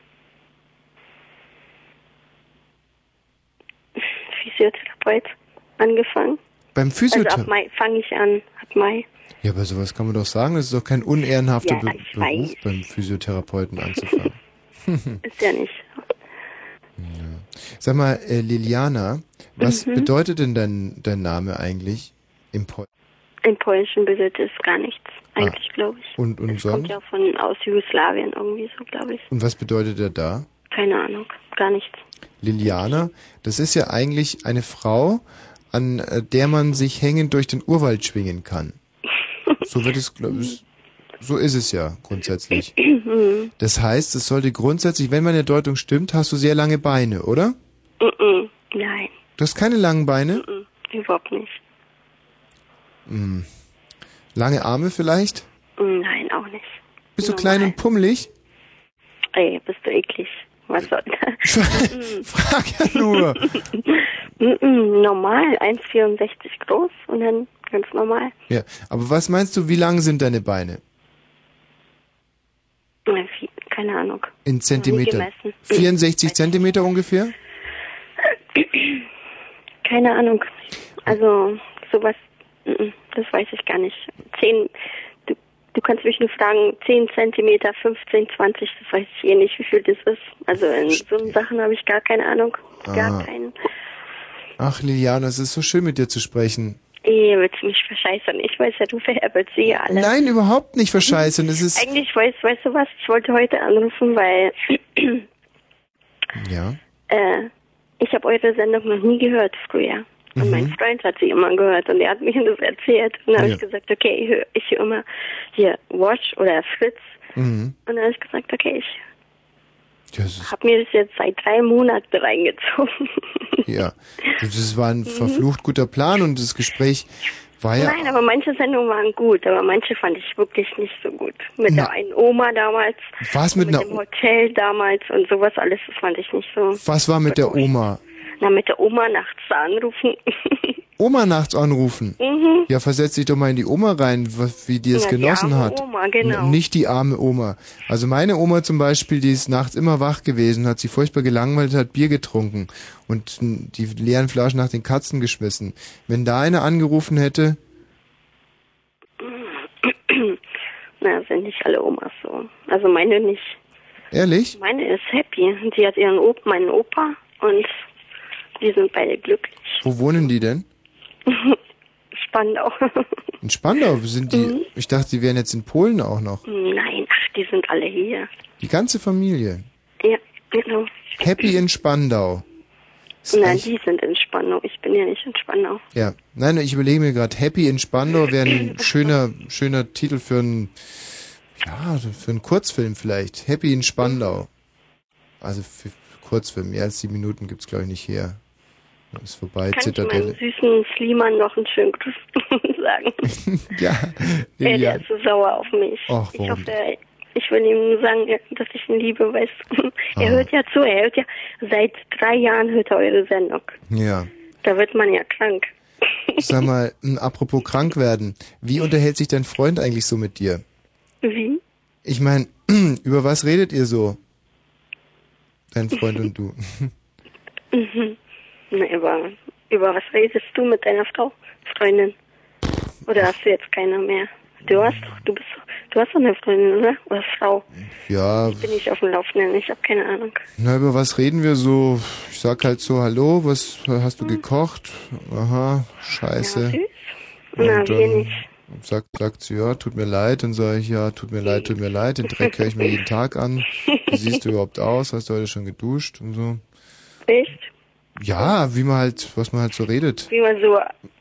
Q: Physiotherapeut angefangen.
A: Beim
Q: Also
A: Physiotherapeuten?
Q: ab Mai fange ich an, ab Mai.
A: Ja, aber sowas kann man doch sagen. Das ist doch kein unehrenhafter
Q: Ja, ich
A: Beruf,
Q: weiß.
A: beim Physiotherapeuten anzufangen.
Q: Ist ja nicht.
A: Sag mal, Liliana, was bedeutet denn dein Name eigentlich im Polnischen?
Q: Im Polnischen bedeutet es gar nichts, eigentlich, glaube ich.
A: Und
Q: Kommt
A: sonst?
Q: ja aus Jugoslawien irgendwie so, glaube ich.
A: Und was bedeutet er da?
Q: Keine Ahnung, gar nichts.
A: Liliana, das ist ja eigentlich eine Frau, an der man sich hängend durch den Urwald schwingen kann. So wird es, glaube ich, so ist es ja grundsätzlich. Das heißt, es sollte grundsätzlich, wenn meine Deutung stimmt, hast du sehr lange Beine, oder?
Q: Nein.
A: Du hast keine langen Beine?
Q: Überhaupt nicht.
A: Lange Arme vielleicht?
Q: Nein, auch nicht.
A: Bist du klein und pummelig?
Q: Ey, bist du eklig. Was soll das?
A: Frag ja nur.
Q: Normal, 1,64 groß und dann ganz normal.
A: Ja, aber was meinst du, wie lang sind deine Beine?
Q: Keine Ahnung.
A: In Zentimetern?
Q: Nie gemessen.
A: 64 Zentimeter ungefähr?
Q: Keine Ahnung. Also sowas, das weiß ich gar nicht. 10, Du kannst mich nur fragen, 10 Zentimeter, 15, 20, das weiß ich nicht, wie viel das ist. Also in so Sachen habe ich gar keine Ahnung. Gar keinen.
B: Ach, Liliana, es ist so schön, mit dir zu sprechen.
Q: Willst du mich verscheißern? Ich weiß ja, du veräppelst sie ja alle.
B: Nein, überhaupt nicht verscheißern. Es ist
Q: eigentlich, weißt du was, ich wollte heute anrufen, weil
B: ja.
Q: Ich habe eure Sendung noch nie gehört früher. Und mein Freund hat sie immer gehört und er hat mir das erzählt. Und dann habe ich gesagt, okay, ich höre immer hier Watch oder Fritz. Und dann habe ich gesagt, okay, ich habe mir das jetzt seit 3 Monaten reingezogen.
B: Ja, das war ein verflucht guter Plan und das Gespräch war ja...
Q: Nein, aber manche Sendungen waren gut, aber manche fand ich wirklich nicht so gut. Mit der einen Oma damals.
B: Was mit
Q: dem Hotel damals und sowas alles, das fand ich nicht so...
B: Was war mit der Oma?
Q: Na, mit der Oma nachts anrufen.
B: Oma nachts anrufen? Ja, versetz dich doch mal in die Oma rein, wie die es genossen hat.
Q: Die arme Oma, genau.
B: Nicht die arme Oma. Also meine Oma zum Beispiel, die ist nachts immer wach gewesen, hat sie furchtbar gelangweilt, hat Bier getrunken und die leeren Flaschen nach den Katzen geschmissen. Wenn da eine angerufen hätte...
Q: Na, sind nicht alle Omas so. Also meine nicht.
B: Ehrlich?
Q: Meine ist happy. Die hat meinen Opa und die sind beide glücklich.
B: Wo wohnen die denn?
Q: Spandau.
B: In Spandau sind die... Ich dachte, die wären jetzt in Polen auch noch.
Q: Nein, die sind alle hier.
B: Die ganze Familie?
Q: Ja, genau.
B: Happy in Spandau.
Q: Nein, die sind in Spandau. Ich bin ja nicht in Spandau.
B: Ja, nein, ich überlege mir gerade, Happy in Spandau wäre ein schöner Titel für einen Kurzfilm vielleicht. Happy in Spandau. Also für Kurzfilm, mehr als 7 Minuten gibt's glaube ich nicht her. Ist vorbei,
Q: Kann
B: Zitadelle.
Q: ich meinem süßen Sliman noch einen schönen Gruß sagen?
B: Ja.
Q: Der ist so sauer auf mich.
B: Ach,
Q: ich hoffe, ich will ihm sagen, dass ich ihn liebe, weißt du. Er hört ja zu, seit 3 Jahren hört er eure Sendung.
B: Ja.
Q: Da wird man ja krank.
B: Sag mal, apropos krank werden, wie unterhält sich dein Freund eigentlich so mit dir?
Q: Wie?
B: Ich meine, über was redet ihr so? Dein Freund und du.
Q: Na, über was redest du mit deiner Freundin? Oder hast du jetzt keine mehr? Du hast doch eine Freundin, oder? Oder Frau?
B: Ja.
Q: Ich bin nicht auf dem Laufenden, ich habe keine Ahnung.
B: Na, über was reden wir so? Ich sag halt so, hallo, was hast du gekocht? Aha, scheiße.
Q: Ja, süß. Na, wenig.
B: Sagt sie, ja, tut mir leid. Dann sage ich, ja, tut mir leid. Den Dreck höre ich mir jeden Tag an. Wie siehst du überhaupt aus? Hast du heute schon geduscht und so?
Q: Echt?
B: Ja, was man halt so redet.
Q: Wie man so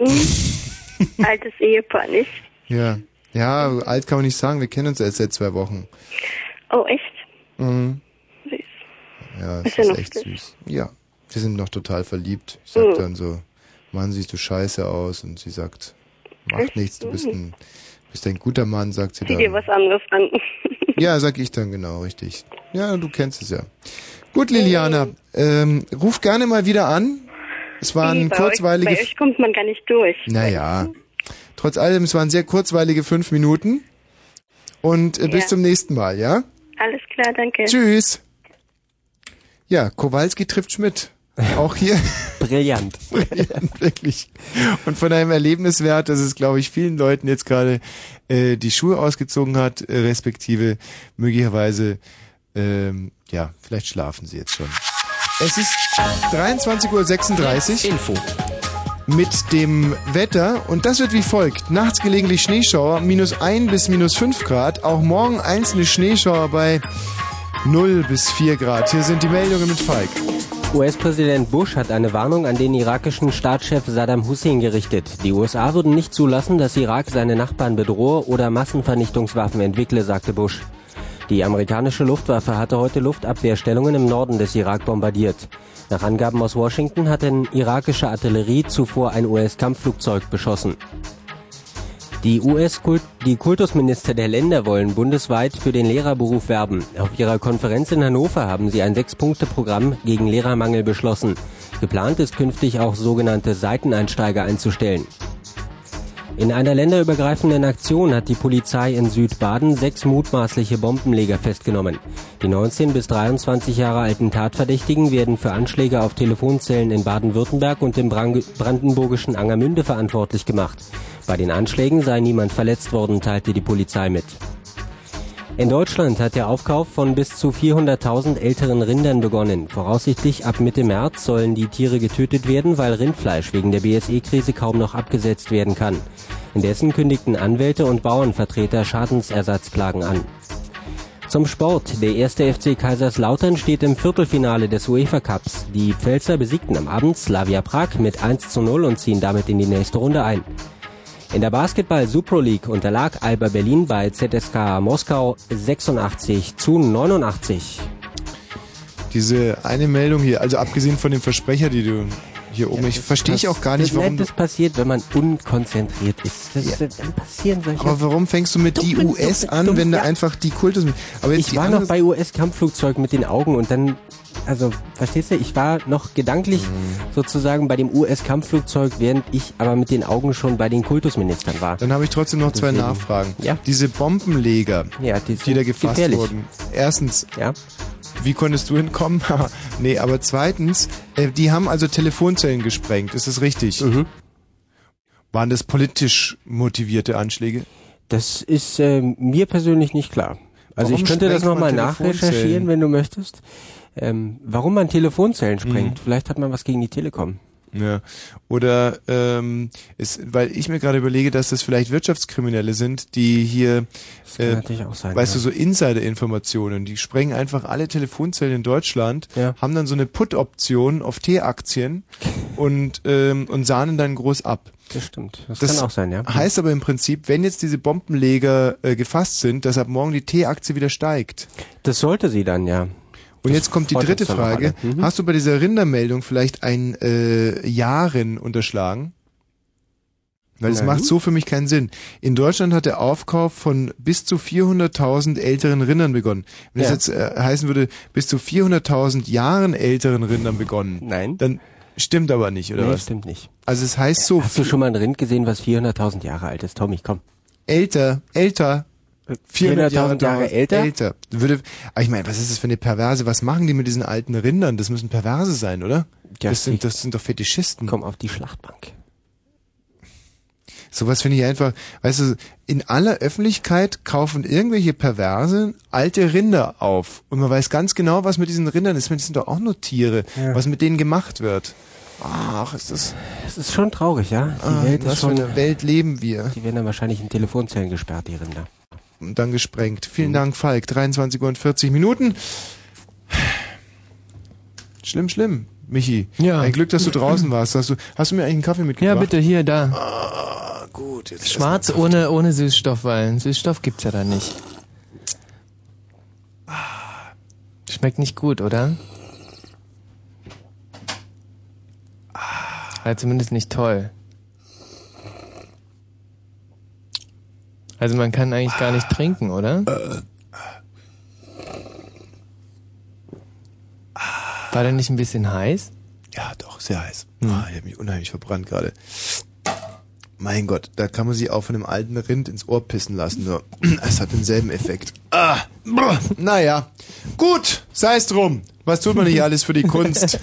Q: altes Ehepaar, nicht?
B: Ja. Ja, alt kann man nicht sagen, wir kennen uns erst seit 2 Wochen.
Q: Oh, echt?
B: Mhm.
Q: Süß.
B: Ja, das ist echt süß. Ja, wir sind noch total verliebt. Ich sag dann so, Mann, siehst du scheiße aus. Und sie sagt, macht nichts, du bist ein guter Mann, sagt sie dann.
Q: Zieh dir was anderes an.
B: Ja, sag ich dann genau, richtig. Ja, du kennst es ja. Gut, Liliana, ruf gerne mal wieder an. Es war ein kurzweilige...
Q: Bei euch kommt man gar nicht durch.
B: Naja, trotz allem, es waren sehr kurzweilige 5 Minuten. Und bis zum nächsten Mal, ja?
Q: Alles klar, danke.
B: Tschüss. Ja, Kowalski trifft Schmidt. Auch hier.
J: Brillant.
B: Brillant, wirklich. Und von einem Erlebniswert, dass es, glaube ich, vielen Leuten jetzt gerade die Schuhe ausgezogen hat, respektive möglicherweise, vielleicht schlafen sie jetzt schon. Es ist 23:36 Uhr.
C: Info.
B: Mit dem Wetter, und das wird wie folgt. Nachts gelegentlich Schneeschauer, -1 bis -5 Grad. Auch morgen einzelne Schneeschauer bei 0 bis 4 Grad. Hier sind die Meldungen mit Falk.
J: US-Präsident Bush hat eine Warnung an den irakischen Staatschef Saddam Hussein gerichtet. Die USA würden nicht zulassen, dass Irak seine Nachbarn bedrohe oder Massenvernichtungswaffen entwickle, sagte Bush. Die amerikanische Luftwaffe hatte heute Luftabwehrstellungen im Norden des Irak bombardiert. Nach Angaben aus Washington hatte irakische Artillerie zuvor ein US-Kampfflugzeug beschossen. Die Kultusminister der Länder wollen bundesweit für den Lehrerberuf werben. Auf ihrer Konferenz in Hannover haben sie ein 6-Punkte-Programm gegen Lehrermangel beschlossen. Geplant ist künftig auch sogenannte Seiteneinsteiger einzustellen. In einer länderübergreifenden Aktion hat die Polizei in Südbaden 6 mutmaßliche Bombenleger festgenommen. Die 19 bis 23 Jahre alten Tatverdächtigen werden für Anschläge auf Telefonzellen in Baden-Württemberg und im brandenburgischen Angermünde verantwortlich gemacht. Bei den Anschlägen sei niemand verletzt worden, teilte die Polizei mit. In Deutschland hat der Aufkauf von bis zu 400.000 älteren Rindern begonnen. Voraussichtlich ab Mitte März sollen die Tiere getötet werden, weil Rindfleisch wegen der BSE-Krise kaum noch abgesetzt werden kann. Indessen kündigten Anwälte und Bauernvertreter Schadensersatzklagen an. Zum Sport. Der 1. FC Kaiserslautern steht im Viertelfinale des UEFA Cups. Die Pfälzer besiegten am Abend Slavia Prag mit 1:0 und ziehen damit in die nächste Runde ein. In der Basketball-Super League unterlag Alba Berlin bei ZSKA Moskau 86:89.
B: Diese eine Meldung hier, also abgesehen von dem Versprecher, die du hier oben, ich verstehe ich auch gar nicht, warum...
J: Das passiert, wenn man unkonzentriert ist. Dann passieren solche...
B: Aber warum fängst du mit die US an, wenn da einfach die Kultus...
J: Aber ich war noch bei US-Kampfflugzeug mit den Augen und dann... Also, verstehst du, ich war noch gedanklich sozusagen bei dem US-Kampfflugzeug, während ich aber mit den Augen schon bei den Kultusministern war.
B: Dann habe ich trotzdem noch zwei Nachfragen.
J: Ja.
B: Diese Bombenleger, die da gefasst
J: gefährlich.
B: wurden. Erstens,
J: ja.
B: Wie konntest du hinkommen? Nee, aber zweitens, die haben also Telefonzellen gesprengt, ist das richtig? Waren das politisch motivierte Anschläge?
J: Das ist mir persönlich nicht klar. Also
B: Warum
J: ich könnte das
B: sprengt
J: nochmal
B: man
J: nachrecherchieren,
B: Telefonzellen?
J: wenn du möchtest. Warum man Telefonzellen sprengt. Vielleicht hat man was gegen die Telekom.
B: Ja. Oder weil ich mir gerade überlege, dass das vielleicht Wirtschaftskriminelle sind, die hier,
J: kann natürlich auch sein,
B: weißt
J: ja.
B: du, so Insider-Informationen, die sprengen einfach alle Telefonzellen in Deutschland, haben dann so eine Put-Option auf T-Aktien und sahnen dann groß ab.
J: Das stimmt. Das kann auch sein, ja.
B: Heißt aber im Prinzip, wenn jetzt diese Bombenleger gefasst sind, dass ab morgen die T-Aktie wieder steigt.
J: Das sollte sie dann, ja.
B: Und jetzt kommt die dritte Frage. Hast du bei dieser Rindermeldung vielleicht ein Jahren unterschlagen? Weil das macht so für mich keinen Sinn. In Deutschland hat der Aufkauf von bis zu 400.000 älteren Rindern begonnen. Wenn das jetzt heißen würde, bis zu 400.000 Jahren älteren Rindern begonnen.
J: Nein.
B: Dann stimmt aber nicht, oder was?
J: Stimmt nicht.
B: Also es heißt so...
J: Hast du schon mal ein Rind gesehen, was 400.000 Jahre alt ist? Tommy, komm.
B: Älter.
J: 400.000 Jahre älter?
B: Aber ich meine, was ist das für eine Perverse? Was machen die mit diesen alten Rindern? Das müssen Perverse sein, oder?
J: Ja,
B: das sind doch Fetischisten.
J: Komm auf die Schlachtbank.
B: Sowas finde ich einfach, weißt du, in aller Öffentlichkeit kaufen irgendwelche Perverse alte Rinder auf. Und man weiß ganz genau, was mit diesen Rindern ist. Das sind doch auch nur Tiere, was mit denen gemacht wird. Ach, ist das...
J: Es ist schon traurig, ja. Die Welt ist schon...
B: Was für eine Welt leben wir?
J: Die werden dann wahrscheinlich in Telefonzellen gesperrt, die Rinder.
B: Und dann gesprengt. Vielen Dank, Falk. 23:40 Schlimm, Michi.
C: Ja.
B: Ein Glück, dass du draußen warst. Hast du mir eigentlich einen Kaffee mitgebracht?
C: Ja, bitte, hier, da.
B: Ah, gut. Jetzt
C: Schwarz ohne Süßstoff, weil Süßstoff gibt's ja da nicht. Schmeckt nicht gut, oder? Ja, zumindest nicht toll. Also man kann eigentlich gar nicht trinken, oder? War der nicht ein bisschen heiß?
B: Ja, doch, sehr heiß. Ich habe mich unheimlich verbrannt gerade. Mein Gott, da kann man sich auch von einem alten Rind ins Ohr pissen lassen. Nur, es hat denselben Effekt. Naja, gut, sei es drum. Was tut man nicht alles für die Kunst?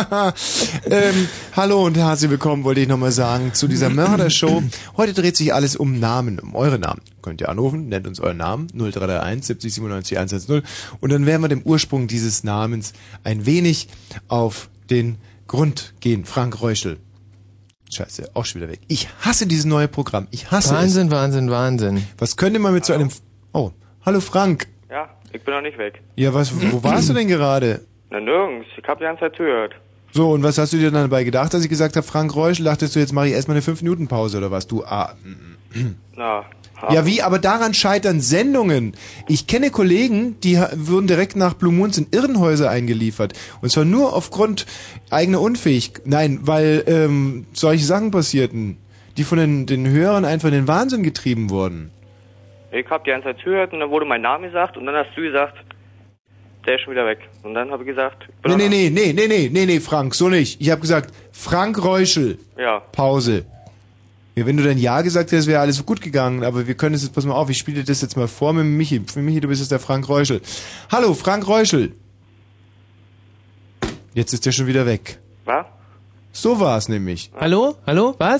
B: Hallo und herzlich willkommen, wollte ich nochmal sagen, zu dieser Mördershow. Heute dreht sich alles um Namen, um eure Namen. Könnt ihr anrufen, nennt uns euren Namen, 0331 70 97 110. Und dann werden wir dem Ursprung dieses Namens ein wenig auf den Grund gehen. Frank Reuschel. Scheiße, auch schon wieder weg. Ich hasse dieses neue Programm. Ich hasse
C: Wahnsinn, Wahnsinn.
B: Was könnte man mit so einem... Oh, hallo Frank.
T: Ja, ich bin noch nicht weg.
B: Ja, wo warst du denn gerade?
T: Na, nirgends. Ich habe die ganze Zeit zugehört.
B: So, und was hast du dir dann dabei gedacht, als ich gesagt habe, Frank Reuschel, dachtest du, jetzt mache ich erstmal eine 5-Minuten-Pause oder was? Du,
T: Na.
B: Ja, wie? Aber daran scheitern Sendungen. Ich kenne Kollegen, die wurden direkt nach Blue Moons in Irrenhäuser eingeliefert. Und zwar nur aufgrund eigener Unfähigkeit. Nein, weil solche Sachen passierten, die von den Hörern einfach in den Wahnsinn getrieben wurden.
T: Ich habe die ganze Zeit zugehört und dann wurde mein Name gesagt und dann hast du gesagt, der ist schon wieder weg. Und dann habe ich gesagt...
B: Nee, Frank, so nicht. Ich habe gesagt, Frank Reuschel.
T: Ja.
B: Pause. Ja, wenn du dann Ja gesagt hättest, wäre alles gut gegangen, aber wir können es jetzt, pass mal auf, ich spiele dir das jetzt mal vor mit Michi. Für Michi, du bist jetzt der Frank Reuschel. Hallo, Frank Reuschel. Jetzt ist der schon wieder weg.
T: Was?
B: So war es nämlich.
C: Hallo? Was?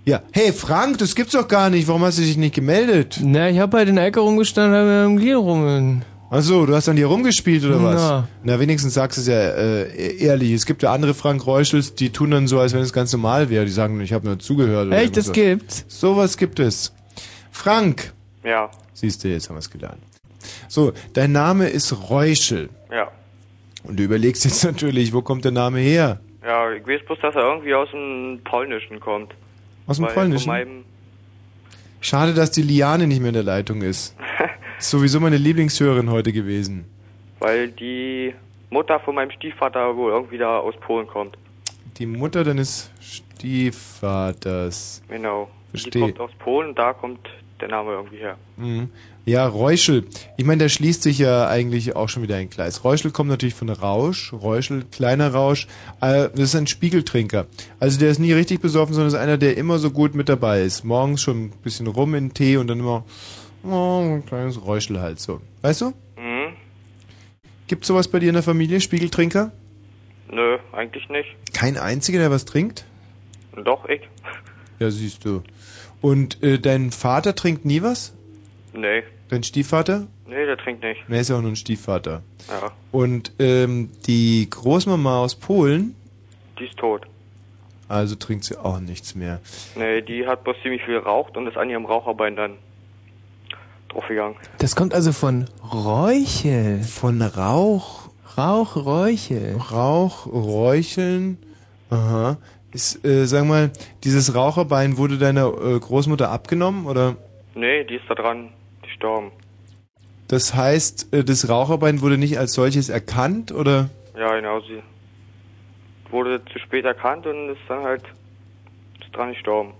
B: Ja, hey Frank, das gibt's doch gar nicht. Warum hast du dich nicht gemeldet?
C: Na, ich habe halt in der Ecke rumgestanden und habe mir am Glied rumgeln.
B: Ach so, du hast an dir rumgespielt oder was?
C: Ja.
B: Na, wenigstens sagst du es ja ehrlich. Es gibt ja andere Frank Reuschels, die tun dann so, als wenn es ganz normal wäre. Die sagen, ich habe nur zugehört. Oder
C: echt, das gibt's?
B: Sowas gibt es. Frank.
T: Ja.
B: Siehst du, jetzt haben wir es gelernt. So, dein Name ist Reuschel.
T: Ja.
B: Und du überlegst jetzt natürlich, wo kommt der Name her?
T: Ja, ich weiß bloß, dass er irgendwie aus dem Polnischen kommt.
B: Aus dem Polnischen? Schade, dass die Liane nicht mehr in der Leitung ist. Ist sowieso meine Lieblingshörerin heute gewesen.
T: Weil die Mutter von meinem Stiefvater wohl irgendwie da aus Polen kommt.
B: Die Mutter deines Stiefvaters.
T: Genau.
B: Verstehe.
T: Die kommt aus Polen, da kommt der Name irgendwie her.
B: Mhm. Ja, Reuschel. Ich meine, da schließt sich ja eigentlich auch schon wieder ein Kreis. Reuschel kommt natürlich von Rausch. Reuschel, kleiner Rausch. Das ist ein Spiegeltrinker. Also der ist nie richtig besoffen, sondern ist einer, der immer so gut mit dabei ist. Morgens schon ein bisschen rum in Tee und dann immer ein kleines Reuschel halt so. Weißt du?
T: Mhm.
B: Gibt's sowas bei dir in der Familie, Spiegeltrinker?
T: Nö, eigentlich nicht.
B: Kein einziger, der was trinkt?
T: Doch, ich.
B: Ja, siehst du. Und dein Vater trinkt nie was?
T: Nee.
B: Dein Stiefvater?
T: Nee, der trinkt nicht.
B: Er ist ja auch nur ein Stiefvater.
T: Ja.
B: Und die Großmama aus Polen?
T: Die ist tot.
B: Also trinkt sie auch nichts mehr.
T: Nee, die hat bloß ziemlich viel geraucht und ist an ihrem Raucherbein dann draufgegangen.
C: Das kommt also von Räuchel.
B: Von Rauch?
C: Räuchel.
B: Rauch, Räucheln. Aha. Ist, sag mal, dieses Raucherbein wurde deiner Großmutter abgenommen, oder?
T: Nee, die ist da dran gestorben.
B: Das heißt, das Raucherbein wurde nicht als solches erkannt, oder?
T: Ja, genau. Sie wurde zu spät erkannt und ist dann halt dran gestorben.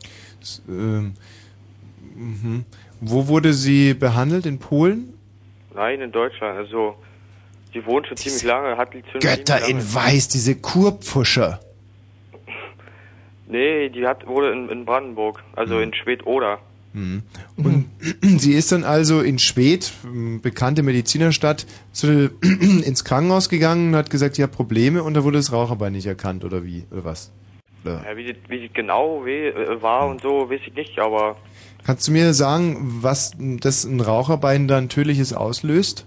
B: Wo wurde sie behandelt? In Polen?
T: Nein, in Deutschland. Also, sie wohnt schon ziemlich lange, hat die
B: Götter in Weiß, diese Kurpfuscher.
T: Nee, die wurde in Brandenburg, also in Schwedt-Oder.
B: Und sie ist dann also in Schwedt, bekannte Medizinerstadt, ins Krankenhaus gegangen und hat gesagt, sie hat Probleme und da wurde das Raucherbein nicht erkannt, oder wie? Oder was? Oder?
T: Ja, wie sie genau war und so, weiß ich nicht, aber...
B: Kannst du mir sagen, was das ein Raucherbein dann Tödliches auslöst?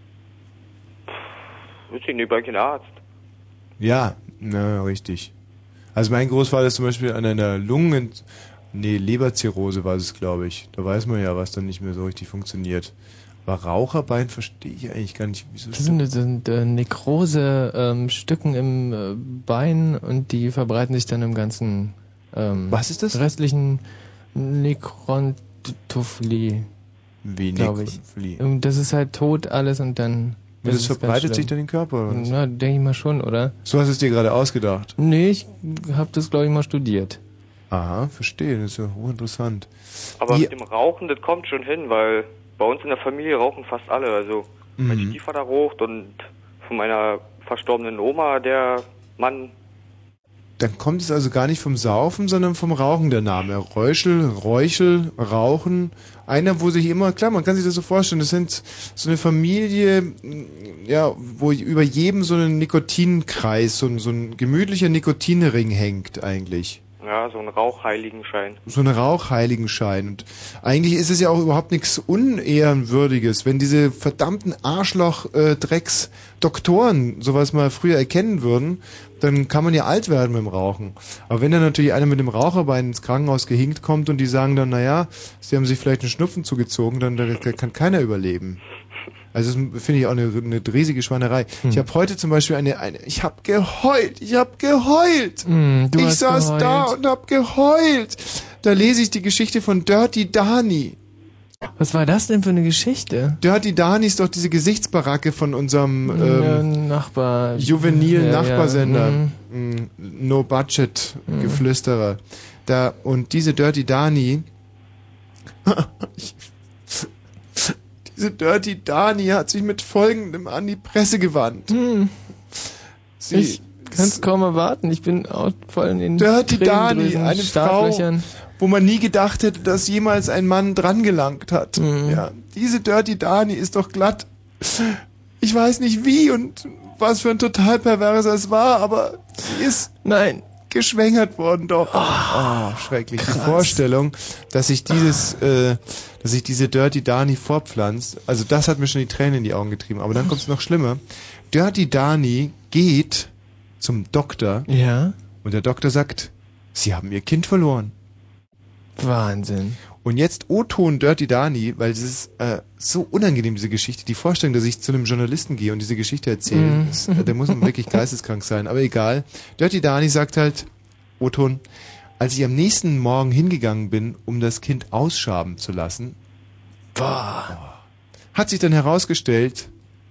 T: Weiß ich nicht, bei keinem Arzt.
B: Ja, na, richtig. Also mein Großvater ist zum Beispiel an einer Leberzirrhose war es, glaube ich. Da weiß man ja, was dann nicht mehr so richtig funktioniert. Aber Raucherbein verstehe ich eigentlich gar nicht. Wieso
C: das sind Nekrose Stücken im Bein und die verbreiten sich dann im ganzen
B: was ist das?
C: Restlichen Nekrontophilie.
B: Wie Nekrontophilie?
C: Das ist halt tot alles und dann...
B: Und das verbreitet sich dann in den Körper, oder?
C: Na, denke ich mal schon, oder?
B: So hast du es dir gerade ausgedacht?
C: Nee, ich habe das, glaube ich, mal studiert.
B: Aha, verstehe, das ist ja hochinteressant.
T: Aber mit dem Rauchen, das kommt schon hin, weil bei uns in der Familie rauchen fast alle. Also mein Stiefvater raucht und von meiner verstorbenen Oma, der Mann.
B: Dann kommt es also gar nicht vom Saufen, sondern vom Rauchen der Name. Räuchel, Rauchen. Einer, wo sich immer, klar, man kann sich das so vorstellen, das sind so eine Familie, ja, wo über jedem so ein Nikotinkreis, so ein gemütlicher Nikotinring hängt eigentlich.
T: Ja, so ein Rauchheiligenschein.
B: So ein Rauchheiligenschein. Und eigentlich ist es ja auch überhaupt nichts Unehrenwürdiges, wenn diese verdammten Arschloch-Drecks-Doktoren sowas mal früher erkennen würden, dann kann man ja alt werden mit dem Rauchen. Aber wenn dann natürlich einer mit dem Raucherbein ins Krankenhaus gehinkt kommt und die sagen dann, naja, sie haben sich vielleicht einen Schnupfen zugezogen, dann kann keiner überleben. Also das finde ich auch eine riesige Schweinerei. Ich habe heute zum Beispiel ich habe geheult. Ich saß geheult. Da und habe geheult. Da lese ich die Geschichte von Dirty Dani.
C: Was war das denn für eine Geschichte?
B: Dirty Dani ist doch diese Gesichtsbaracke von unserem juvenilen Nachbarsender. No Budget Geflüsterer. Und diese Dirty Dani Diese Dirty Dani hat sich mit Folgendem an die Presse gewandt.
C: Ich kann es kaum erwarten. Ich bin auch voll in den
B: Dirty Dani, eine Frau, wo man nie gedacht hätte, dass jemals ein Mann dran gelangt hat. Ja, diese Dirty Dani ist doch glatt. Ich weiß nicht wie und was für ein total perverser es war, aber sie ist...
C: Nein.
B: geschwängert worden, doch. Oh, schrecklich. Krass. Die Vorstellung, dass sich diese Dirty Dani fortpflanzt, also das hat mir schon die Tränen in die Augen getrieben. Aber dann kommt es noch schlimmer. Dirty Dani geht zum Doktor.
C: Ja.
B: Und der Doktor sagt, Sie haben Ihr Kind verloren.
C: Wahnsinn.
B: Und jetzt O-Ton Dirty Dani, weil es ist so unangenehm, diese Geschichte. Die Vorstellung, dass ich zu einem Journalisten gehe und diese Geschichte erzähle, der muss man wirklich geisteskrank sein. Aber egal. Dirty Dani sagt halt, O-Ton, als ich am nächsten Morgen hingegangen bin, um das Kind ausschaben zu lassen, hat sich dann herausgestellt,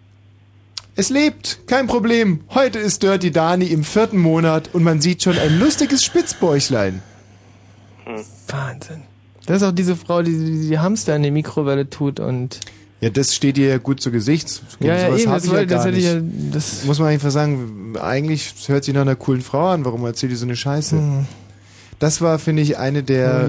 B: es lebt, kein Problem. Heute ist Dirty Dani im 4. Monat und man sieht schon ein lustiges Spitzbäuchlein.
C: Wahnsinn. Das ist auch diese Frau, die Hamster in die Mikrowelle tut und...
B: Ja, das steht ihr ja gut zu Gesicht.
C: Ja, eben, das hätte ich ja...
B: Muss man einfach sagen, eigentlich hört sie nach einer coolen Frau an, warum erzählt die so eine Scheiße? Das war, finde ich, eine der...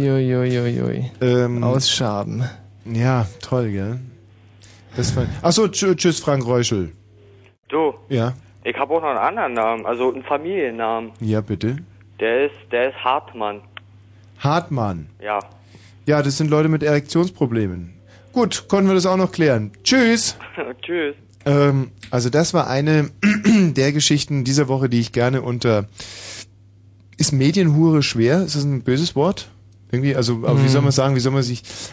C: Ausschaben.
B: Ja, toll, gell? Achso, tschüss, Frank Reuschel.
T: Du?
B: Ja?
T: Ich habe auch noch einen anderen Namen, also einen Familiennamen.
B: Ja, bitte?
T: Der ist Hartmann.
B: Hartmann?
T: Ja.
B: Ja, das sind Leute mit Erektionsproblemen. Gut, konnten wir das auch noch klären. Tschüss.
T: Tschüss.
B: Also das war eine der Geschichten dieser Woche, die ich gerne unter... Ist Medienhure schwer? Ist das ein böses Wort? Irgendwie, also, aber wie soll man sagen, wie soll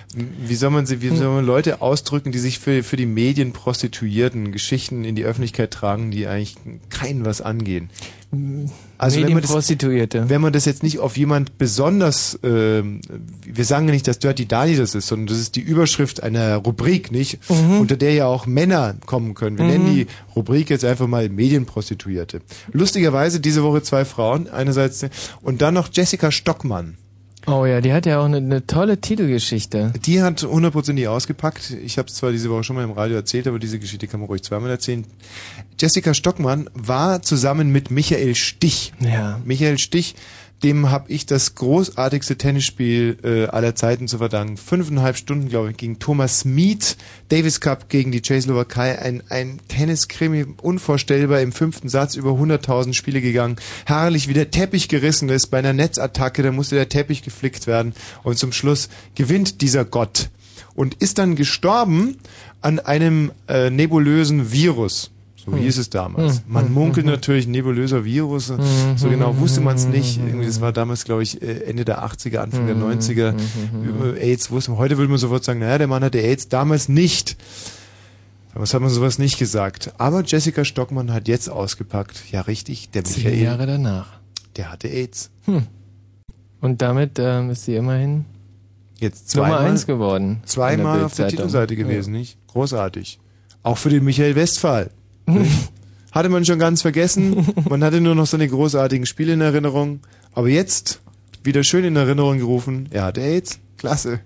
B: man Leute ausdrücken, die sich für die Medien prostituierten, Geschichten in die Öffentlichkeit tragen, die eigentlich keinen was angehen? Also
C: Medienprostituierte.
B: Wenn man das jetzt nicht auf jemand besonders, wir sagen ja nicht, dass Dirty Dani das ist, sondern das ist die Überschrift einer Rubrik, nicht? Unter der ja auch Männer kommen können. Wir nennen die Rubrik jetzt einfach mal Medienprostituierte. Lustigerweise diese Woche 2 Frauen, einerseits, und dann noch Jessica Stockmann.
C: Oh ja, die hat ja auch eine tolle Titelgeschichte.
B: Die hat 100% ausgepackt. Ich habe es zwar diese Woche schon mal im Radio erzählt, aber diese Geschichte kann man ruhig zweimal erzählen. Jessica Stockmann war zusammen mit Michael Stich.
C: Ja.
B: Michael Stich, dem habe ich das großartigste Tennisspiel aller Zeiten zu verdanken. 5,5 Stunden, glaube ich, gegen Thomas Mead. Davis Cup gegen die Tschechoslowakei. Ein Tenniskrimi, unvorstellbar. Im 5. Satz über 100.000 Spiele gegangen. Herrlich, wie der Teppich gerissen ist bei einer Netzattacke. Da musste der Teppich geflickt werden. Und zum Schluss gewinnt dieser Gott. Und ist dann gestorben an einem nebulösen Virus. So hieß es damals. Man munkelt natürlich, nebulöser Virus. So genau wusste man es nicht. Irgendwie, das war damals, glaube ich, Ende der 80er, Anfang der 90er. Über AIDS wusste man. Heute würde man sofort sagen, naja, der Mann hatte AIDS. Damals nicht. Damals hat man sowas nicht gesagt. Aber Jessica Stockmann hat jetzt ausgepackt. Ja, richtig. Der
C: 10 Jahre danach.
B: Der hatte AIDS.
C: Und damit ist sie immerhin
B: jetzt
C: Nummer 1 geworden.
B: Zweimal auf der Titelseite gewesen, nicht? Großartig. Auch für den Michael Westphal. Hatte man schon ganz vergessen. Man hatte nur noch seine großartigen Spiele in Erinnerung. Aber jetzt wieder schön in Erinnerung gerufen. Er hatte AIDS. Klasse.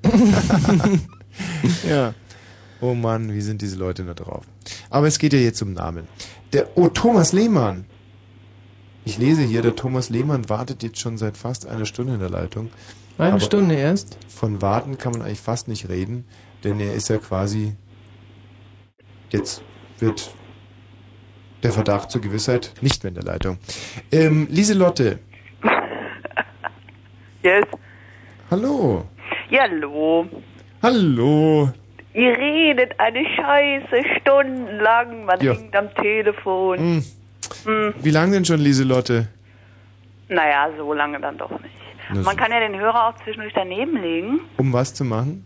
B: Ja. Oh Mann, wie sind diese Leute da drauf? Aber es geht ja jetzt um Namen. Thomas Lehmann. Ich lese hier, der Thomas Lehmann wartet jetzt schon seit fast einer Stunde in der Leitung.
C: Eine Stunde erst?
B: Von warten kann man eigentlich fast nicht reden, denn er ist ja quasi... Jetzt wird der Verdacht zur Gewissheit nicht mehr in der Leitung. Lieselotte.
R: Yes.
B: Hallo.
R: Ja, hallo.
B: Hallo.
R: Ihr redet eine Scheiße stundenlang, man hängt am Telefon.
B: Wie lange denn schon, Lieselotte?
R: Naja, so lange dann doch nicht. Man kann ja den Hörer auch zwischendurch daneben legen.
B: Um was zu machen?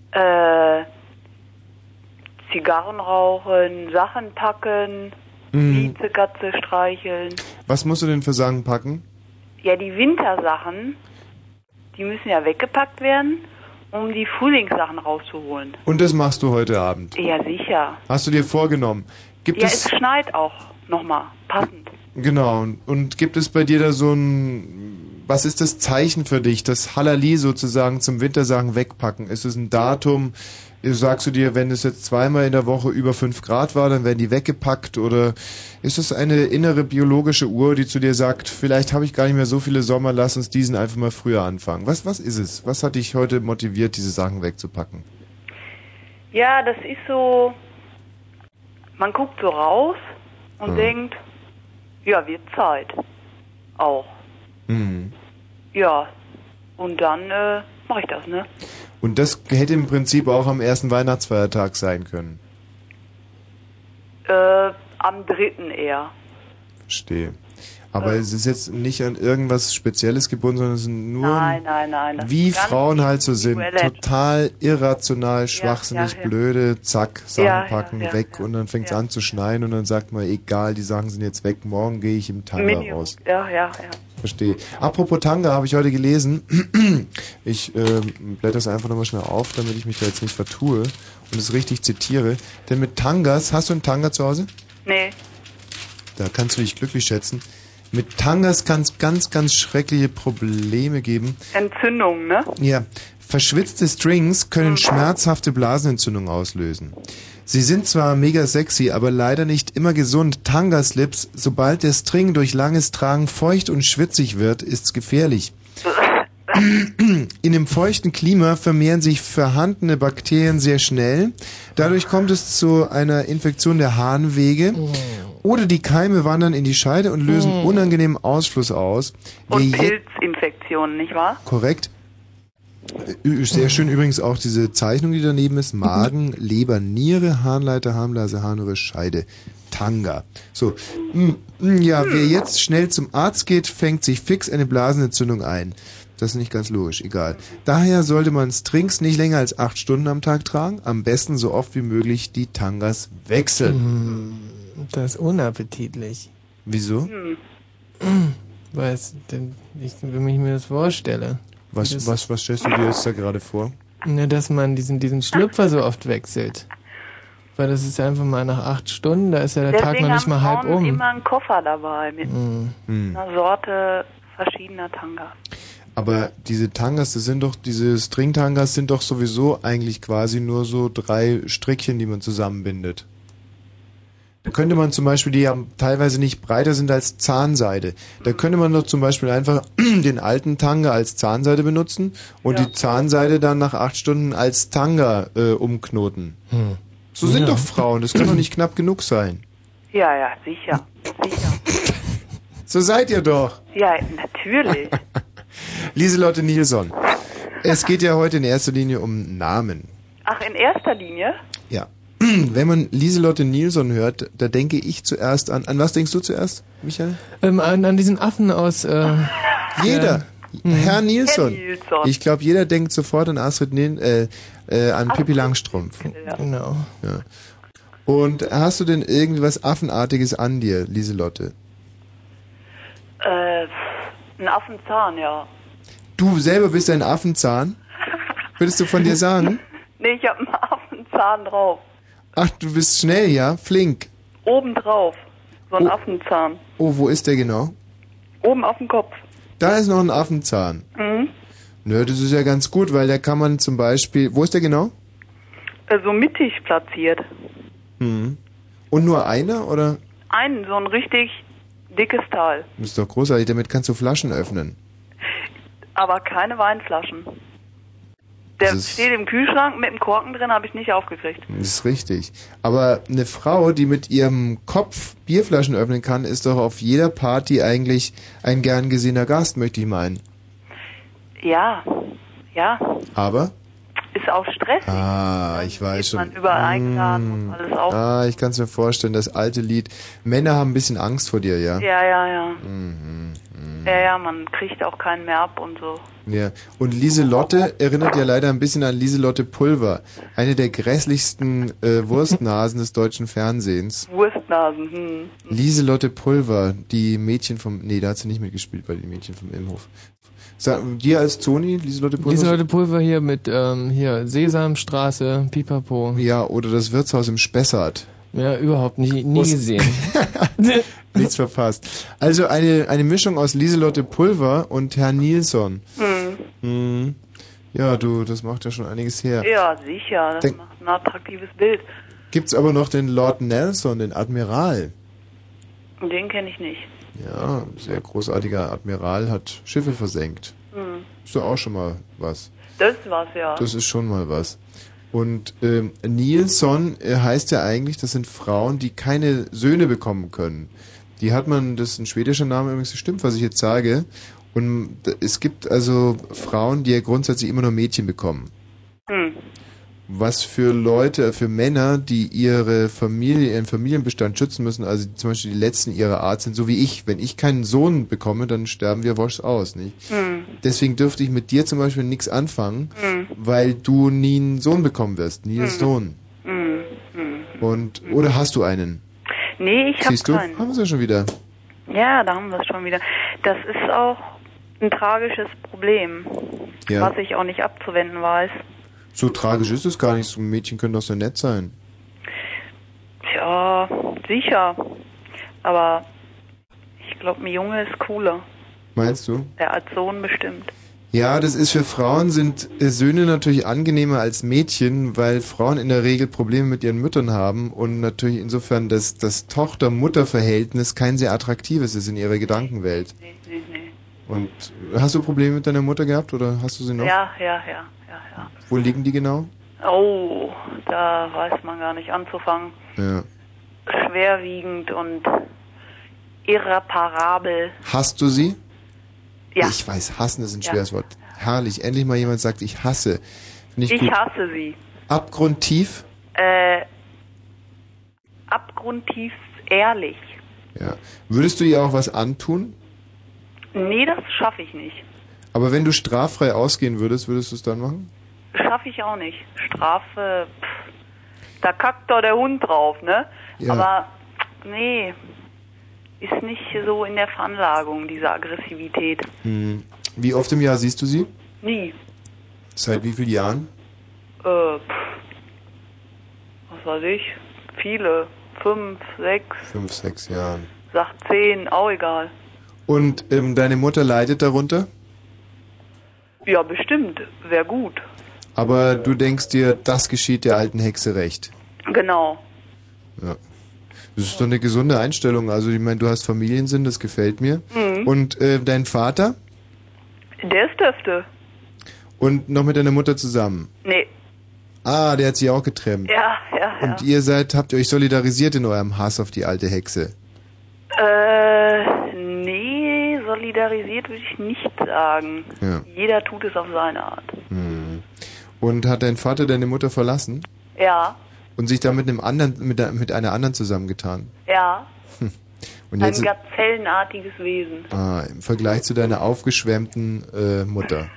R: Zigarren rauchen, Sachen packen, Katze streicheln.
B: Was musst du denn für Sachen packen?
R: Ja, die Wintersachen, die müssen ja weggepackt werden, um die Frühlingssachen rauszuholen.
B: Und das machst du heute Abend?
R: Ja, sicher.
B: Hast du dir vorgenommen?
R: Es schneit auch nochmal, passend.
B: Genau. Und gibt es bei dir da so ein... Was ist das Zeichen für dich, das Halali sozusagen zum Wintersachen wegpacken? Ist es ein Datum? Sagst du dir, wenn es jetzt zweimal in der Woche über 5 Grad war, dann werden die weggepackt? Oder ist es eine innere biologische Uhr, die zu dir sagt, vielleicht habe ich gar nicht mehr so viele Sommer, lass uns diesen einfach mal früher anfangen? Was ist es? Was hat dich heute motiviert, diese Sachen wegzupacken?
R: Ja, das ist so, man guckt so raus und denkt, ja, wird Zeit. Auch. Ja, und dann mache ich das, ne?
B: Und das hätte im Prinzip auch am ersten Weihnachtsfeiertag sein können.
R: Am 3. eher.
B: Verstehe. Aber es ist jetzt nicht an irgendwas Spezielles gebunden, sondern es sind nur,
R: Nein.
B: wie Frauen halt so sind. Total irrational, schwachsinnig, blöde, zack, Sachen packen, weg und dann fängt es an zu schneien und dann sagt man, egal, die Sachen sind jetzt weg, morgen gehe ich im Tanga raus.
R: Ja.
B: Verstehe. Apropos Tanga, habe ich heute gelesen. Ich blätter es einfach nochmal schnell auf, damit ich mich da jetzt nicht vertue und es richtig zitiere. Denn mit Tangas, hast du einen Tanga zu Hause?
R: Nee.
B: Da kannst du dich glücklich schätzen. Mit Tangas kann es ganz, ganz schreckliche Probleme geben.
R: Entzündungen, ne?
B: Ja. Verschwitzte Strings können schmerzhafte Blasenentzündungen auslösen. Sie sind zwar mega sexy, aber leider nicht immer gesund. Tanga-Slips, sobald der String durch langes Tragen feucht und schwitzig wird, ist's gefährlich. In dem feuchten Klima vermehren sich vorhandene Bakterien sehr schnell. Dadurch kommt es zu einer Infektion der Harnwege. Oder die Keime wandern in die Scheide und lösen unangenehmen Ausfluss aus.
R: Und Pilzinfektionen, nicht wahr?
B: Korrekt. Sehr schön übrigens auch diese Zeichnung, die daneben ist. Magen, Leber, Niere, Harnleiter, Harnblase, Harnröhre, Scheide. Tanga. So. Ja, wer jetzt schnell zum Arzt geht, fängt sich fix eine Blasenentzündung ein. Das ist nicht ganz logisch, egal. Daher sollte man Strings nicht länger als 8 Stunden am Tag tragen. Am besten so oft wie möglich die Tangas wechseln.
C: Das ist unappetitlich.
B: Wieso?
C: Weil wenn ich mir das vorstelle.
B: Was stellst du dir jetzt da gerade vor?
C: Ne, dass man diesen Schlüpfer so oft wechselt. Weil das ist einfach mal nach 8 Stunden, da ist ja der Tag noch nicht mal halb um.
R: Deswegen haben immer einen Koffer dabei mit einer Sorte verschiedener Tangas.
B: Aber diese Tangas, diese String-Tangas sind doch sowieso eigentlich quasi nur so 3 Strickchen, die man zusammenbindet. Da könnte man zum Beispiel, die ja teilweise nicht breiter sind als Zahnseide, da könnte man doch zum Beispiel einfach den alten Tanga als Zahnseide benutzen und die Zahnseide dann nach 8 Stunden als Tanga umknoten. So sind doch Frauen, das kann doch nicht knapp genug sein.
R: Ja, sicher.
B: So seid ihr doch.
R: Ja, natürlich.
B: Lieselotte Nilsson, es geht ja heute in erster Linie um Namen.
R: Ach, in erster Linie?
B: Ja. Wenn man Lieselotte Nilsson hört, da denke ich zuerst an was denkst du zuerst, Michael?
C: An diesen Affen aus...
B: Jeder. Herr Nilsson. Ich glaube, jeder denkt sofort an an Pippi Langstrumpf.
C: Ja. Genau.
B: Ja. Und hast du denn irgendwas Affenartiges an dir, Lieselotte?
R: Ein Affenzahn, ja.
B: Du selber bist ein Affenzahn? Würdest du von dir sagen?
R: Nee, ich hab einen Affenzahn drauf.
B: Ach, du bist schnell, ja? Flink.
R: Oben drauf. So ein Affenzahn.
B: Oh, wo ist der genau?
R: Oben auf dem Kopf.
B: Da ist noch ein Affenzahn. Nö, das ist ja ganz gut, weil da kann man zum Beispiel... Wo ist der genau?
R: So mittig platziert.
B: Und nur einer, oder?
R: So ein richtig dickes Teil.
B: Das ist doch großartig, damit kannst du Flaschen öffnen.
R: Aber keine Weinflaschen. Der steht im Kühlschrank mit dem Korken drin, habe ich nicht aufgekriegt.
B: Das ist richtig. Aber eine Frau, die mit ihrem Kopf Bierflaschen öffnen kann, ist doch auf jeder Party eigentlich ein gern gesehener Gast, möchte ich meinen.
R: Ja.
B: Aber?
R: Ist auch stressig.
B: Ich weiß schon.
R: Man überall eingeladen und alles auch.
B: Ich kann es mir vorstellen, das alte Lied. Männer haben ein bisschen Angst vor dir, ja?
R: Ja. Ja, man kriegt auch keinen mehr ab und so.
B: Ja, und Lieselotte erinnert ja leider ein bisschen an Lieselotte Pulver. Eine der grässlichsten Wurstnasen des deutschen Fernsehens.
R: Wurstnasen,
B: Lieselotte Pulver, die Mädchen vom... Nee, da hat sie nicht mitgespielt bei den Mädchen vom Imhof. Dir als Toni, Lieselotte Pulver?
C: Lieselotte Pulver hier mit Sesamstraße, Pipapo.
B: Ja, oder das Wirtshaus im Spessart.
C: Ja, überhaupt nie gesehen.
B: Nichts verpasst. Also eine Mischung aus Lieselotte Pulver und Herr Nilsson. Ja, das macht ja schon einiges her.
R: Ja, sicher. Das macht ein attraktives Bild.
B: Gibt's aber noch den Lord Nelson, den Admiral.
R: Den kenne ich nicht.
B: Ja, sehr großartiger Admiral, hat Schiffe versenkt. Ist doch auch schon mal was.
R: Das ist was, ja.
B: Das ist schon mal was. Und Nilsson heißt ja eigentlich, das sind Frauen, die keine Söhne bekommen können. Die hat man, das ist ein schwedischer Name übrigens, das stimmt, was ich jetzt sage. Und es gibt also Frauen, die ja grundsätzlich immer nur Mädchen bekommen. Was für Leute, für Männer, die ihre Familie, ihren Familienbestand schützen müssen, also zum Beispiel die Letzten ihrer Art sind, so wie ich. Wenn ich keinen Sohn bekomme, dann sterben wir wosch aus, nicht? Deswegen dürfte ich mit dir zum Beispiel nichts anfangen, weil du nie einen Sohn bekommen wirst, nie einen Sohn. Und, oder hast du einen?
R: Nee, ich habe keinen.
B: Siehst du, haben wir es ja schon wieder.
R: Ja, da haben wir es schon wieder. Das ist auch ein tragisches Problem, was ich auch nicht abzuwenden weiß.
B: So tragisch ist es gar nicht. So Mädchen können doch so nett sein.
R: Tja, sicher. Aber ich glaube, ein Junge ist cooler.
B: Meinst du?
R: Der als Sohn bestimmt.
B: Ja, das ist für Frauen sind Söhne natürlich angenehmer als Mädchen, weil Frauen in der Regel Probleme mit ihren Müttern haben und natürlich insofern das Tochter-Mutter-Verhältnis kein sehr attraktives ist in ihrer Gedankenwelt. Nee. Und hast du Probleme mit deiner Mutter gehabt oder hast du sie noch?
R: Ja.
B: Wo liegen die genau?
R: Oh, da weiß man gar nicht anzufangen.
B: Ja.
R: Schwerwiegend und irreparabel.
B: Hasst du sie?
R: Ja.
B: Ich weiß, hassen ist ein schweres Wort. Herrlich, endlich mal jemand sagt, ich hasse. Find ich gut.
R: Hasse sie.
B: Abgrundtief?
R: Abgrundtief ehrlich.
B: Ja. Würdest du ihr auch was antun?
R: Nee, das schaffe ich nicht.
B: Aber wenn du straffrei ausgehen würdest du es dann machen?
R: Schaffe ich auch nicht. Strafe, da kackt doch der Hund drauf, ne?
B: Ja.
R: Aber nee, ist nicht so in der Veranlagung, diese Aggressivität.
B: Wie oft im Jahr siehst du sie?
R: Nie.
B: Seit wie vielen Jahren?
R: Was weiß ich, viele. 5, 6.
B: 5, 6 Jahren.
R: Sagt 10, auch egal.
B: Und deine Mutter leidet darunter?
R: Ja, bestimmt. Wäre gut.
B: Aber du denkst dir, das geschieht der alten Hexe recht.
R: Genau.
B: Ja. Das ist doch eine gesunde Einstellung. Also ich meine, du hast Familiensinn, das gefällt mir. Und dein Vater?
R: Der ist dürfte.
B: Und noch mit deiner Mutter zusammen?
R: Nee.
B: Ah, der hat sie auch getrennt.
R: Ja.
B: Und ihr habt ihr euch solidarisiert in eurem Hass auf die alte Hexe?
R: Nee, solidarisiert würde ich nicht sagen.
B: Ja.
R: Jeder tut es auf seine Art.
B: Und hat dein Vater deine Mutter verlassen?
R: Ja.
B: Und sich da mit einer anderen zusammengetan?
R: Ja.
B: Und jetzt,
R: ein gazellenartiges Wesen.
B: Im Vergleich zu deiner aufgeschwemmten Mutter.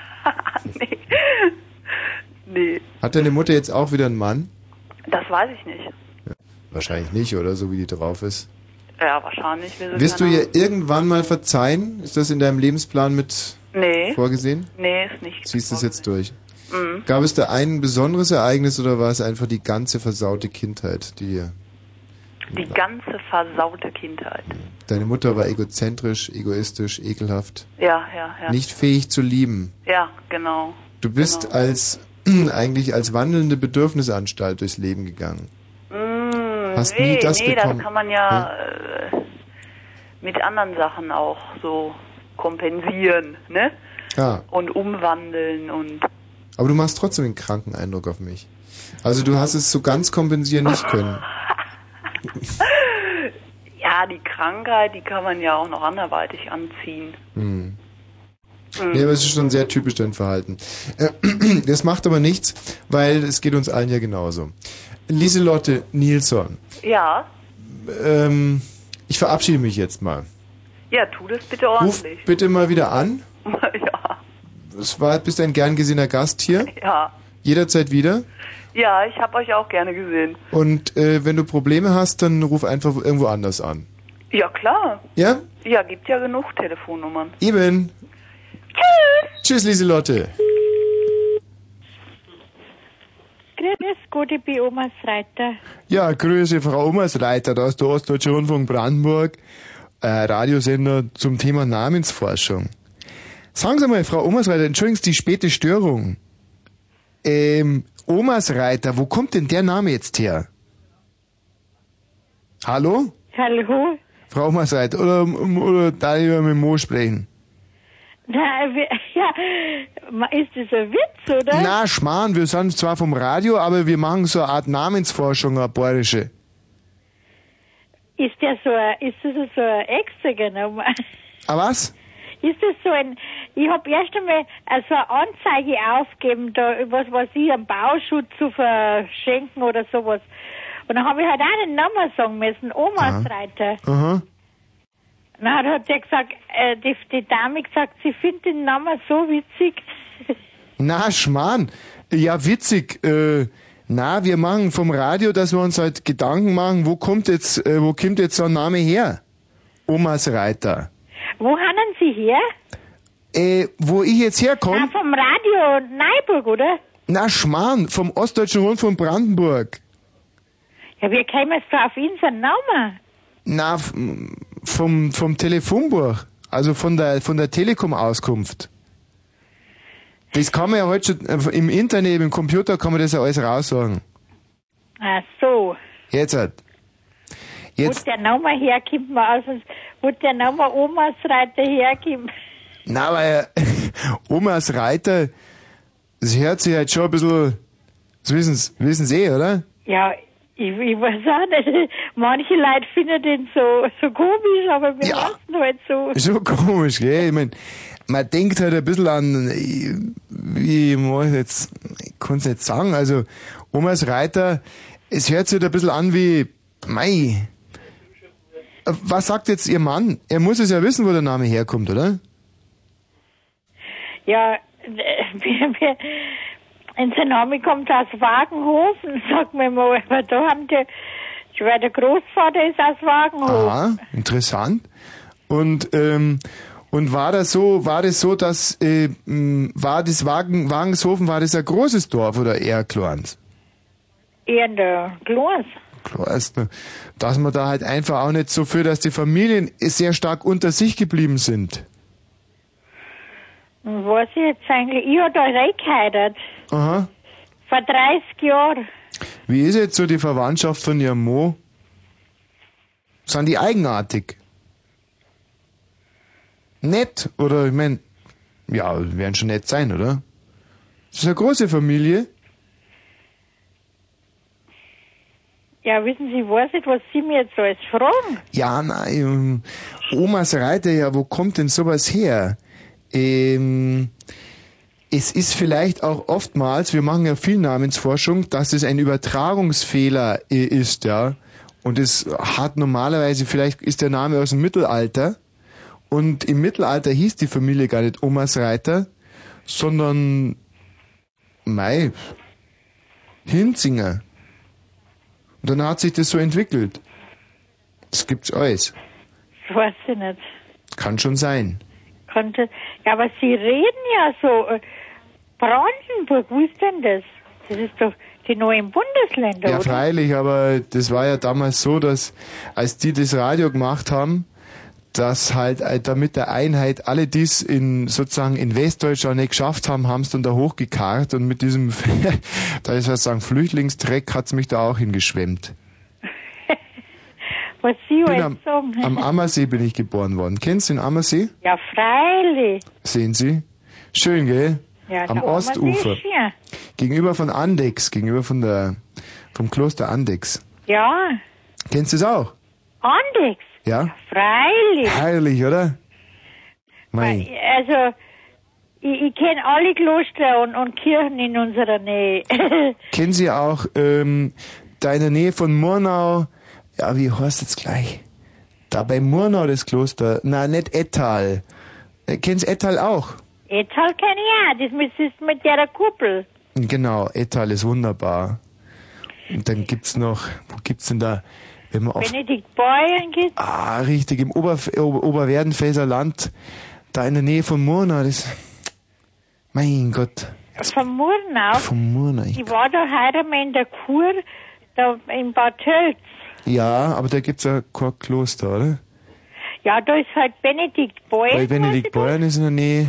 R: Nee.
B: Hat deine Mutter jetzt auch wieder einen Mann?
R: Das weiß ich nicht.
B: Ja, wahrscheinlich nicht, oder? So wie die drauf ist.
R: Ja, wahrscheinlich.
B: Wirst du ihr irgendwann mal verzeihen? Ist das in deinem Lebensplan mit vorgesehen?
R: Nee, ist nicht.
B: Ziehst du es jetzt durch? Gab es da ein besonderes Ereignis oder war es einfach die ganze versaute Kindheit, die
R: ganze versaute Kindheit.
B: Deine Mutter war egozentrisch, egoistisch, ekelhaft.
R: Ja.
B: Nicht fähig zu lieben.
R: Ja, genau.
B: Du bist eigentlich als wandelnde Bedürfnisanstalt durchs Leben gegangen. Hast nie das bekommen?
R: Das kann man ja mit anderen Sachen auch so kompensieren, ne?
B: Ja.
R: Und umwandeln und...
B: Aber du machst trotzdem einen kranken Eindruck auf mich. Also du hast es so ganz kompensieren nicht können.
R: Ja, die Krankheit, die kann man ja auch noch anderweitig anziehen.
B: Nee, aber es ist schon sehr typisch dein Verhalten. Das macht aber nichts, weil es geht uns allen ja genauso. Lieselotte Nilsson.
R: Ja?
B: Ich verabschiede mich jetzt mal.
R: Ja, tu das bitte ordentlich.
B: Ruf bitte mal wieder an.
R: Ja.
B: Bist ein gern gesehener Gast hier.
R: Ja.
B: Jederzeit wieder.
R: Ja, ich habe euch auch gerne gesehen.
B: Und wenn du Probleme hast, dann ruf einfach irgendwo anders an.
R: Ja, klar.
B: Ja?
R: Ja, gibt ja genug Telefonnummern.
B: Eben.
R: Tschüss.
B: Tschüss, Lieselotte.
U: Grüß Gott, ich bin Omas Reiter.
A: Ja, grüße Frau Omas Reiter, da ist der Ostdeutsche Rundfunk Brandenburg, Radiosender zum Thema Namensforschung. Sagen Sie mal, Frau Omas Reiter, entschuldigen Sie die späte Störung. Omas Reiter, wo kommt denn der Name jetzt her? Hallo?
U: Hallo?
A: Frau Omas Reiter, oder darf ich mit Mo sprechen?
U: Na, ja, ist das ein Witz, oder?
A: Na, Schmarrn, wir sind zwar vom Radio, aber wir machen so eine Art Namensforschung, eine bayerische.
U: Ist das so eine extra Nummer?
A: Ah, was?
U: ist das so ein, ich habe erst einmal so eine Anzeige aufgegeben, da was weiß ich, einen Bauschutz zu verschenken oder sowas. Und dann habe ich halt auch den Namen sagen müssen, Omas Reiter.
A: Aha.
U: Dann hat der gesagt, die Dame gesagt, sie findet den Namen so witzig.
A: Na, Schmarrn. Ja, witzig. Na, wir machen vom Radio, dass wir uns halt Gedanken machen, wo kommt jetzt so ein Name her? Omas Reiter.
U: Wo haben Sie her?
A: Wo ich jetzt herkomme?
U: Na, vom Radio Neuburg, oder?
A: Na, Schmarrn, vom Ostdeutschen Rundfunk Brandenburg.
U: Ja, wie kämen wir da auf unseren Namen?
A: Na, vom Telefonbuch, also von der Telekom-Auskunft. Das kann man ja heute schon, im Internet, im Computer kann man das ja alles raussagen.
U: Ach so.
A: Jetzt.
U: Wo der Name herkommt, wo der Name Omas Reiter herkommt.
A: Na, weil Omas Reiter, das hört sich halt schon ein bisschen, das wissen Sie oder?
U: Ja, ich weiß auch nicht. Manche Leute finden den so komisch, aber wir lassen halt so.
A: So komisch, gell? Ich mein, man denkt halt ein bisschen an, wie muss ich jetzt, ich kann es nicht sagen, also Omas Reiter, es hört sich halt ein bisschen an wie, mei. Was sagt jetzt Ihr Mann? Er muss es ja wissen, wo der Name herkommt, oder?
U: Ja, unser Name kommt aus Wagenhofen, sagt man mal, aber da haben weil der Großvater ist aus Wagenhofen.
A: Ah, interessant. Und war das so, dass war das Wagenshofen, war das ein großes Dorf oder eher kleines?
U: Eher ein kleines.
A: Kleines, dass man da halt einfach auch nicht so für, dass die Familien sehr stark unter sich geblieben sind.
U: Was ich jetzt eigentlich, ich habe da reingeheiratet.
A: Aha.
U: Vor 30 Jahren.
A: Wie ist jetzt so die Verwandtschaft von Ihrem Mo? Sind die eigenartig? Nett? Oder, ich meine, ja, werden schon nett sein, oder? Das ist eine große Familie.
U: Ja, wissen Sie, ich weiß nicht, was Sie mir jetzt alles fragen.
A: Ja, nein, Omas Reiter, ja, wo kommt denn sowas her? Es ist vielleicht auch oftmals, wir machen ja viel Namensforschung, dass es ein Übertragungsfehler ist, ja. Und es hat normalerweise, vielleicht ist der Name aus dem Mittelalter. Und im Mittelalter hieß die Familie gar nicht Omas Reiter, sondern, Hinzinger. Und dann hat sich das so entwickelt. Das gibt's alles.
U: Das weiß ich nicht.
A: Kann schon sein.
U: Ja, aber Sie reden ja so. Brandenburg, wo ist denn das? Das ist doch die neuen Bundesländer,
A: ja,
U: oder?
A: Freilich, aber das war ja damals so, dass als die das Radio gemacht haben, dass halt damit der Einheit alle dies sozusagen in Westdeutschland nicht geschafft haben, haben es dann da hochgekarrt und mit diesem, da ist was sagen, Flüchtlingstreck hat's mich da auch hingeschwemmt.
U: Was Sie jetzt sagen.
A: Am Ammersee bin ich geboren worden. Kennst du den Ammersee?
U: Ja, freilich.
A: Sehen Sie? Schön, gell?
U: Ja,
A: am Ostufer. Gegenüber von Andex, vom Kloster Andex.
U: Ja.
A: Kennst du es auch?
U: Andex?
A: Ja.
U: Freilich.
A: Herrlich, oder? Mein.
U: Also, ich kenne alle Kloster und Kirchen in unserer Nähe.
A: Kennen Sie auch da in der Nähe von Murnau, ja, wie heißt jetzt gleich? Da bei Murnau das Kloster. Na, nicht Ettal. Kennst Ettal auch?
U: Ettal kenne ich auch. Das ist mit der Kuppel.
A: Genau, Ettal ist wunderbar. Und dann gibt's noch, wo gibt's denn da? Wenn man
U: Benedikt Beuern gibt's?
A: Ah, richtig, im Oberwerdenfelser Land, da in der Nähe von Murnau. Mein Gott.
U: Von Murnau?
A: Von Murnau.
U: Ich war da heute mal in der Kur, da in Bad Tölz.
A: Ja, aber da gibt's ja kein Kloster, oder?
U: Ja, da ist halt Benedikt Beuern.
A: Weil Benedikt Beuern ist in der Nähe.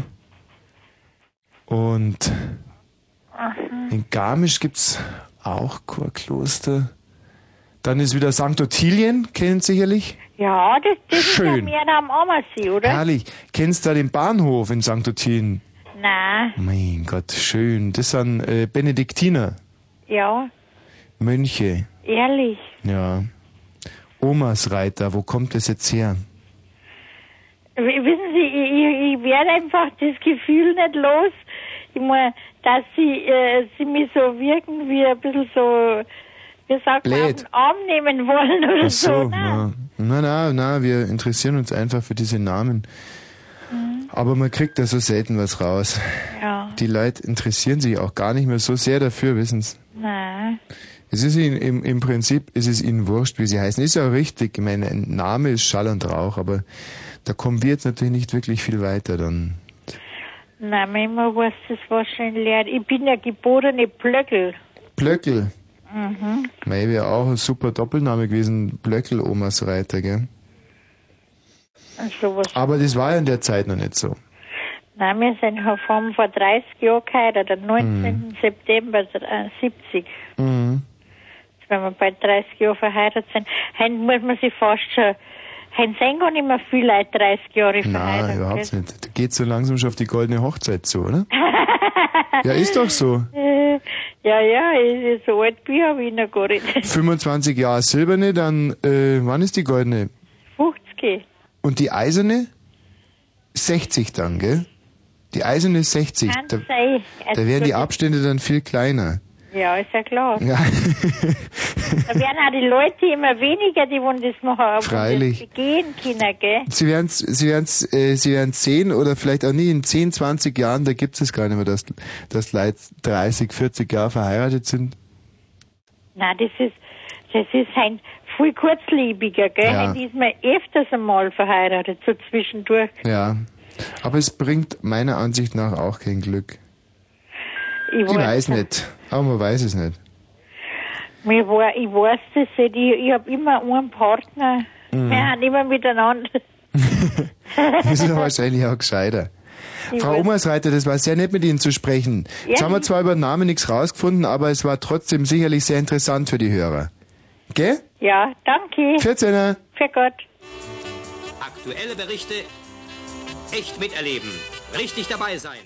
A: Und in Garmisch gibt's auch kein Kloster. Dann ist wieder St. Ottilien, kennen Sie sicherlich?
U: Ja, das
A: schön.
U: Ist ja mehr am Ammersee, oder?
A: Herrlich. Kennst du da den Bahnhof in St. Ottilien?
U: Nein.
A: Mein Gott, schön. Das sind Benediktiner.
U: Ja.
A: Mönche.
U: Ehrlich?
A: Ja. Omas Reiter, wo kommt das jetzt her?
U: Wissen Sie, ich werde einfach das Gefühl nicht los. Ich meine, dass Sie mich so wirken wie ein bisschen so, wie sagt man, auf den Arm nehmen wollen oder so.
A: Na, wir interessieren uns einfach für diese Namen. Aber man kriegt da so selten was raus.
U: Ja.
A: Die Leute interessieren sich auch gar nicht mehr so sehr dafür, wissen Sie.
U: Nein.
A: Es ist ihnen, im Prinzip ist es ihnen wurscht, wie sie heißen. Ist ja auch richtig. Ich meine, ein Name ist Schall und Rauch, aber da kommen wir jetzt natürlich nicht wirklich viel weiter dann.
U: Nein, manchmal weiß das wahrscheinlich leid. Ich bin ja geborene Blöckel.
A: Blöckel?
U: Mhm.
A: Mei, wäre auch ein super Doppelname gewesen. Blöckel Omas Reiter, gell?
U: Also
A: aber das war ja in der Zeit noch nicht so.
U: Nein, wir haben vor 30 Jahren geheiratet, am 19. September 70.
A: Mhm.
U: Wenn wir bald 30 Jahre verheiratet sind, heute muss man sich fast schon, heute sind gar nicht mehr viele Leute 30 Jahre verheiratet.
A: Nein, überhaupt nicht. Da geht so langsam schon auf die goldene Hochzeit zu, oder? Ja, ist doch so.
U: Ja, so alt bin ich noch gar nicht.
A: 25 Jahre silberne, dann, wann ist die goldene?
U: 50.
A: Und die eiserne? 60 dann, gell? Die eiserne ist 60. Da werden die Abstände dann viel kleiner.
U: Ja, ist ja klar.
A: Ja.
U: Da werden auch die Leute immer weniger, die wollen das machen,
A: Freilich.
U: Das begehen können, gell?
A: Sie werden sehen oder vielleicht auch nie in 10, 20 Jahren, da gibt es gar nicht mehr, dass Leute 30, 40 Jahre verheiratet sind.
U: Nein, das ist ein viel kurzlebiger, gell?
A: Ja.
U: Heute ist man öfters einmal verheiratet, so zwischendurch.
A: Ja, aber es bringt meiner Ansicht nach auch kein Glück. Ich weiß nicht, aber man weiß es nicht.
U: Ich weiß das nicht, ich habe immer einen Partner, wir haben immer miteinander.
A: Das ist ja wahrscheinlich auch gescheiter. Frau Omersreiter, das war sehr nett mit Ihnen zu sprechen. Ja. Jetzt haben wir zwar über den Namen nichts rausgefunden, aber es war trotzdem sicherlich sehr interessant für die Hörer. Gell?
U: Ja, danke.
A: 14er.
U: Für Gott.
F: Aktuelle Berichte, echt miterleben, richtig dabei sein.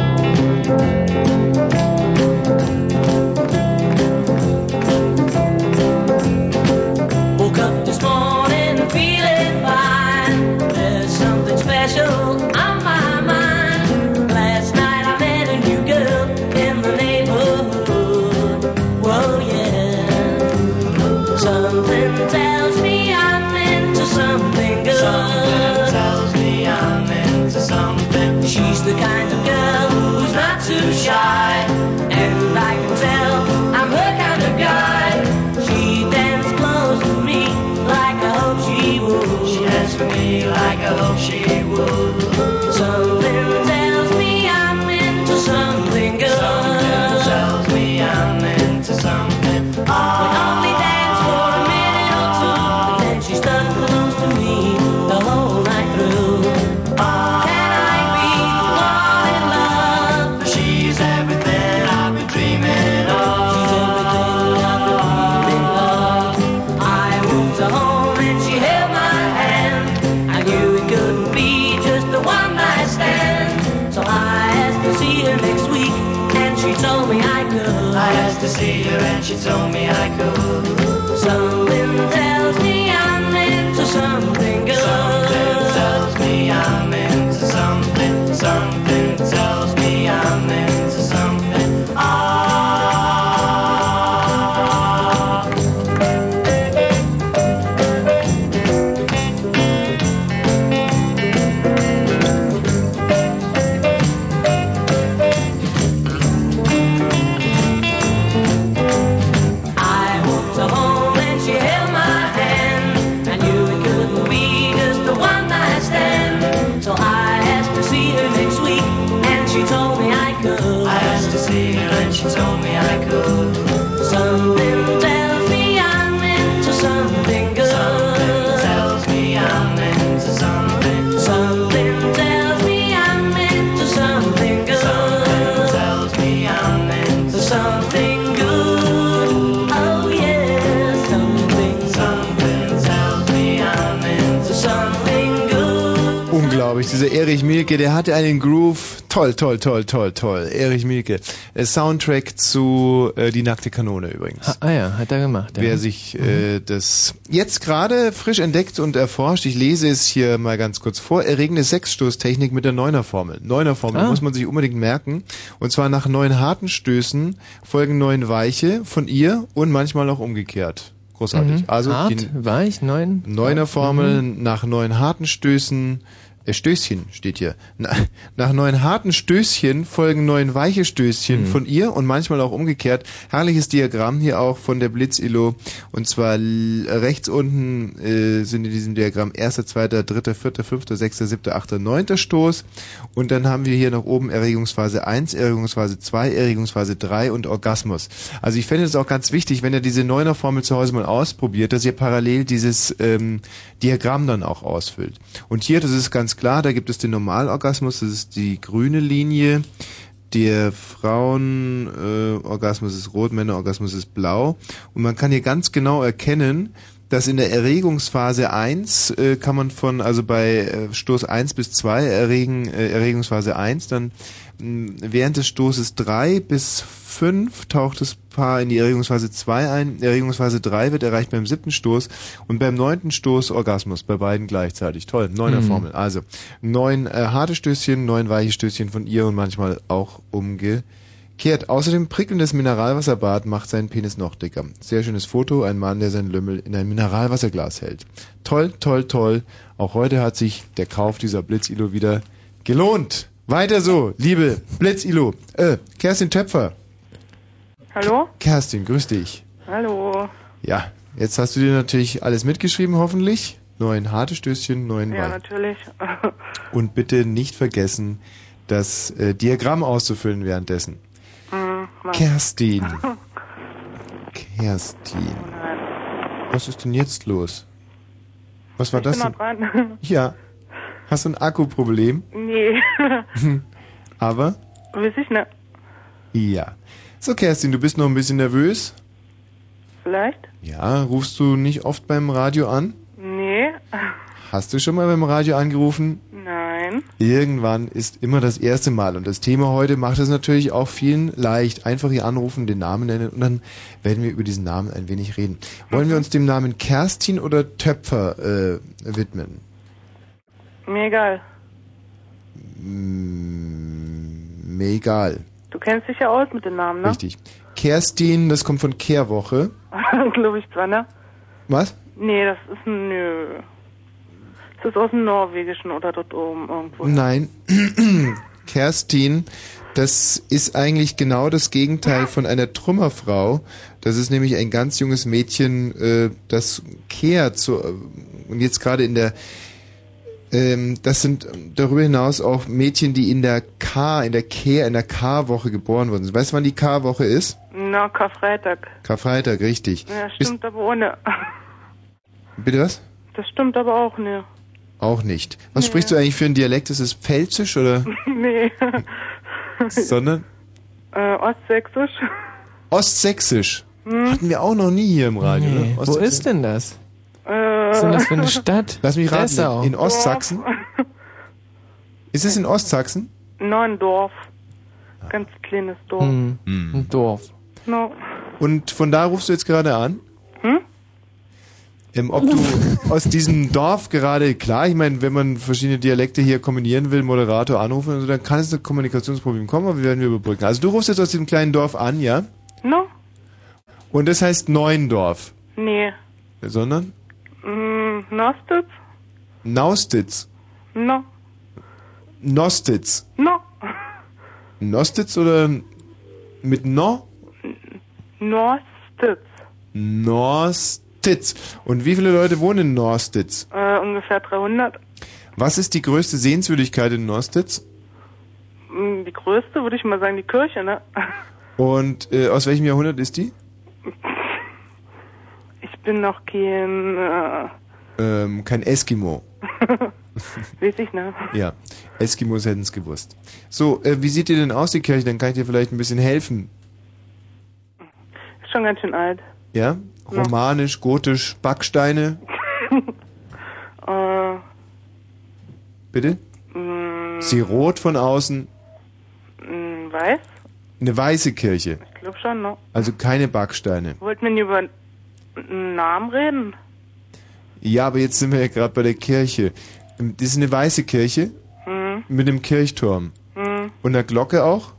E: Woke up this morning feeling fine. There's something special on my mind. Last night I met a new girl in the neighborhood. Whoa, yeah. Something tells me I'm into something good. Something tells me I'm into something. She's the kind of girl who's not too shy, and I can tell I'm her kind of guy. She danced close to me like I hope she would. She danced for me like I hope she would. Something tells me I'm into something good. Something tells me I'm into something. We only danced for a minute or two, and then she stuck close to me the whole night through. Can I be the one in love? She's everything I've been dreaming of. She's everything I've been dreaming of. I moved her home and she held my hand. I knew it couldn't be just a one night stand. So I asked to see her next week, and she told me I could. I asked to see her and she told me I could. Something tells me I'm into something good. Something tells me I'm into something. Something tells me I'm into something. I walked her home and she held my hand. I knew it couldn't be just a one night stand. So I asked to see her next week, and she told me I could. I asked to see her and she told me I could. Something tells me I'm into something good. Something tells me I'm into something. Something tells me I'm into something good. Something tells me I'm into something good. Oh yeah, something tells me I'm into something good.
A: Unglaublich, diese der Erich Mielke, der hatte einen Groove. Toll. Erich Mielke. Soundtrack zu Die nackte Kanone übrigens.
C: Hat er gemacht. Ja.
A: Wer sich das jetzt gerade frisch entdeckt und erforscht, ich lese es hier mal ganz kurz vor, erregende Sechsstoßtechnik mit der Neuner-Formel. Neuner-Formel muss man sich unbedingt merken. Und zwar nach 9 harten Stößen folgen 9 weiche von ihr und manchmal auch umgekehrt. Großartig. Also
C: hart, weich, 9.
A: Neuner-Formel nach 9 harten Stößen, Stößchen steht hier. Nach 9 harten Stößchen folgen 9 weiche Stößchen von ihr und manchmal auch umgekehrt. Herrliches Diagramm hier auch von der Blitz-ILO. Und zwar rechts unten sind in diesem Diagramm 1., 2., 3., 4., 5., 6., 7., 8., 9. Stoß. Und dann haben wir hier nach oben Erregungsphase 1, Erregungsphase 2, Erregungsphase 3 und Orgasmus. Also ich fände es auch ganz wichtig, wenn ihr diese 9er-Formel zu Hause mal ausprobiert, dass ihr parallel dieses Diagramm dann auch ausfüllt. Und hier, das ist ganz klar, da gibt es den Normalorgasmus, das ist die grüne Linie. Der Frauenorgasmus ist rot, Männerorgasmus ist blau. Und man kann hier ganz genau erkennen, dass in der Erregungsphase 1 kann man also bei Stoß 1 bis 2 Erregungsphase 1, dann während des Stoßes 3 bis 5 taucht das Paar in die Erregungsphase 2 ein. Erregungsphase 3 wird erreicht beim 7. Stoß und beim 9. Stoß Orgasmus, bei beiden gleichzeitig. Toll, 9er Formel. Also 9 harte Stößchen, 9 weiche Stößchen von ihr und manchmal auch umgekehrt. Außerdem prickelndes Mineralwasserbad macht seinen Penis noch dicker. Sehr schönes Foto, ein Mann, der sein Lümmel in ein Mineralwasserglas hält. Toll. Auch heute hat sich der Kauf dieser Blitz-ILO wieder gelohnt. Weiter so, liebe Blitz-ILO. Kerstin Töpfer.
D: Hallo?
A: Kerstin, grüß dich.
D: Hallo.
A: Ja, jetzt hast du dir natürlich alles mitgeschrieben, hoffentlich. 9 harte Stößchen, 9 weiche.
D: Ja, natürlich.
A: Und bitte nicht vergessen, das Diagramm auszufüllen währenddessen. Kerstin. Was ist denn jetzt los? Was war das
D: Ich bin
A: denn?
D: mal dran.
A: Ja. Hast du ein Akkuproblem?
D: Nee.
A: Aber?
D: Weiß ich nicht.
A: Ja. So, Kerstin, du bist noch ein bisschen nervös?
D: Vielleicht?
A: Ja, rufst du nicht oft beim Radio an?
D: Nee.
A: Hast du schon mal beim Radio angerufen?
D: Nein.
A: Irgendwann ist immer das erste Mal. Und das Thema heute macht es natürlich auch vielen leicht. Einfach hier anrufen, den Namen nennen und dann werden wir über diesen Namen ein wenig reden. Wollen wir uns dem Namen Kerstin oder Töpfer widmen?
D: Mir egal.
A: Mir egal.
D: Du kennst dich ja aus mit den Namen, ne?
A: Richtig. Kerstin, das kommt von Kehrwoche.
D: Glaube ich zwar, ne?
A: Was?
D: Nee, das ist nö. Das ist aus dem Norwegischen oder dort oben irgendwo.
A: Nein. Kerstin, das ist eigentlich genau das Gegenteil von einer Trümmerfrau. Das ist nämlich ein ganz junges Mädchen, das kehrt und jetzt gerade in der das sind darüber hinaus auch Mädchen, die in der K-Woche geboren wurden. Weißt du, wann die K-Woche ist?
D: Na, Karfreitag.
A: Karfreitag, richtig.
D: Ja, stimmt aber ohne.
A: Bitte was?
D: Das stimmt aber auch nicht.
A: Auch nicht. Was sprichst du eigentlich für einen Dialekt? Ist es Pfälzisch oder?
D: Nee.
A: Sondern?
D: Ostsächsisch.
A: Ostsächsisch? Hatten wir auch noch nie hier im Radio,
C: nee.
A: ne?
C: Wo ist denn das? Was ist denn das für eine Stadt?
A: Lass mich raten,
C: Dessau.
A: in Ostsachsen? Ist es in Ostsachsen?
D: Nein, ein Dorf. Ganz kleines Dorf.
C: Ein Dorf.
D: No.
A: Und von da rufst du jetzt gerade an? Ob du aus diesem Dorf gerade, klar, ich meine, wenn man verschiedene Dialekte hier kombinieren will, Moderator anrufen und so, dann kann es ein Kommunikationsproblem kommen, aber wir werden überbrücken. Also du rufst jetzt aus diesem kleinen Dorf an, ja?
D: No.
A: Und das heißt Neuendorf?
D: Nee.
A: Sondern?
D: Nostitz?
A: Naustitz?
D: No.
A: Nostitz?
D: No.
A: Nostitz oder mit No?
D: Nostitz.
A: Nostitz. Und wie viele Leute wohnen in Nostitz?
D: Ungefähr 300.
A: Was ist die größte Sehenswürdigkeit in Nostitz?
D: Die größte, würde ich mal sagen, die Kirche, ne?
A: Und aus welchem Jahrhundert ist die?
D: Ich bin noch
A: kein Eskimo.
D: Weiß ich, ne?
A: Ja, Eskimos hätten es gewusst. So, wie sieht die denn aus, die Kirche? Dann kann ich dir vielleicht ein bisschen helfen.
D: Ist schon ganz schön alt.
A: Ja? Romanisch, gotisch, Backsteine? Bitte?
B: Ist sie rot von außen?
D: Weiß?
B: Eine weiße Kirche.
D: Ich glaube schon, ne?
B: Also keine Backsteine.
D: Wollten wir nicht über einen Namen reden?
B: Ja, aber jetzt sind wir ja gerade bei der Kirche. Das ist eine weiße Kirche mit einem Kirchturm. Und einer Glocke auch?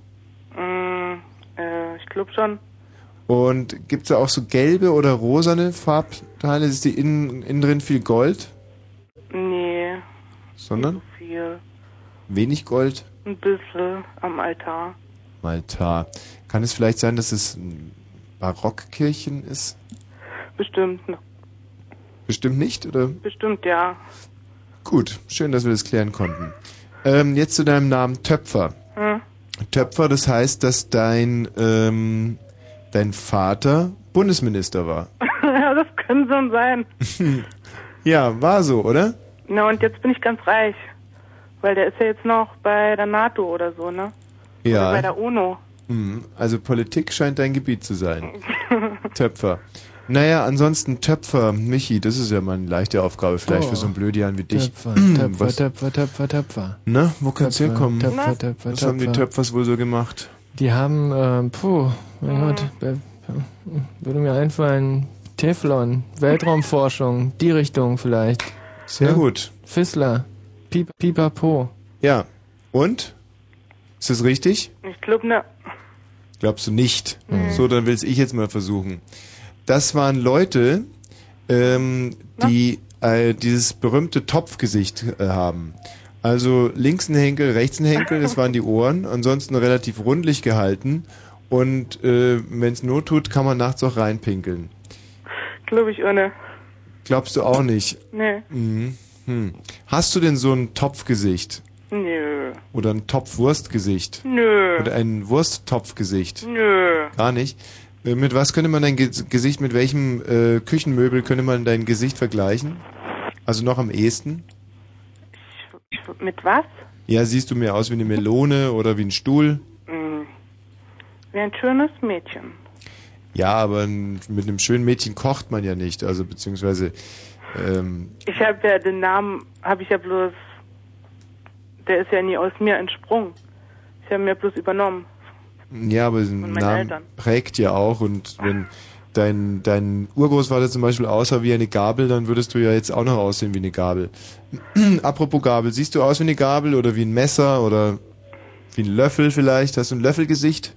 D: Ich glaube schon.
B: Und gibt es da auch so gelbe oder rosane Farbteile? Ist die innen drin viel Gold?
D: Nee.
B: Sondern?
D: Nicht so viel.
B: Wenig Gold?
D: Ein bisschen am Altar.
B: Am Altar. Kann es vielleicht sein, dass es ein Barockkirchen ist?
D: Bestimmt.
B: Bestimmt nicht, oder?
D: Bestimmt, ja.
B: Gut, schön, dass wir das klären konnten. Jetzt zu deinem Namen Töpfer. Töpfer, das heißt, dass dein Vater Bundesminister war.
D: Ja, das kann schon sein.
B: Ja, war so, oder?
D: Na, und jetzt bin ich ganz reich. Weil der ist ja jetzt noch bei der NATO oder so, ne?
B: Ja.
D: Oder bei der UNO.
B: Also Politik scheint dein Gebiet zu sein. Töpfer. Naja, ansonsten Töpfer, Michi, das ist ja mal eine leichte Aufgabe vielleicht für so einen Blödian wie dich.
C: Töpfer.
B: Na, wo kann's herkommen?
C: Töpfer.
B: Was haben die Töpfers wohl so gemacht?
C: Die haben, mein Gott, würde mir einfallen, Teflon, Weltraumforschung, die Richtung vielleicht.
B: Sehr gut.
C: Fissler, Pipapo.
B: Ja, und? Ist das richtig?
D: Ich glaube, ne.
B: Glaubst du nicht? So, dann will's ich jetzt mal versuchen. Das waren Leute, die dieses berühmte Topfgesicht haben. Also links ein Henkel, rechts ein Henkel, das waren die Ohren, ansonsten relativ rundlich gehalten und wenn es Not tut, kann man nachts auch reinpinkeln.
D: Glaube ich auch nicht.
B: Glaubst du auch nicht?
D: Nee.
B: Hast du denn so ein Topfgesicht?
D: Nö.
B: Oder ein Topfwurstgesicht?
D: Nö.
B: Oder ein Wursttopfgesicht?
D: Nö.
B: Gar nicht? Mit was könnte man dein Gesicht, mit welchem Küchenmöbel könnte man dein Gesicht vergleichen? Also noch am ehesten?
D: Mit was?
B: Ja, siehst du mir aus wie eine Melone oder wie ein Stuhl?
D: Wie ein schönes Mädchen.
B: Ja, aber mit einem schönen Mädchen kocht man ja nicht, also beziehungsweise...
D: Ich habe ja den Namen, habe ich ja bloß... Der ist ja nie aus mir entsprungen. Ich habe mir bloß übernommen.
B: Ja, aber den Namen prägt ja auch und wenn dein Urgroßvater zum Beispiel aussah wie eine Gabel, dann würdest du ja jetzt auch noch aussehen wie eine Gabel. Apropos Gabel, siehst du aus wie eine Gabel oder wie ein Messer oder wie ein Löffel vielleicht? Hast du ein Löffelgesicht?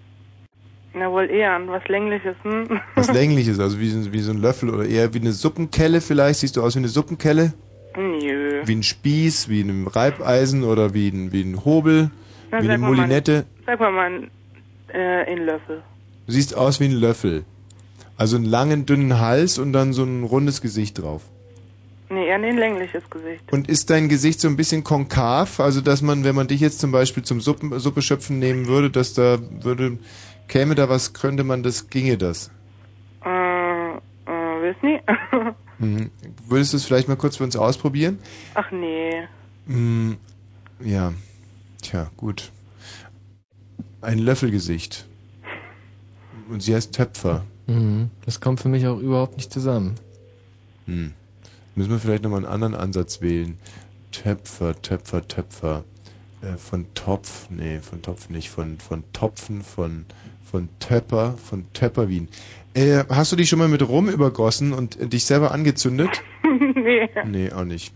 D: Na wohl eher, was Längliches,
B: Was Längliches, also wie so ein Löffel oder eher wie eine Suppenkelle vielleicht? Siehst du aus wie eine Suppenkelle?
D: Nö.
B: Wie ein Spieß, wie ein Reibeisen oder wie ein Hobel,
D: na,
B: wie eine Molinette?
D: Sag mal ein Löffel.
B: Du siehst aus wie ein Löffel. Also einen langen, dünnen Hals und dann so ein rundes Gesicht drauf.
D: Nee, eher ein längliches Gesicht.
B: Und ist dein Gesicht so ein bisschen konkav? Also, dass man, wenn man dich jetzt zum Beispiel zum Suppe schöpfen nehmen würde, dass da käme da was, ginge das?
D: Weiß nie.
B: Würdest du es vielleicht mal kurz für uns ausprobieren?
D: Ach nee.
B: Ja. Tja, gut. Ein Löffelgesicht. Und sie heißt Töpfer.
C: Das kommt für mich auch überhaupt nicht zusammen.
B: Müssen wir vielleicht nochmal einen anderen Ansatz wählen. Töpfer. Von Topf, nee, von Topf nicht. Von Topfen, von Töpperwien. Hast du dich schon mal mit Rum übergossen und dich selber angezündet?
D: Nee.
B: Nee, auch nicht.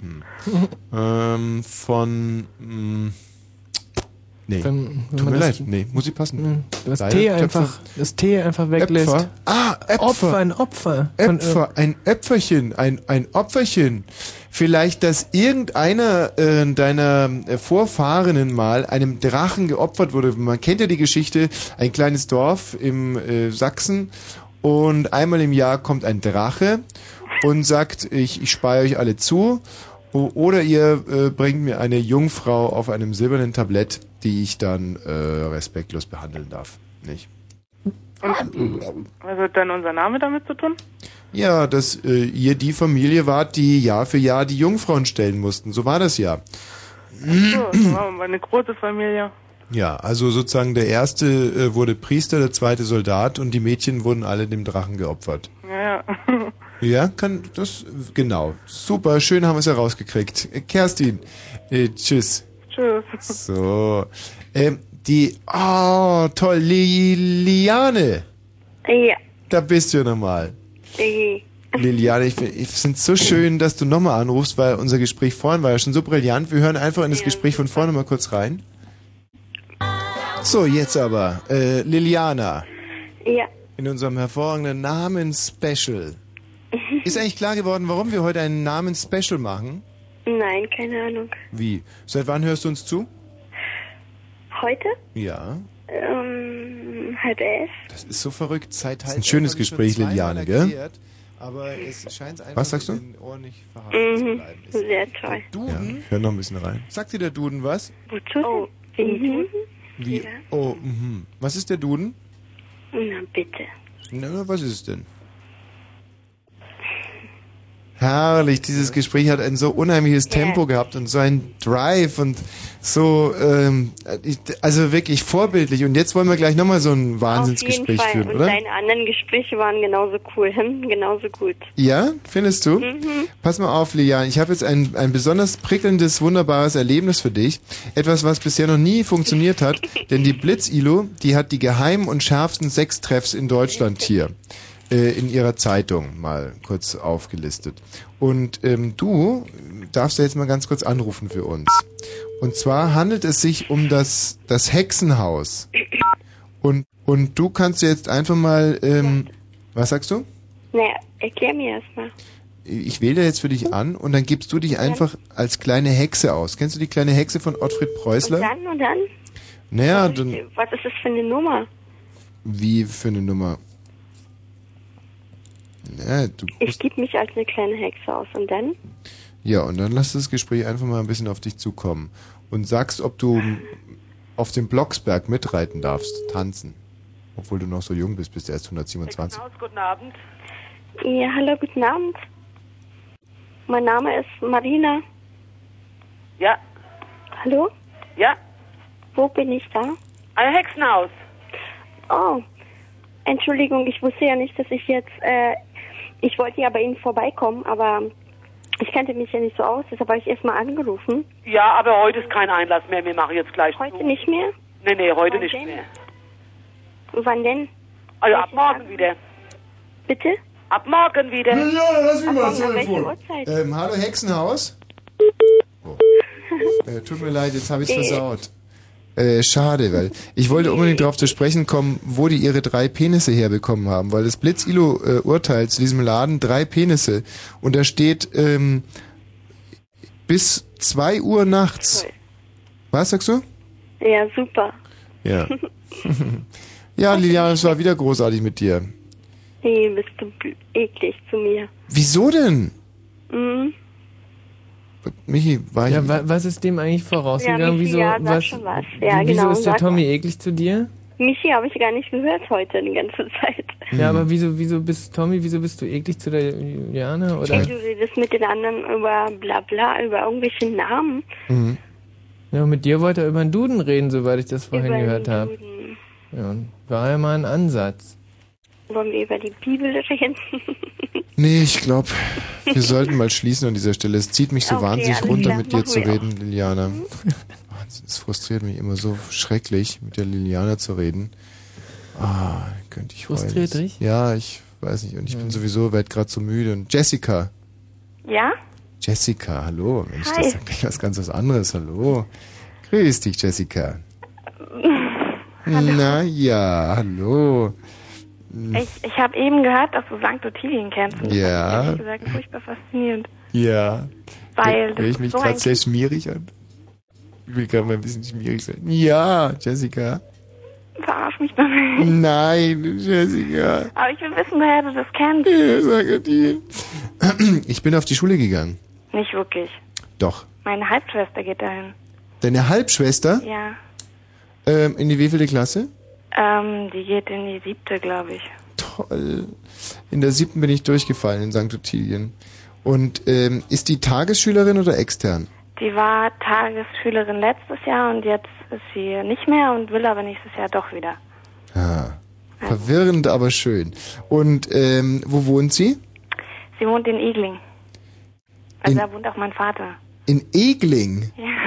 B: Nee. Tut mir leid. Nee, muss ich passen.
C: Das Tee einfach weglässt.
B: Äpfer. Äpfer.
C: Ein Opfer.
B: Ein Äpferchen. Ein Opferchen. Vielleicht, dass irgendeiner deiner Vorfahrenen mal einem Drachen geopfert wurde. Man kennt ja die Geschichte, ein kleines Dorf im Sachsen und einmal im Jahr kommt ein Drache und sagt, ich speie euch alle zu. Oder ihr bringt mir eine Jungfrau auf einem silbernen Tablett, die ich dann respektlos behandeln darf. Nicht?
D: Und was hat dann unser Name damit zu tun?
B: Ja, dass ihr die Familie wart, die Jahr für Jahr die Jungfrauen stellen mussten. So war das ja.
D: So, das war eine große Familie.
B: Ja, also sozusagen der erste wurde Priester, der zweite Soldat und die Mädchen wurden alle dem Drachen geopfert.
D: Ja.
B: Ja, genau. Super, schön haben wir es herausgekriegt. Kerstin, tschüss.
D: Tschüss.
B: So. Toll, Liliane.
Q: Ja.
B: Da bist du ja nochmal. Liliane, ich finde es so schön, dass du nochmal anrufst, weil unser Gespräch vorhin war ja schon so brillant. Wir hören einfach in das Gespräch von vorne mal kurz rein. So, jetzt aber, Liliana.
Q: Ja.
B: In unserem hervorragenden Namens-Special. Ist eigentlich klar geworden, warum wir heute ein Namens-Special machen?
Q: Nein, keine Ahnung.
B: Wie? Seit wann hörst du uns zu?
Q: Heute?
B: Ja.
Q: 10:30.
B: Das ist so verrückt. Das ist ein schönes Gespräch, Liliane, gell? Aber es scheint einfach was sagst du? In den Ohren nicht verhaftet zu bleiben.
Q: Sehr toll.
B: Duden? Ja, hör noch ein bisschen rein. Sagt dir der Duden was?
Q: Wozu?
B: Wie?
Q: Ja.
B: Oh, Was ist der Duden?
Q: Na, bitte.
B: Na, was ist es denn? Herrlich, dieses Gespräch hat ein so unheimliches Tempo gehabt und so ein Drive und so, also wirklich vorbildlich. Und jetzt wollen wir gleich nochmal so ein Wahnsinnsgespräch führen,
Q: und
B: oder?
Q: Und deine anderen Gespräche waren genauso cool, genauso gut.
B: Ja, findest du? Pass mal auf, Lilian, ich habe jetzt ein besonders prickelndes, wunderbares Erlebnis für dich. Etwas, was bisher noch nie funktioniert hat, denn die Blitz-ILO, die hat die geheimen und schärfsten Sextreffs in Deutschland hier in ihrer Zeitung mal kurz aufgelistet. Und du darfst ja jetzt mal ganz kurz anrufen für uns. Und zwar handelt es sich um das Hexenhaus. Und du kannst jetzt einfach mal, was sagst du?
Q: Naja, erklär mir erstmal.
B: Ich wähle jetzt für dich an und dann gibst du dich einfach als kleine Hexe aus. Kennst du die kleine Hexe von Ottfried Preußler?
Q: Und dann?
B: Naja,
Q: was ist das für eine Nummer?
B: Wie für eine Nummer? Ja,
Q: ich gebe mich als eine kleine Hexe aus und dann?
B: Ja, und dann lass das Gespräch einfach mal ein bisschen auf dich zukommen. Und sagst, ob du auf dem Blocksberg mitreiten darfst, tanzen. Obwohl du noch so jung bist erst 127.
D: Guten Abend.
Q: Ja, hallo, guten Abend. Mein Name ist Marina.
D: Ja.
Q: Hallo?
D: Ja.
Q: Wo bin ich da?
D: Ein Hexenhaus.
Q: Oh, Entschuldigung, ich wusste ja nicht, dass ich jetzt, ich wollte ja bei Ihnen vorbeikommen, aber ich kannte mich ja nicht so aus, deshalb habe ich erstmal angerufen.
D: Ja, aber heute ist kein Einlass mehr, wir machen jetzt gleich
Q: Heute nicht mehr?
D: Nee, heute
Q: Wann
D: nicht
Q: denn?
D: mehr.
Q: Wann denn?
D: Also ab morgen wieder.
Q: Bitte?
D: Ab morgen wieder.
B: Ja, lass mich mal das
Q: Welche
B: Telefon.
Q: Uhrzeit?
B: Hallo Hexenhaus? Oh. Tut mir leid, jetzt habe ich es versaut. Schade, weil ich wollte unbedingt darauf zu sprechen kommen, wo die ihre 3 Penisse herbekommen haben, weil das Blitz-ILO urteilt zu diesem Laden 3 Penisse und da steht bis 2 Uhr nachts.
Q: Toll.
B: Was sagst du?
Q: Ja, super.
B: Ja. Ja, Lilian, es war wieder großartig mit dir.
Q: Nee, bist du eklig zu mir.
B: Wieso denn?
Q: Mhm.
B: Michi, war ich...
C: Ja, was ist dem eigentlich vorausgegangen?
Q: Michi,
C: Wieso,
Q: ja, sag schon was. Ja,
C: wieso
Q: genau,
C: ist der
Q: sag
C: Tommy
Q: mal.
C: eklig zu dir?
Q: Michi habe ich gar nicht gehört heute die ganze Zeit.
C: Ja, aber wieso bist du eklig zu der Juliane? Oder?
Q: Du redest mit den anderen über bla bla, über irgendwelche Namen.
B: Mhm.
C: Ja, mit dir wollte er über einen Duden reden, soweit ich das vorhin gehört habe. Ja, war ja mal ein Ansatz.
Q: Wollen wir über die Bibel reden?
B: Nee, ich glaube, wir sollten mal schließen an dieser Stelle. Es zieht mich so
Q: Okay,
B: wahnsinnig
Q: alles
B: runter,
Q: klar.
B: mit dir
Q: Machen
B: zu
Q: wir
B: reden, Liliana. Wahnsinn, es frustriert mich immer so schrecklich, mit der Liliana zu reden. Könnte ich heulen.
C: Frustriert dich?
B: Ja, ich weiß nicht. Und ich bin sowieso, werd gerade so müde. Und Jessica.
Q: Ja?
B: Jessica, hallo. Mensch,
Q: Hi.
B: das ist ja gleich was ganz anderes. Hallo. Grüß dich, Jessica.
Q: Hallo.
B: Na ja, hallo.
R: Ich habe eben gehört, dass du St. Ottilien kennst. Und
B: Ja.
R: Das fand ich ehrlich gesagt furchtbar faszinierend.
B: Ja.
R: Weil
B: Hör ich mich
R: so
B: gerade
R: ein
B: sehr schmierig an? Ich will gerade mal ein bisschen schmierig sein. Ja, Jessica.
R: Verarsch mich doch nicht.
B: Nein, Jessica.
R: Aber ich will wissen, woher du das kennst.
B: Ja, sag dir. Ich bin auf die Schule gegangen.
R: Nicht wirklich.
B: Doch.
R: Meine Halbschwester geht dahin.
B: Deine Halbschwester?
R: Ja.
B: In die wievielte Klasse?
R: Die geht in die 7., glaube ich.
B: Toll. In der 7. bin ich durchgefallen in St. Ottilien. Und ist die Tagesschülerin oder extern?
R: Die war Tagesschülerin letztes Jahr und jetzt ist sie nicht mehr und will aber nächstes Jahr doch wieder.
B: Verwirrend, aber schön. Und wo wohnt sie?
R: Sie wohnt in Egling. Also da wohnt auch mein Vater.
B: In Egling?
R: Ja.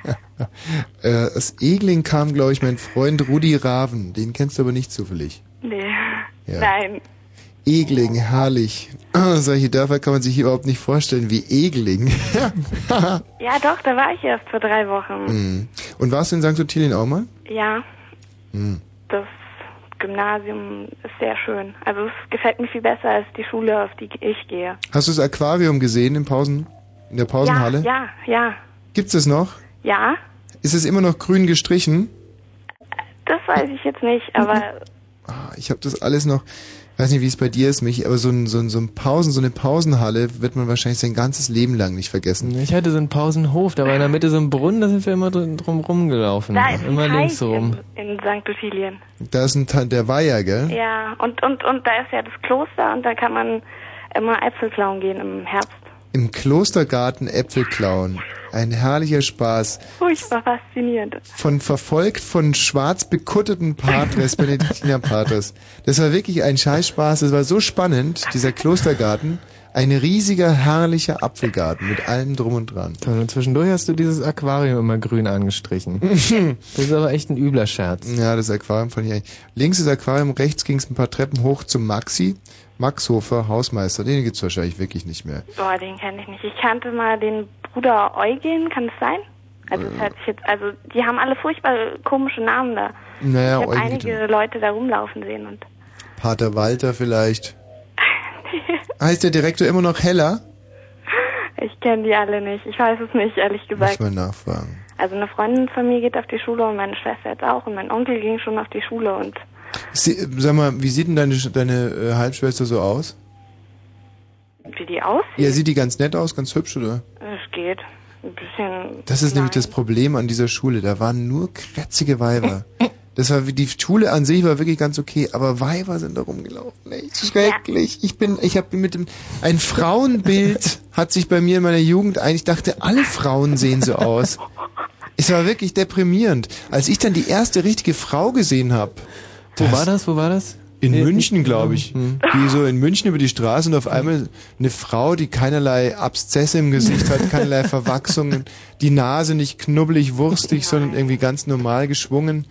B: Aus Egling kam, glaube ich, mein Freund Rudi Raven. Den kennst du aber nicht zufällig.
Q: Nee.
B: Ja.
Q: Nein.
B: Egling, herrlich. Solche Dörfer kann man sich überhaupt nicht vorstellen wie Egling.
Q: Ja, doch, da war ich erst vor 3 Wochen.
B: Und warst du in St. Ottilien auch mal?
Q: Ja. Das Gymnasium ist sehr schön. Also es gefällt mir viel besser als die Schule, auf die ich gehe.
B: Hast du das Aquarium gesehen in der Pausenhalle?
Q: Ja.
B: Gibt's es noch?
Q: Ja.
B: Ist es immer noch grün gestrichen?
Q: Das weiß ich jetzt nicht, aber...
B: Ich habe das alles noch... Ich weiß nicht, wie es bei dir ist, Michi, aber so eine Pausenhalle wird man wahrscheinlich sein ganzes Leben lang nicht vergessen.
C: Ich hatte so einen Pausenhof, da war in der Mitte so ein Brunnen, da sind wir immer drum rumgelaufen.
Q: Da ist
C: immer
Q: ein
C: links
Q: Teich
C: rum.
Q: in St. Ottilien.
B: Da ist der Weiher, gell?
Q: Ja, und da ist ja das Kloster und da kann man immer Äpfel klauen gehen im Herbst.
B: Im Klostergarten Äpfel klauen. Ein herrlicher Spaß.
Q: Furchtbar faszinierend.
B: Verfolgt von schwarz bekutteten Patres, Benediktinerpatres. Das war wirklich ein Scheißspaß. Das war so spannend, dieser Klostergarten. Ein riesiger, herrlicher Apfelgarten mit allem drum und dran.
C: Und zwischendurch hast du dieses Aquarium immer grün angestrichen. Das ist aber echt ein übler Scherz.
B: Ja, das Aquarium fand ich eigentlich. Links das Aquarium, rechts ging es ein paar Treppen hoch zum Maxi. Max Hofer, Hausmeister, den gibt's wahrscheinlich wirklich nicht mehr.
Q: Boah, den kenne ich nicht. Ich kannte mal den Bruder Eugen, kann das sein? Also, das hört sich jetzt, also die haben alle furchtbar komische Namen da.
B: Naja,
Q: ich habe einige Leute da rumlaufen sehen und.
B: Pater Walter vielleicht. Heißt der Direktor immer noch Heller?
Q: Ich kenne die alle nicht. Ich weiß es nicht, ehrlich gesagt.
B: Muss mal nachfragen.
Q: Also eine Freundin von mir geht auf die Schule und meine Schwester jetzt auch und mein Onkel ging schon auf die Schule und...
B: Sag mal, wie sieht denn deine Halbschwester so aus?
Q: Wie die aussieht?
B: Ja, sieht die ganz nett aus, ganz hübsch, oder?
Q: Es geht. Ein bisschen...
B: Das ist nämlich das Problem an dieser Schule. Da waren nur krätzige Weiber. Das war die Schule an sich war wirklich ganz okay, aber Weiber sind da rumgelaufen. Echt schrecklich. Ein Frauenbild hat sich bei mir in meiner Jugend ich dachte, alle Frauen sehen so aus. Es war wirklich deprimierend. Als ich dann die erste richtige Frau gesehen habe.
C: Wo war das?
B: In München, glaube ich. Die so in München über die Straße und auf einmal eine Frau, die keinerlei Abszesse im Gesicht hat, keinerlei Verwachsungen, die Nase nicht knubbelig, wurstig, sondern irgendwie ganz normal geschwungen.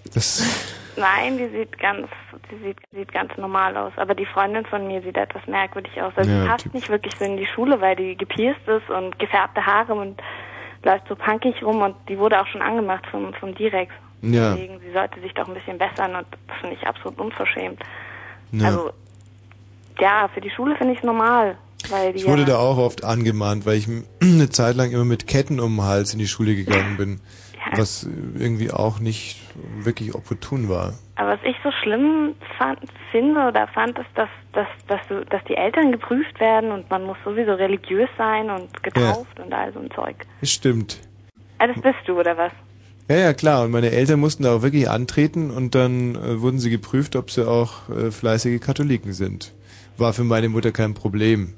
Q: Nein, die sieht ganz normal aus. Aber die Freundin von mir sieht etwas merkwürdig aus. Also sie passt nicht wirklich so in die Schule, weil die gepierst ist und gefärbte Haare und läuft so punkig rum und die wurde auch schon angemacht vom Direx.
B: Ja.
Q: Deswegen, sie sollte sich doch ein bisschen bessern und das finde ich absolut unverschämt.
B: Ja.
Q: Also, ja, für die Schule finde ich es normal. Weil
B: ich wurde da auch oft angemahnt, weil ich eine Zeit lang immer mit Ketten um den Hals in die Schule gegangen bin. Was irgendwie auch nicht wirklich opportun war.
Q: Aber was ich so schlimm fand, ist, dass die Eltern geprüft werden und man muss sowieso religiös sein und getauft und all so ein Zeug.
B: Das stimmt.
Q: Ah, das bist du, oder was?
B: Ja, klar. Und meine Eltern mussten da auch wirklich antreten und dann wurden sie geprüft, ob sie auch fleißige Katholiken sind. War für meine Mutter kein Problem.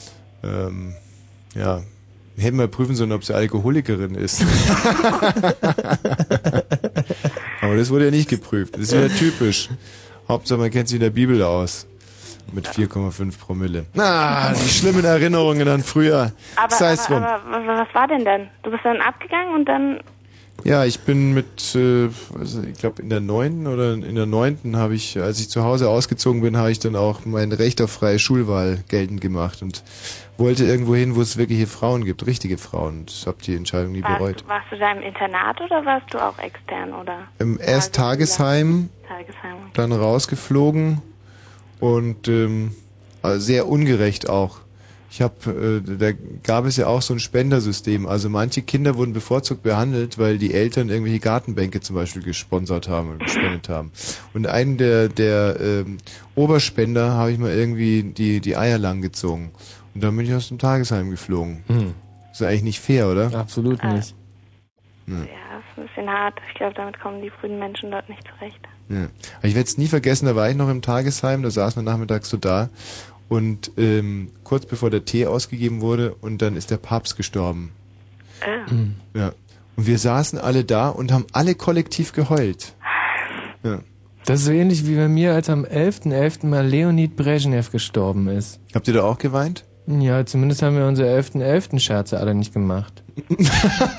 B: Ja. Wir hätten mal prüfen sollen, ob sie Alkoholikerin ist. Aber das wurde ja nicht geprüft. Das ist wieder typisch. Hauptsache, man kennt sich in der Bibel aus. Mit 4,5 Promille. Die schlimmen Erinnerungen an früher.
Q: Aber was war denn dann? Du bist dann abgegangen und dann...
B: Ja, ich bin ich glaube in der 9. oder in der 9. habe ich, als ich zu Hause ausgezogen bin, habe ich dann auch mein Recht auf freie Schulwahl geltend gemacht und wollte irgendwo hin, wo es wirkliche Frauen gibt, richtige Frauen. Und habe die Entscheidung nie bereut.
Q: Warst du da im Internat oder warst du auch extern, oder?
B: Erst Tagesheim, dann rausgeflogen und also sehr ungerecht auch. Da gab es ja auch so ein Spendersystem. Also manche Kinder wurden bevorzugt behandelt, weil die Eltern irgendwelche Gartenbänke zum Beispiel gesponsert haben und gespendet haben. Und einen der Oberspender habe ich mal irgendwie die Eier lang gezogen. Und dann bin ich aus dem Tagesheim geflogen. Ist ja eigentlich nicht fair, oder?
C: Absolut nicht.
Q: Ja, das ist ein bisschen hart. Ich glaube, damit kommen die frühen Menschen dort nicht zurecht.
B: Ja. Aber ich werde es nie vergessen, da war ich noch im Tagesheim, da saß man nachmittags so da. Und kurz bevor der Tee ausgegeben wurde und dann ist der Papst gestorben. Ja. Und wir saßen alle da und haben alle kollektiv geheult. Ja.
C: Das ist so ähnlich wie bei mir, als am 11.11. mal Leonid Brezhnev gestorben ist.
B: Habt ihr da auch geweint?
C: Ja, zumindest haben wir unsere 11.11. Scherze alle nicht gemacht.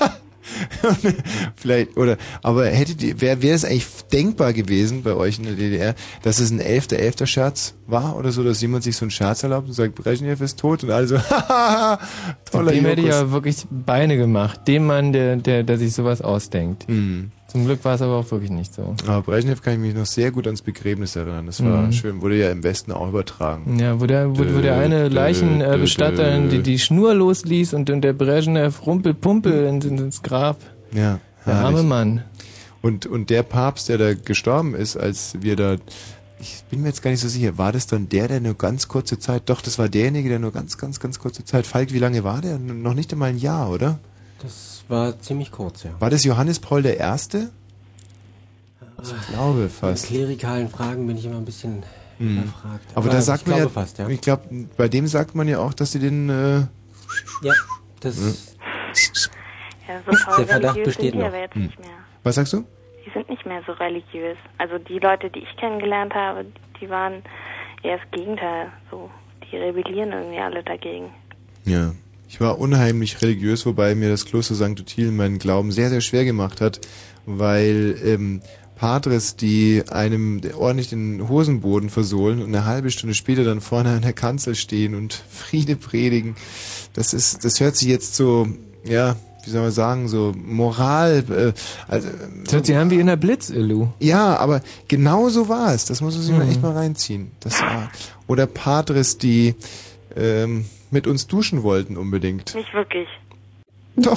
B: Vielleicht, oder, aber wäre es eigentlich denkbar gewesen bei euch in der DDR, dass es ein 11.11. Scherz war oder so, dass jemand sich so einen Scherz erlaubt und sagt, Brezhnev ist tot und alle so, hahaha, toller
C: Dem hätte ich
B: Jokus.
C: ja wirklich Beine gemacht. Dem Mann, der sich sowas ausdenkt.
B: Mhm.
C: Zum Glück war es aber auch wirklich nicht so.
B: Aber Brezhnev kann ich mich noch sehr gut ans Begräbnis erinnern. Das war schön. Wurde ja im Westen auch übertragen.
C: Ja, wo der eine Leichenbestatter die Schnur losließ und der Brezhnev Rumpelpumpel ins Grab.
B: Ja.
C: Der arme Mann.
B: Und der Papst, der da gestorben ist, als wir da, ich bin mir jetzt gar nicht so sicher, war das dann der nur ganz kurze Zeit, doch, das war derjenige, der nur ganz kurze Zeit, Falk, wie lange war der? Noch nicht einmal ein Jahr, oder?
J: Das war ziemlich kurz, ja.
B: War das Johannes Paul I.? Ich glaube fast.
J: In klerikalen Fragen bin ich immer ein bisschen überfragt.
B: Aber da sagt man ja,
J: fast, ja,
B: ich glaube, bei dem sagt man ja auch, dass sie den...
J: ja, das...
Q: Ja, so
J: der Verdacht besteht
Q: sind die
J: noch.
Q: aber jetzt nicht mehr.
B: Was sagst du?
Q: Die sind nicht mehr so religiös. Also die Leute, die ich kennengelernt habe, die waren eher das Gegenteil. So, die rebellieren irgendwie alle dagegen.
B: Ja. Ich war unheimlich religiös, wobei mir das Kloster St. Ottilien meinen Glauben sehr, sehr schwer gemacht hat, weil Patres, die einem ordentlich den Hosenboden versohlen und eine halbe Stunde später dann vorne an der Kanzel stehen und Friede predigen, das hört sich jetzt so, ja, wie soll man sagen, so Moral...
C: das hört sich an wie in der Blitz, Lou.
B: Ja, aber genau so war es. Das muss man sich mal echt mal reinziehen. Das war, oder Patres, die mit uns duschen wollten unbedingt.
Q: Nicht wirklich.
B: Doch,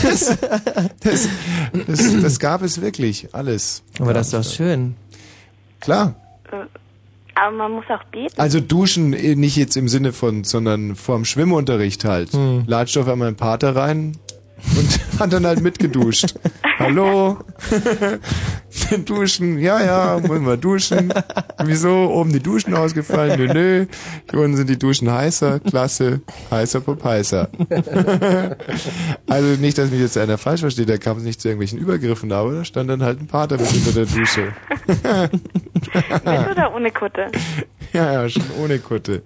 B: das gab es wirklich, alles.
C: Aber das ist doch schön.
B: Klar.
Q: Aber man muss auch beten.
B: Also duschen nicht jetzt im Sinne von, sondern vorm Schwimmunterricht halt. Latscht auf einmal ein Pater rein und hat dann halt mitgeduscht. Hallo? Duschen, ja, wollen wir duschen. Wieso? Oben die Duschen ausgefallen? Nö. Hier unten sind die Duschen heißer. Klasse. Heißer Pop heißer. Also nicht, dass mich jetzt einer falsch versteht, da kam es nicht zu irgendwelchen Übergriffen, aber da stand dann halt ein Pater mit unter der Dusche.
Q: Mit oder ohne Kutte?
B: Ja, schon ohne Kutte.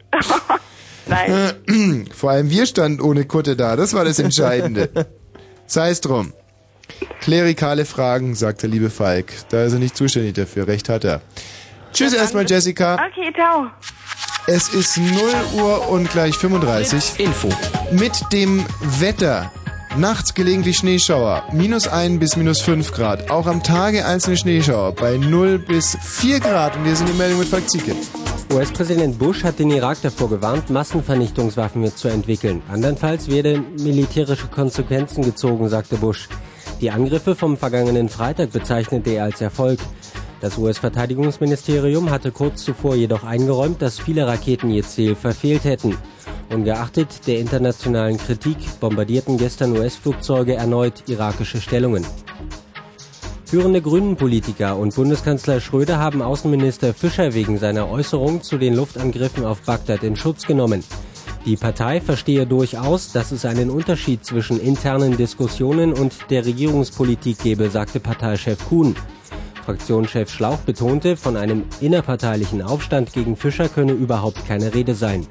Q: Nein.
B: Vor allem wir standen ohne Kutte da, das war das Entscheidende. Sei es drum. Klerikale Fragen, sagt der liebe Falk. Da ist er nicht zuständig dafür, recht hat er. Tschüss erstmal, Jessica.
Q: Okay, ciao.
B: Es ist 0 Uhr und gleich 35.
F: Info.
B: Mit dem Wetter. Nachts gelegentlich Schneeschauer. -1 bis -5 Grad. Auch am Tage einzelne Schneeschauer. Bei 0 bis 4 Grad. Und wir sind die Meldung mit Falk Zieke.
J: US-Präsident Bush hat den Irak davor gewarnt, Massenvernichtungswaffen zu entwickeln. Andernfalls werden militärische Konsequenzen gezogen, sagte Bush. Die Angriffe vom vergangenen Freitag bezeichnete er als Erfolg. Das US-Verteidigungsministerium hatte kurz zuvor jedoch eingeräumt, dass viele Raketen ihr Ziel verfehlt hätten. Ungeachtet der internationalen Kritik bombardierten gestern US-Flugzeuge erneut irakische Stellungen. Führende Grünen-Politiker und Bundeskanzler Schröder haben Außenminister Fischer wegen seiner Äußerung zu den Luftangriffen auf Bagdad in Schutz genommen. Die Partei verstehe durchaus, dass es einen Unterschied zwischen internen Diskussionen und der Regierungspolitik gebe, sagte Parteichef Kuhn. Fraktionschef Schlauch betonte, von einem innerparteilichen Aufstand gegen Fischer könne überhaupt keine Rede sein.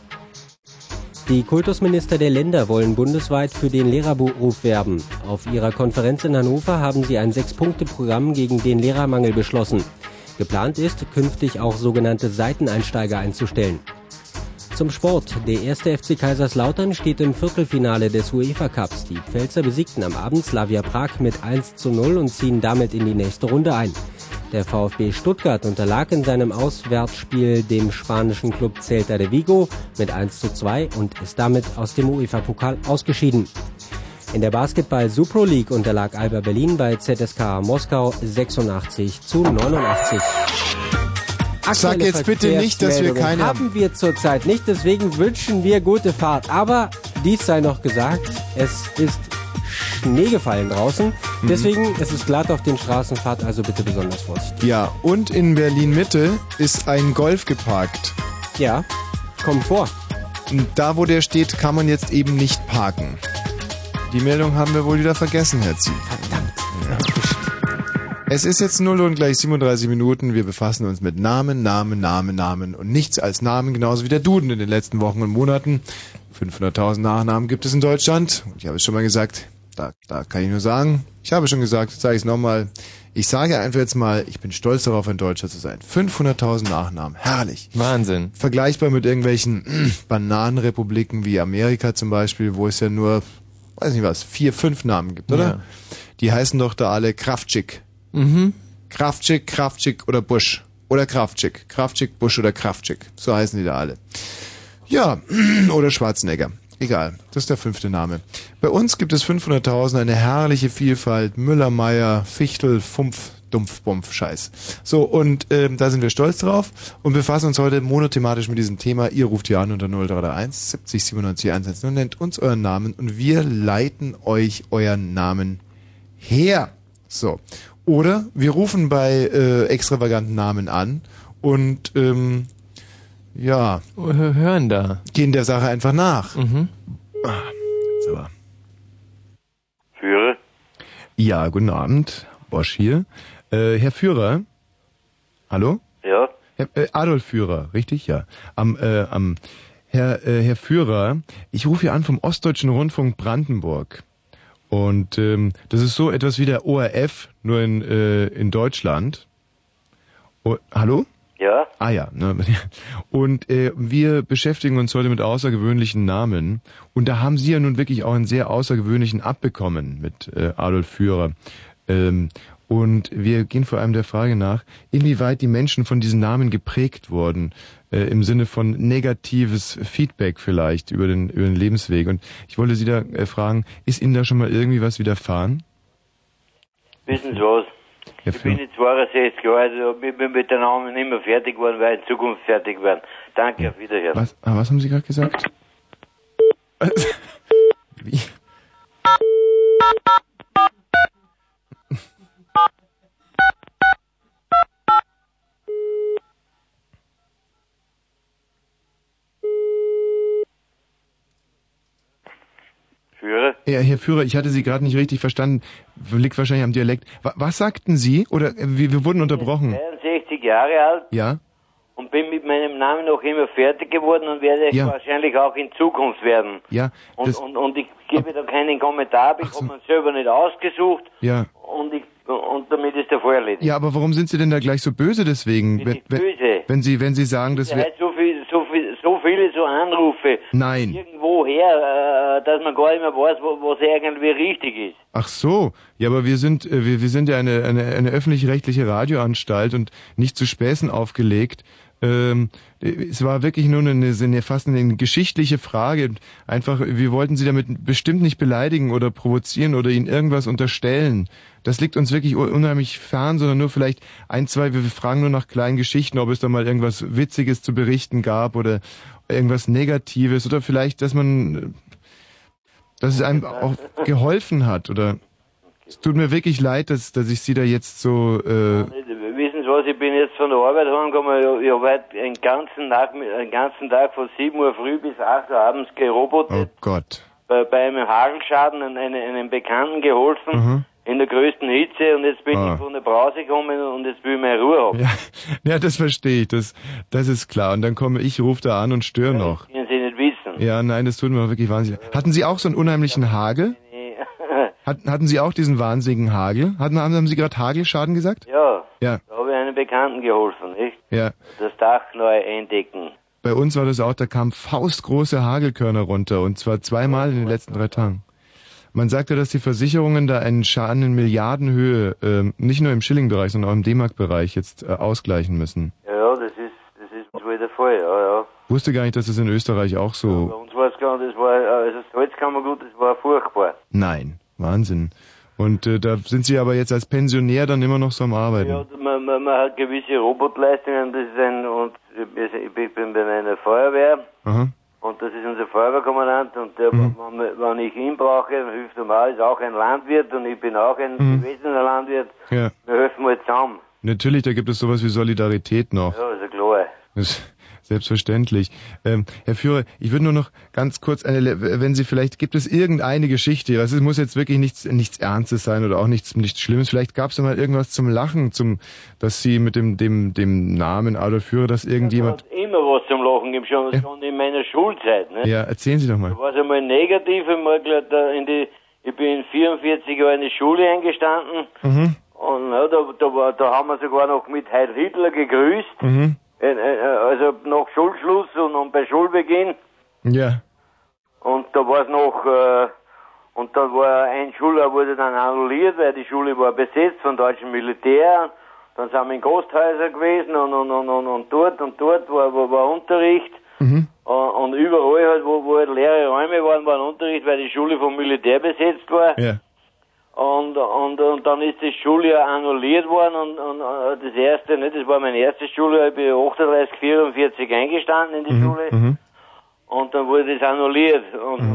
J: Die Kultusminister der Länder wollen bundesweit für den Lehrerberuf werben. Auf ihrer Konferenz in Hannover haben sie ein 6-Punkte-Programm gegen den Lehrermangel beschlossen. Geplant ist, künftig auch sogenannte Seiteneinsteiger einzustellen. Zum Sport. Der 1. FC Kaiserslautern steht im Viertelfinale des UEFA Cups. Die Pfälzer besiegten am Abend Slavia Prag mit 1:0 und ziehen damit in die nächste Runde ein. Der VfB Stuttgart unterlag in seinem Auswärtsspiel dem spanischen Club Celta de Vigo mit 1:2 und ist damit aus dem UEFA-Pokal ausgeschieden. In der Basketball-Supro League unterlag Alba Berlin bei ZSKA Moskau 86:89.
B: Sag jetzt bitte nicht, dass wir keine
J: haben wir zurzeit nicht, deswegen wünschen wir gute Fahrt. Aber dies sei noch gesagt, es ist Schnee gefallen draußen, deswegen ist es glatt auf den Straßen, fahrt also bitte besonders vorsichtig.
B: Ja, und in Berlin-Mitte ist ein Golf geparkt.
J: Ja, kommt vor.
B: Und da, wo der steht, kann man jetzt eben nicht parken. Die Meldung haben wir wohl wieder vergessen, Herr Ziel.
J: Verdammt.
B: Ja. Es ist jetzt 0 und gleich 37 Minuten. Wir befassen uns mit Namen und nichts als Namen, genauso wie der Duden in den letzten Wochen und Monaten. 500.000 Nachnamen gibt es in Deutschland. Und ich habe es schon mal gesagt, da kann ich nur sagen, ich habe schon gesagt, jetzt sage ich es nochmal, ich sage einfach jetzt mal, ich bin stolz darauf, ein Deutscher zu sein. 500.000 Nachnamen, herrlich.
C: Wahnsinn.
B: Vergleichbar mit irgendwelchen Bananenrepubliken wie Amerika zum Beispiel, wo es ja nur, weiß nicht was, 4, 5 Namen gibt, oder? Ja. Die heißen doch da alle Kraftschick.
C: Mhm.
B: Kraftschick oder Bush. Oder Kraftschick, Bush oder Kraftschick. So heißen die da alle. Ja, oder Schwarzenegger. Egal, das ist der 5. Name. Bei uns gibt es 500.000, eine herrliche Vielfalt. Müller, Meier, Fichtel, Fumpf, Dumpf, Bumpf, Scheiß. So, und da sind wir stolz drauf und befassen uns heute monothematisch mit diesem Thema. Ihr ruft hier an unter 0331 70 97 110, nennt uns euren Namen und wir leiten euch euren Namen her. So. Oder wir rufen bei extravaganten Namen an und
C: hören da.
B: Gehen der Sache einfach nach.
C: Mhm.
B: Jetzt aber.
G: Führer?
B: Ja, guten Abend. Bosch hier. Herr Führer? Hallo?
G: Ja?
B: Adolf Führer, richtig? Ja. Herr Führer, ich rufe hier an vom Ostdeutschen Rundfunk Brandenburg. Und das ist so etwas wie der ORF, nur in Deutschland. Oh, hallo?
G: Ja?
B: Ah ja. Ne? Und wir beschäftigen uns heute mit außergewöhnlichen Namen. Und da haben Sie ja nun wirklich auch einen sehr außergewöhnlichen abbekommen mit Adolf Führer. Und wir gehen vor allem der Frage nach, inwieweit die Menschen von diesen Namen geprägt wurden, im Sinne von negatives Feedback vielleicht über den Lebensweg. Und ich wollte Sie da fragen, ist Ihnen da schon mal irgendwie was widerfahren?
G: Wissen Sie was? Ich bin jetzt 62 Jahre, also ich bin mit den Namen nicht mehr fertig geworden, weil in Zukunft fertig werden. Danke, auf Wiederhören.
B: Was haben Sie gerade gesagt? Wie?
G: Führer?
B: Ja, Herr Führer, ich hatte Sie gerade nicht richtig verstanden. Liegt wahrscheinlich am Dialekt. Was sagten Sie? Oder wir wurden unterbrochen?
G: Ich bin 62 Jahre alt.
B: Ja.
G: Und bin mit meinem Namen noch immer fertig geworden und werde es wahrscheinlich auch in Zukunft werden.
B: Ja.
G: Und ich gebe da keinen Kommentar, ich habe mir selber nicht ausgesucht.
B: Ja.
G: Und damit ist der Fall erledigt.
B: Ja, aber warum sind Sie denn da gleich so böse deswegen?
G: Böse.
B: Wenn Sie sagen, dass wir...
G: So viele so Anrufe.
B: Nein.
G: Irgendwoher, dass man gar nicht mehr weiß, was irgendwie richtig ist.
B: Ach so. Ja, aber wir sind ja eine öffentlich-rechtliche Radioanstalt und nicht zu Späßen aufgelegt. Es war wirklich nur fast eine geschichtliche Frage. Einfach, wir wollten Sie damit bestimmt nicht beleidigen oder provozieren oder Ihnen irgendwas unterstellen. Das liegt uns wirklich unheimlich fern, sondern nur vielleicht wir fragen nur nach kleinen Geschichten, ob es da mal irgendwas Witziges zu berichten gab oder irgendwas Negatives oder vielleicht, dass es einem auch geholfen hat oder es tut mir wirklich leid, dass ich Sie da jetzt so...
G: Wissen Sie was, ich bin jetzt von der Arbeit heimgekommen, ich habe heute einen ganzen Tag von 7 Uhr früh bis 8 Uhr abends gerobotet.
B: Oh Gott.
G: Bei einem Hagelschaden einem Bekannten geholfen.
B: Mhm.
G: In der größten Hitze und jetzt bin ich von der Brause gekommen und jetzt will ich mehr Ruhe haben.
B: Ja, das verstehe ich, das ist klar. Und dann rufe da an und störe noch.
G: Das können Sie nicht wissen.
B: Ja, nein, das tut mir wirklich wahnsinnig. Hatten Sie auch so einen unheimlichen Hagel?
G: Nee.
B: Hatten Sie auch diesen wahnsinnigen Hagel? Haben Sie gerade Hagelschaden gesagt?
G: Ja.
B: Ja.
G: Da habe ich einem Bekannten geholfen, nicht?
B: Ja.
G: Das Dach neu eindecken.
B: Bei uns war das auch, da kamen faustgroße Hagelkörner runter und zwar 2-mal in den letzten 3 Tagen. Man sagte, dass die Versicherungen da einen Schaden in Milliardenhöhe, nicht nur im Schillingbereich, sondern auch im D-Mark-Bereich jetzt ausgleichen müssen.
G: Ja, das ist wohl der Fall, ja.
B: Wusste gar nicht, dass es in Österreich auch so...
G: Ja, bei uns war es gar nicht, das Salzkammergut, das war furchtbar.
B: Nein, Wahnsinn. Und da sind Sie aber jetzt als Pensionär dann immer noch so am Arbeiten.
G: Ja, man hat gewisse Robotleistungen, ich bin bei einer Feuerwehr.
B: Aha.
G: Und das ist unser Feuerwehrkommandant und wenn ich ihn brauche, dann hilft er mir, ist auch ein Landwirt und ich bin auch ein gewesener Landwirt.
B: Ja.
G: Wir helfen mal zusammen.
B: Natürlich, da gibt es sowas wie Solidarität noch.
G: Ja, ist ja klar.
B: Das ist selbstverständlich. Herr Führer, ich würde nur noch ganz kurz wenn Sie vielleicht, gibt es irgendeine Geschichte, es muss jetzt wirklich nichts Ernstes sein oder auch nichts Schlimmes, vielleicht gab es ja mal irgendwas zum Lachen, dass Sie mit dem Namen Adolf Führer, dass irgendjemand...
G: Es hat immer was zum Lachen gegeben, schon in meiner Schulzeit. Ne?
B: Ja, erzählen Sie doch mal.
G: Da war es einmal negativ, einmal in Ich bin 44 Jahre in die Schule eingestanden.
A: Mhm.
G: Und ja, da haben wir sogar noch mit Heil Hitler gegrüßt.
A: Mhm.
G: Also nach Schulschluss und bei Schulbeginn.
A: Ja.
G: Und da war es noch, und dann war ein Schuljahr wurde dann annulliert, weil die Schule war besetzt von deutschem Militär. Dann sind wir in Gasthäusern gewesen und dort war Unterricht.
A: Mhm.
G: Und überall halt, wo halt leere Räume waren, war Unterricht, weil die Schule vom Militär besetzt war.
A: Ja.
G: Und dann ist das Schuljahr annulliert worden und das erste, ne, das war mein erstes Schuljahr, ich bin 38, 44 eingestanden in die Schule.
A: Mhm.
G: Und dann wurde das annulliert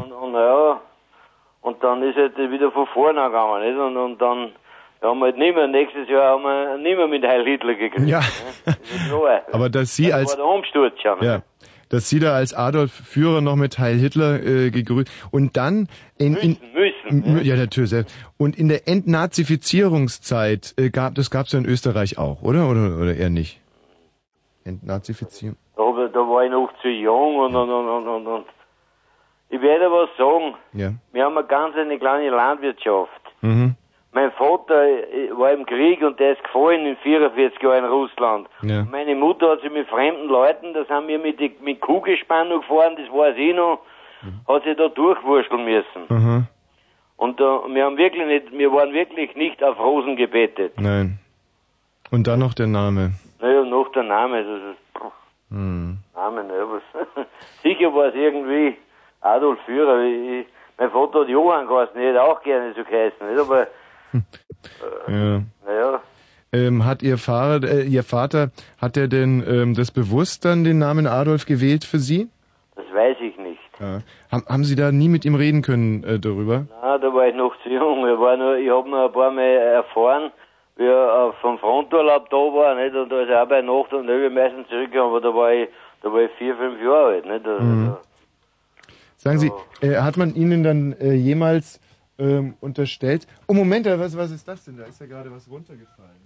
G: und dann ist halt wieder von vorne gegangen, nicht? Und dann haben wir halt nicht mehr, nächstes Jahr haben wir nicht mehr mit Heil Hitler gekriegt.
A: Ja.
G: Ne? Das ist klar.
A: Aber dass Sie
G: das
A: als...
G: war der Umsturz schon.
A: Ja. Dass Sie da als Adolf Führer noch mit Heil Hitler gegrüßt und dann
G: müssen.
A: Ja, natürlich. Und in der Entnazifizierungszeit gab's ja in Österreich auch, oder eher nicht? Entnazifizierung.
G: Da war ich noch zu jung und ich werde was sagen.
A: Ja.
G: Wir haben eine kleine Landwirtschaft.
A: Mhm.
G: Mein Vater war im Krieg und der ist gefallen in 44 Jahren in Russland.
A: Ja.
G: Meine Mutter hat sich mit fremden Leuten, das haben wir mit Kuhgespann noch gefahren, das weiß ich noch, hat sich da durchwurschteln müssen.
A: Mhm.
G: Und wir waren wirklich nicht auf Rosen gebettet.
A: Nein. Und dann noch der Name.
G: Naja, noch der Name, das ist, Name, ne, was. Sicher war es irgendwie Adolf Führer. Mein Vater hat Johann geheißen, ich hätte auch gerne so geheißen, nicht? Aber,
A: ja.
G: Naja.
A: Hat Ihr Vater, hat er denn das bewusst dann den Namen Adolf gewählt für Sie?
G: Das weiß ich nicht.
A: Ja. Haben Sie da nie mit ihm reden können darüber?
G: Nein, da war ich noch zu jung. Ich habe noch ein paar Mal erfahren, wie er vom Fronturlaub da war, nicht? Und da ist er auch bei Nacht und wir meistens zurückgekommen, aber da war ich 4, 5 Jahre alt, nicht?
A: Sagen Sie, hat man Ihnen dann jemals unterstellt... Oh, Moment, was ist das denn? Da ist ja gerade was runtergefallen.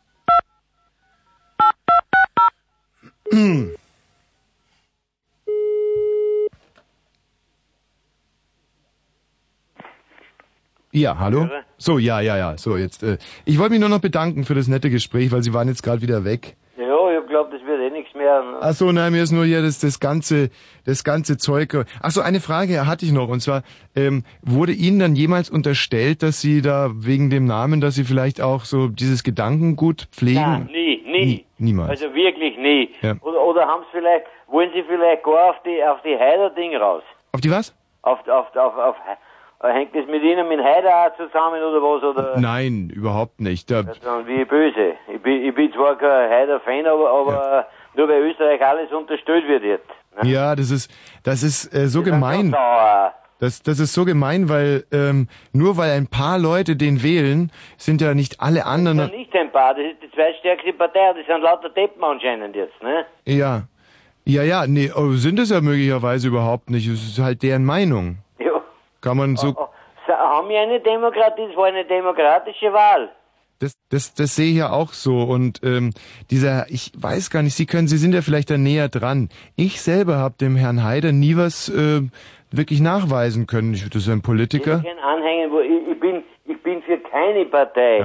A: Ja, hallo? So, ja. So, jetzt. Ich wollte mich nur noch bedanken für das nette Gespräch, weil Sie waren jetzt gerade wieder weg.
G: Ja, ich glaube, das wird nichts mehr.
A: Ach so, nein, mir ist nur hier das ganze Zeug. Ach so, eine Frage hatte ich noch, und zwar, wurde Ihnen dann jemals unterstellt, dass Sie da wegen dem Namen, dass Sie vielleicht auch so dieses Gedankengut pflegen?
G: Nein, nie.
A: Niemals.
G: Also wirklich nie.
A: Ja.
G: Oder wollen Sie vielleicht gar auf die Heider-Ding raus?
A: Auf die was?
G: Hängt das mit Ihnen mit Heider auch zusammen oder was? Oder?
A: Nein, überhaupt nicht.
G: Dann wie böse. Ich bin zwar kein Heider-Fan, aber nur weil Österreich alles unterstellt wird jetzt. Ne?
A: Ja, das ist so gemein. Das ist so gemein, weil nur weil ein paar Leute den wählen, sind ja nicht alle anderen...
G: Das ist ja nicht ein paar, das ist die zweitstärkste Partei, das sind lauter Deppen anscheinend jetzt, ne?
A: Ja. Ja, nee, sind es ja möglicherweise überhaupt nicht. Es ist halt deren Meinung.
G: Ja.
A: Kann man so...
G: Haben wir eine Demokratie? Das war eine demokratische Wahl.
A: Das sehe ich ja auch so. Und ich weiß gar nicht, Sie sind ja vielleicht da näher dran. Ich selber habe dem Herrn Haider nie was wirklich nachweisen können. Das ist ein Politiker.
G: Ich bin kein Anhänger, ich bin für keine Partei.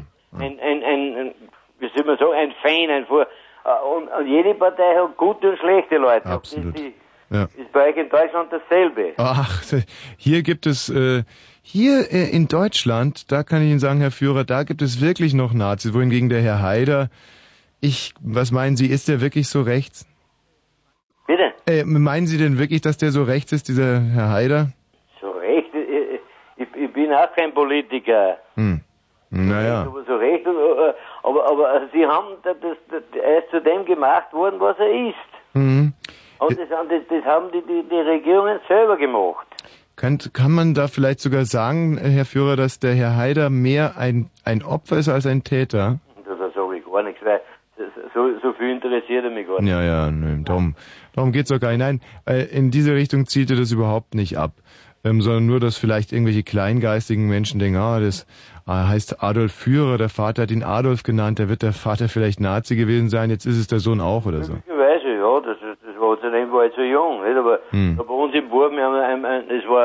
G: Wie soll man sagen, ein Fan, und jede Partei hat gute und schlechte Leute.
A: Absolut.
G: Ist bei euch in Deutschland dasselbe.
A: Ach, hier gibt es, in Deutschland, da kann ich Ihnen sagen, Herr Führer, da gibt es wirklich noch Nazis, wohingegen der Herr Haider, was meinen Sie, ist der wirklich so rechts?
G: Bitte?
A: Meinen Sie denn wirklich, dass der so rechts ist, dieser Herr Haider?
G: So rechts? Ich bin auch kein Politiker.
A: Naja.
G: Aber so recht, aber Sie haben, er ist zu dem gemacht worden, was er ist.
A: Mhm.
G: Und das haben die Regierungen selber gemacht.
A: Kann man da vielleicht sogar sagen, Herr Führer, dass der Herr Haider mehr ein Opfer ist als ein Täter?
G: Da sage ich gar nichts, weil so viel interessiert er mich gar nicht.
A: Ja, nö, darum geht's doch gar nicht. Nein, in diese Richtung zielte das überhaupt nicht ab. Sondern nur, dass vielleicht irgendwelche kleingeistigen Menschen denken, das heißt Adolf Führer, der Vater hat ihn Adolf genannt, da wird der Vater vielleicht Nazi gewesen sein, jetzt ist es der Sohn auch oder so.
G: Möglicherweise, ja, das war zudem war ich zu jung, nicht? Aber bei uns im Buben, das war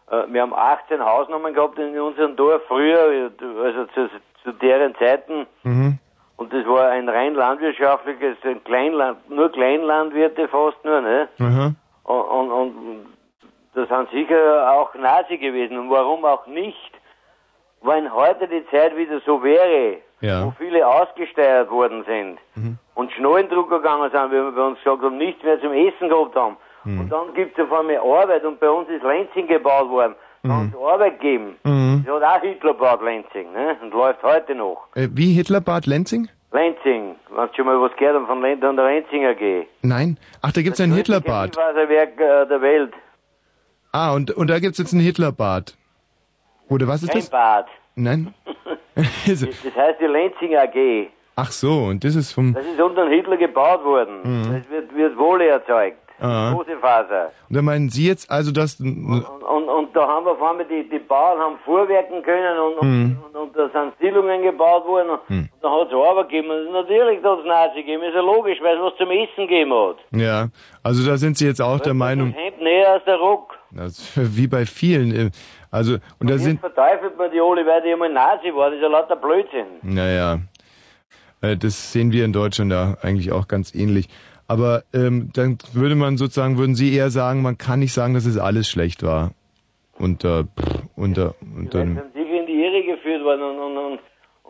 G: Wir haben 18 Hausnummern gehabt in unserem Dorf früher, also zu deren Zeiten.
A: Mhm.
G: Und das war ein rein landwirtschaftliches, ein Kleinland, nur Kleinlandwirte fast nur, ne?
A: Mhm.
G: Und das sind sicher auch Nazi gewesen. Und warum auch nicht? Wenn heute die Zeit wieder so wäre, wo viele ausgesteuert worden sind und Schnallendrucker gegangen sind, wie wir bei uns gesagt haben, nichts mehr zum Essen gehabt haben. Und dann gibt es auf einmal Arbeit und bei uns ist Lenzing gebaut worden. Kann es Arbeit geben. Das hat auch Hitler gebaut, Lenzing, ne? Und läuft heute noch.
A: Wie Hitler bat Lenzing?
G: Lenzing. Hast du schon mal was gehört haben von der Lenzinger AG?
A: Nein. Ach, da gibt's ein Hitlerbad.
G: Das Werk der Welt.
A: Ah, und da gibt's jetzt ein Hitlerbad. Oder was ist das?
G: Kein Bad.
A: Nein.
G: Das heißt die Lenzinger AG.
A: Ach so, und das ist vom...
G: Das ist unter Hitler gebaut worden. Das wird Wolle erzeugt. Große Faser.
A: Und da meinen Sie jetzt also, dass...
G: Und da haben wir vor allem die Bauern haben vorwerken können und da sind Siedlungen gebaut worden und da hat es Arbeit gegeben. Und natürlich hat es Nazi gegeben, ist ja logisch, weil es was zum Essen gegeben hat.
A: Ja, also da sind Sie jetzt auch der Meinung...
G: Das Hemd näher als der Rock.
A: Das, wie bei vielen. Also, und da sind...
G: verteufelt man die alle, weil die einmal Nazi war, das ist ja lauter Blödsinn.
A: Naja, das sehen wir in Deutschland ja eigentlich auch ganz ähnlich. Aber dann würde man sozusagen, würden Sie eher sagen, man kann nicht sagen, dass es alles schlecht war. Und dann...
G: sind sicher in die Irre geführt worden und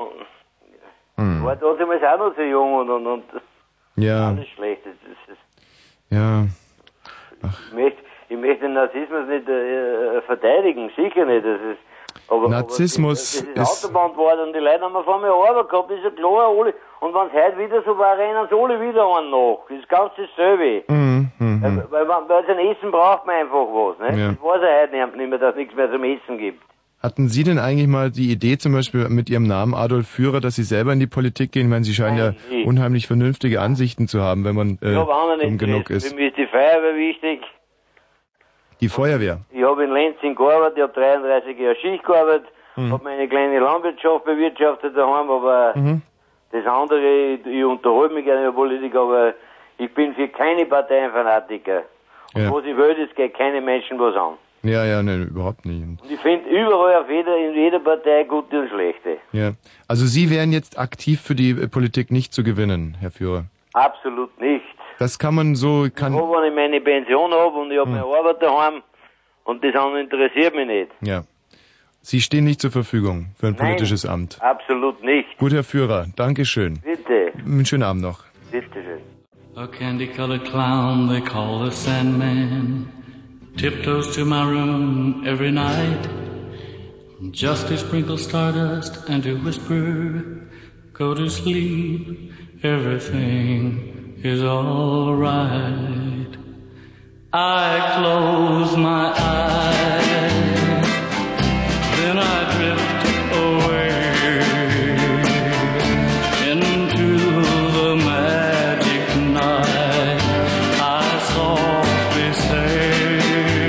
G: war damals auch noch so jung und
A: ja.
G: Alles schlecht. Das ist,
A: ja.
G: Ich möchte den Narzissmus nicht verteidigen, sicher nicht. Das ist, aber
A: Narzissmus
G: das ist Autobahn geworden und die Leute haben auf einmal Arbeit gehabt, das ist ja klar, alle. Und wenn es heute wieder so war, rennen sie alle wieder an nach. Das ist ganz dasselbe. Weil zum Essen braucht man einfach was. Ne?
A: Ja.
G: Das weiß ja heute nicht mehr, dass es nichts mehr zum Essen gibt.
A: Hatten Sie denn eigentlich mal die Idee, zum Beispiel mit Ihrem Namen Adolf Führer, dass Sie selber in die Politik gehen? Ich meine, Sie scheinen ja unheimlich vernünftige Ansichten zu haben, wenn man dumm genug ist.
G: Für mich ist die Feuerwehr wichtig.
A: Die Feuerwehr?
G: Ich habe in Lenzing gearbeitet, ich habe 33 Jahre Schicht gearbeitet, habe meine kleine Landwirtschaft bewirtschaftet daheim, aber das andere, ich unterhalte mich gerne über Politik, aber ich bin für keine Partei ein Fanatiker. Und was ich will, das geht keine Menschen was an.
A: Ja, nein, überhaupt nicht.
G: Und ich finde überall in jeder Partei gute und schlechte.
A: Ja, also Sie wären jetzt aktiv für die Politik nicht zu gewinnen, Herr Führer?
G: Absolut nicht.
A: Das kann man so...
G: Wenn ich meine Pension habe und ich habe meine Arbeit daheim und das andere interessiert mich nicht.
A: Ja. Sie stehen nicht zur Verfügung für ein politisches Amt?
G: Absolut nicht.
A: Gut, Herr Führer, Dankeschön.
G: Bitte.
A: Einen schönen Abend noch.
G: Bitteschön.
H: A candy-colored clown they call the Sandman tiptoes to my room every night just to sprinkle stardust and to whisper, go to sleep, everything is all right. I close my eyes, then I drift away into the magic night. I softly say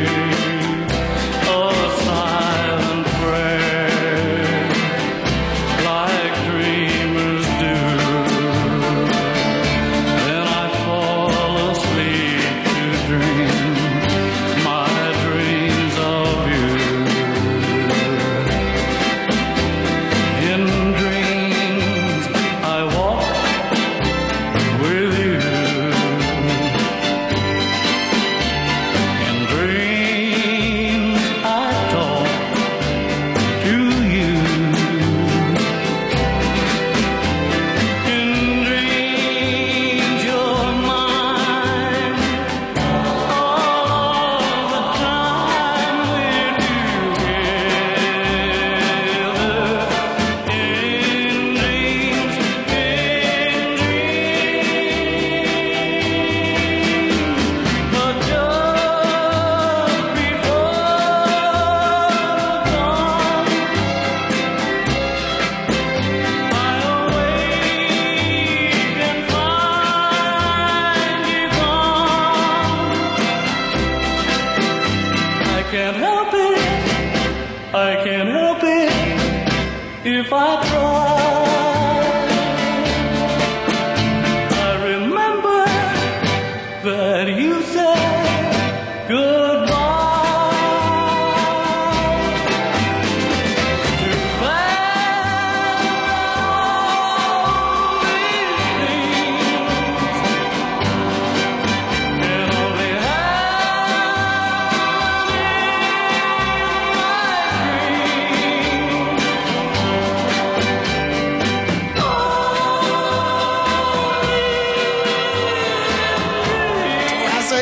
H: a silent prayer like dreamers do. Then I fall asleep to dream my dreams are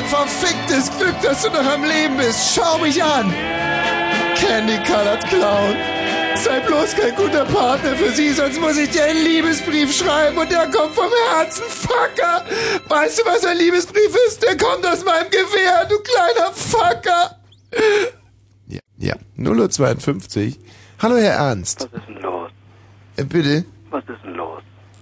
A: verficktes Glück, dass du noch am Leben bist. Schau mich an. Candy Colored Clown. Sei bloß kein guter Partner für sie, sonst muss ich dir einen Liebesbrief schreiben und der kommt vom Herzen, Fucker. Weißt du, was ein Liebesbrief ist? Der kommt aus meinem Gewehr, du kleiner Fucker. Ja. 0:52 Uhr. Hallo, Herr Ernst.
I: Was ist denn los?
A: Bitte?
I: Was ist denn los?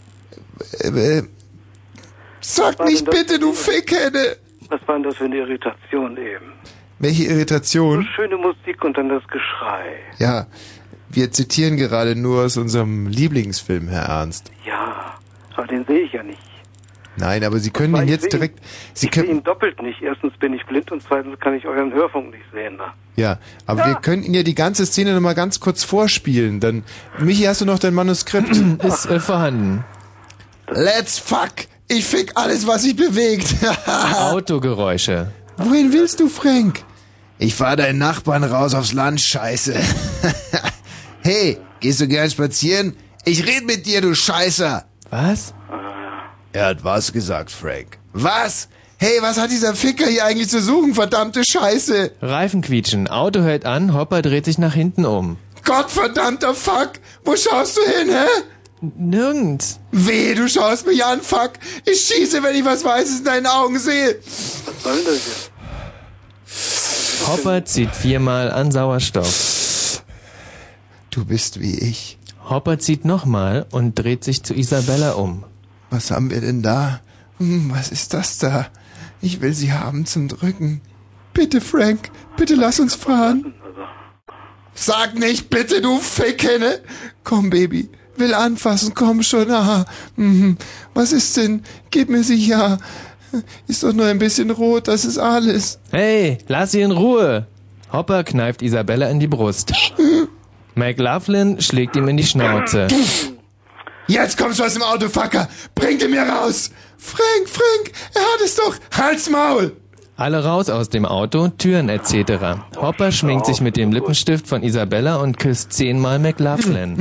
A: Sag nicht bitte, du Fickhenne.
I: Was war denn das für eine Irritation eben?
A: Welche Irritation?
I: So schöne Musik und dann das Geschrei.
A: Ja, wir zitieren gerade nur aus unserem Lieblingsfilm, Herr Ernst.
I: Ja, aber den sehe ich ja nicht.
A: Nein, aber Sie können ihn jetzt direkt...
I: Ich sehe ihn doppelt nicht. Erstens bin ich blind und zweitens kann ich euren Hörfunk nicht sehen. Da.
A: Ja, aber wir könnten ja die ganze Szene nochmal ganz kurz vorspielen. Dann, Michi, hast du noch dein Manuskript?
C: Ist vorhanden.
A: Let's fuck! Ich fick alles, was sich bewegt.
C: Autogeräusche.
A: Wohin willst du, Frank? Ich fahr deinen Nachbarn raus aufs Land, Scheiße. Hey, gehst du gern spazieren? Ich red mit dir, du Scheißer.
C: Was?
A: Er hat was gesagt, Frank. Was? Hey, was hat dieser Ficker hier eigentlich zu suchen, verdammte Scheiße?
C: Reifen quietschen, Auto hält an, Hopper dreht sich nach hinten um.
A: Gottverdammter Fuck! Wo schaust du hin, hä?
C: Nirgends.
A: Weh, du schaust mich an, Fuck! Ich schieße, wenn ich was Weißes in deinen Augen sehe.
I: Was soll denn das hier?
C: Hopper zieht 4-mal an Sauerstoff.
A: Du bist wie ich.
C: Hopper zieht nochmal und dreht sich zu Isabella um.
A: Was haben wir denn da? Was ist das da? Ich will sie haben zum Drücken. Bitte, Frank, bitte lass uns fahren. Sag nicht bitte, du Fickhenne. Komm, Baby, will anfassen, komm schon. Aha. Was ist denn? Gib mir sie ja. Ist doch nur ein bisschen rot, das ist alles.
C: Hey, lass sie in Ruhe. Hopper kneift Isabella in die Brust. McLaughlin schlägt ihm in die Schnauze.
A: Jetzt kommst du aus dem Auto, Fucker! Bring ihn mir raus! Frank, er hat es doch! Halt's Maul!
C: Alle raus aus dem Auto, Türen etc. Hopper schminkt sich mit dem Lippenstift von Isabella und küsst 10-mal McLaughlin.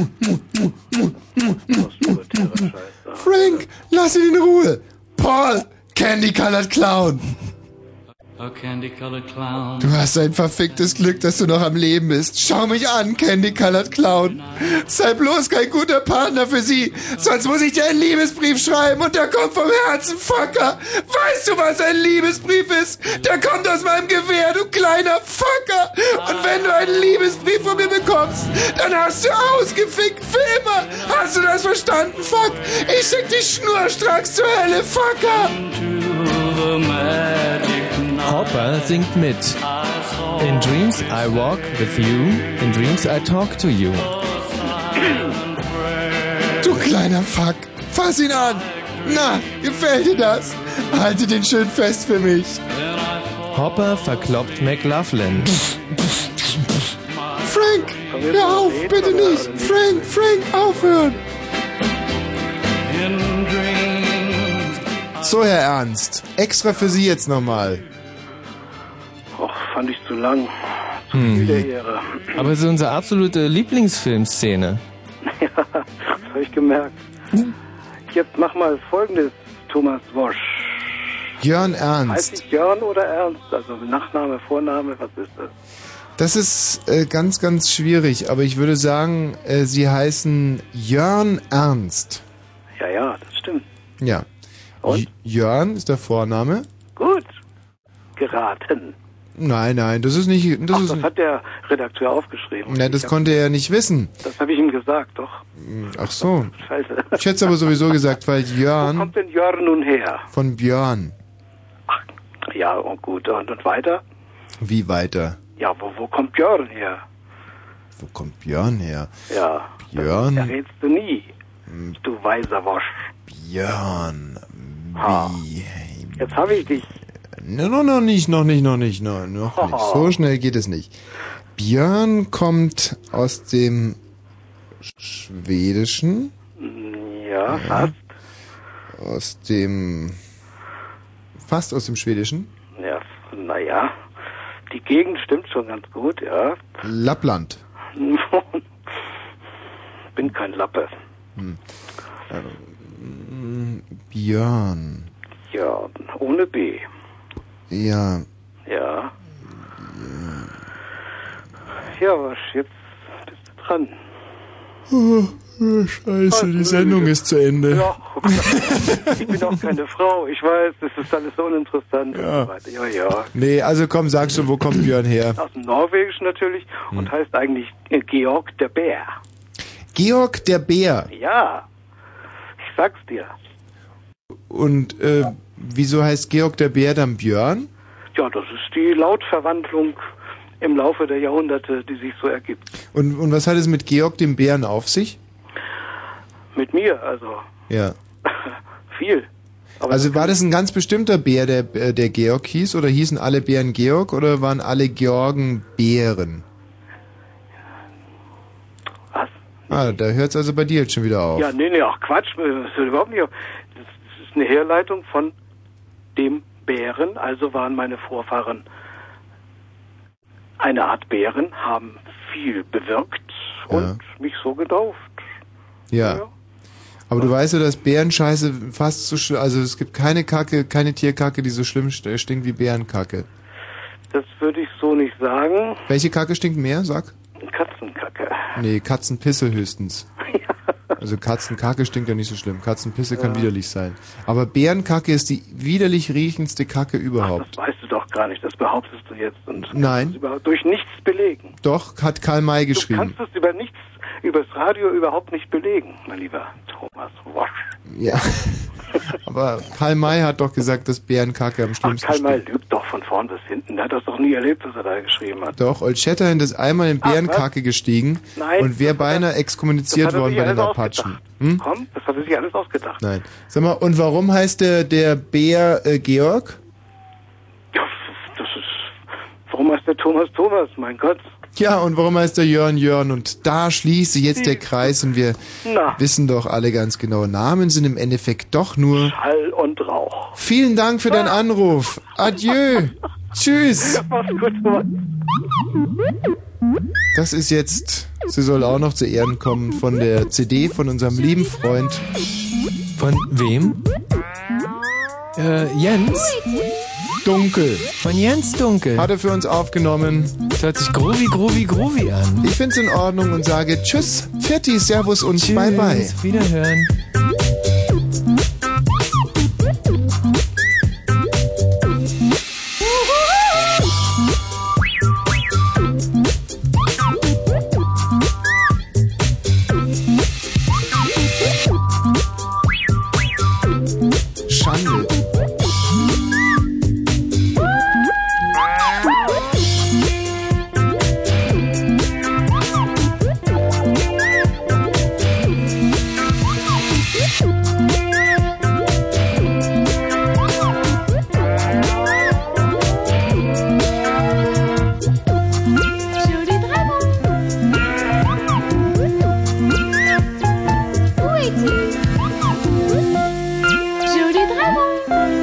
A: Frank, lass ihn in Ruhe! Paul, Candy Colored Clown!
H: A candy-colored clown.
A: Du hast ein verficktes Glück, dass du noch am Leben bist. Schau mich an, Candy Colored Clown. Sei bloß kein guter Partner für sie, sonst muss ich dir einen Liebesbrief schreiben und der kommt vom Herzen, Fucker. Weißt du, was ein Liebesbrief ist? Der kommt aus meinem Gewehr, du kleiner Fucker. Und wenn du einen Liebesbrief von mir bekommst, dann hast du ausgefickt für immer. Hast du das verstanden, Fuck? Ich schick dich schnurstracks zur Hölle, Fucker.
C: Hopper singt mit. In dreams I walk with you, in dreams I talk to you.
A: Du kleiner Fuck, fass ihn an. Na, gefällt dir das? Halte den schön fest für mich.
C: Hopper verkloppt McLaughlin.
A: Frank, hör auf, bitte nicht. Frank, aufhören. So, Herr Ernst, extra für Sie jetzt nochmal.
I: Och, fand ich zu lang. Zu viel der Ehre.
C: Aber es ist unsere absolute Lieblingsfilmszene.
I: Ja, das habe ich gemerkt. Jetzt mach mal Folgendes, Thomas Wosch.
A: Jörn Ernst.
I: Heißt ich Jörn oder Ernst? Also Nachname, Vorname, was ist das?
A: Das ist ganz, ganz schwierig, aber ich würde sagen, Sie heißen Jörn Ernst.
I: Ja, das stimmt.
A: Ja. Und? Jörn ist der Vorname.
I: Gut. Geraten.
A: Nein, das ist nicht...
I: Das hat der Redakteur aufgeschrieben.
A: Nein, das konnte er ja nicht wissen.
I: Das habe ich ihm gesagt, doch.
A: Ach so.
I: Scheiße.
A: Ich hätte es aber sowieso gesagt, weil Jörn...
I: Wo kommt denn Jörn nun her?
A: Von Björn.
I: Ach, ja, und gut. Und weiter?
A: Wie weiter?
I: Ja, wo kommt Björn her?
A: Wo kommt Björn her?
I: Ja.
A: Björn?
I: Das errätst du nie. Du weiser Wosch.
A: Björn. Wie?
I: Jetzt habe ich dich.
A: Noch nicht. So schnell geht es nicht. Björn kommt aus dem Schwedischen.
I: Ja, fast.
A: Fast aus dem Schwedischen.
I: Ja, naja. Die Gegend stimmt schon ganz gut, ja.
A: Lappland.
I: Bin kein Lappe.
A: Björn.
I: Ja, ohne B.
A: Ja.
I: Ja. Ja, was, jetzt bist du dran.
A: Oh, Scheiße, die Sendung ist zu Ende.
I: Ja, ich bin auch keine Frau, ich weiß, das ist alles so uninteressant und so weiter. Ja, ja.
A: Nee, also komm, sag schon, wo kommt Björn her?
I: Aus dem Norwegischen natürlich und heißt eigentlich Georg der Bär.
A: Georg der Bär?
I: Ja, ich sag's dir.
A: Und wieso heißt Georg der Bär dann Björn?
I: Ja, das ist die Lautverwandlung im Laufe der Jahrhunderte, die sich so ergibt.
A: Und was hat es mit Georg dem Bären auf sich?
I: Mit mir, also
A: Ja.
I: viel. Aber
A: also war das ein ganz bestimmter Bär, der Georg hieß, oder hießen alle Bären Georg, oder waren alle Georgen Bären?
I: Was?
A: Ah, da hört's also bei dir jetzt schon wieder auf.
I: Ja, nee, ach Quatsch, das hört überhaupt nicht auf. Das ist eine Herleitung von dem Bären, also waren meine Vorfahren eine Art Bären, haben viel bewirkt und mich so getauft.
A: Ja. Aber du weißt ja, dass Bärenscheiße fast so schlimm, also es gibt keine Kacke, keine Tierkacke, die so schlimm stinkt wie Bärenkacke.
I: Das würde ich so nicht sagen.
A: Welche Kacke stinkt mehr, sag?
I: Katzenkacke.
A: Nee, Katzenpisse höchstens. Also Katzenkacke stinkt ja nicht so schlimm. Katzenpisse kann widerlich sein. Aber Bärenkacke ist die widerlich riechendste Kacke überhaupt.
I: Das weißt du doch gar nicht, das behauptest du jetzt. Und
A: Nein.
I: kannst es durch nichts belegen.
A: Doch, hat Karl May geschrieben.
I: Du kannst es übers Radio überhaupt nicht belegen, mein lieber Thomas Wosch.
A: Ja. Aber Karl May hat doch gesagt, dass Bärenkacke am schlimmsten
I: Karl May
A: stinkt.
I: lügt doch von vorn bis hinten. Der hat das doch nie erlebt, was er da geschrieben hat.
A: Doch, Old Shatterhand ist einmal in Bärenkacke gestiegen
I: Nein,
A: und wäre beinahe exkommuniziert
I: das hat er
A: worden
I: sich
A: bei den
I: alles
A: Apachen.
I: Komm, das hat er sich alles ausgedacht.
A: Nein. Sag mal, und warum heißt der Bär Georg?
I: Ja, warum heißt der Thomas Thomas, mein Gott?
A: Ja, und warum heißt der Jörn? Und da schließt sich jetzt der Kreis und wir wissen doch alle ganz genau, Namen sind im Endeffekt doch nur
I: Schall und Rauch.
A: Vielen Dank für deinen Anruf. Adieu. Tschüss.
I: Mach's gut, Thomas.
A: Das ist jetzt, sie soll auch noch zu Ehren kommen, von der CD von unserem lieben Freund.
C: Von wem? Jens?
A: Dunkel.
C: Von Jens Dunkel.
A: Hat er für uns aufgenommen.
C: Das hört sich groovy an.
A: Ich find's in Ordnung und sage Tschüss, Pfiatti, Servus und
C: Tschüss,
A: Bye Bye.
C: Wiederhören.
A: Schande.
K: Où es-tu? Joli dragon.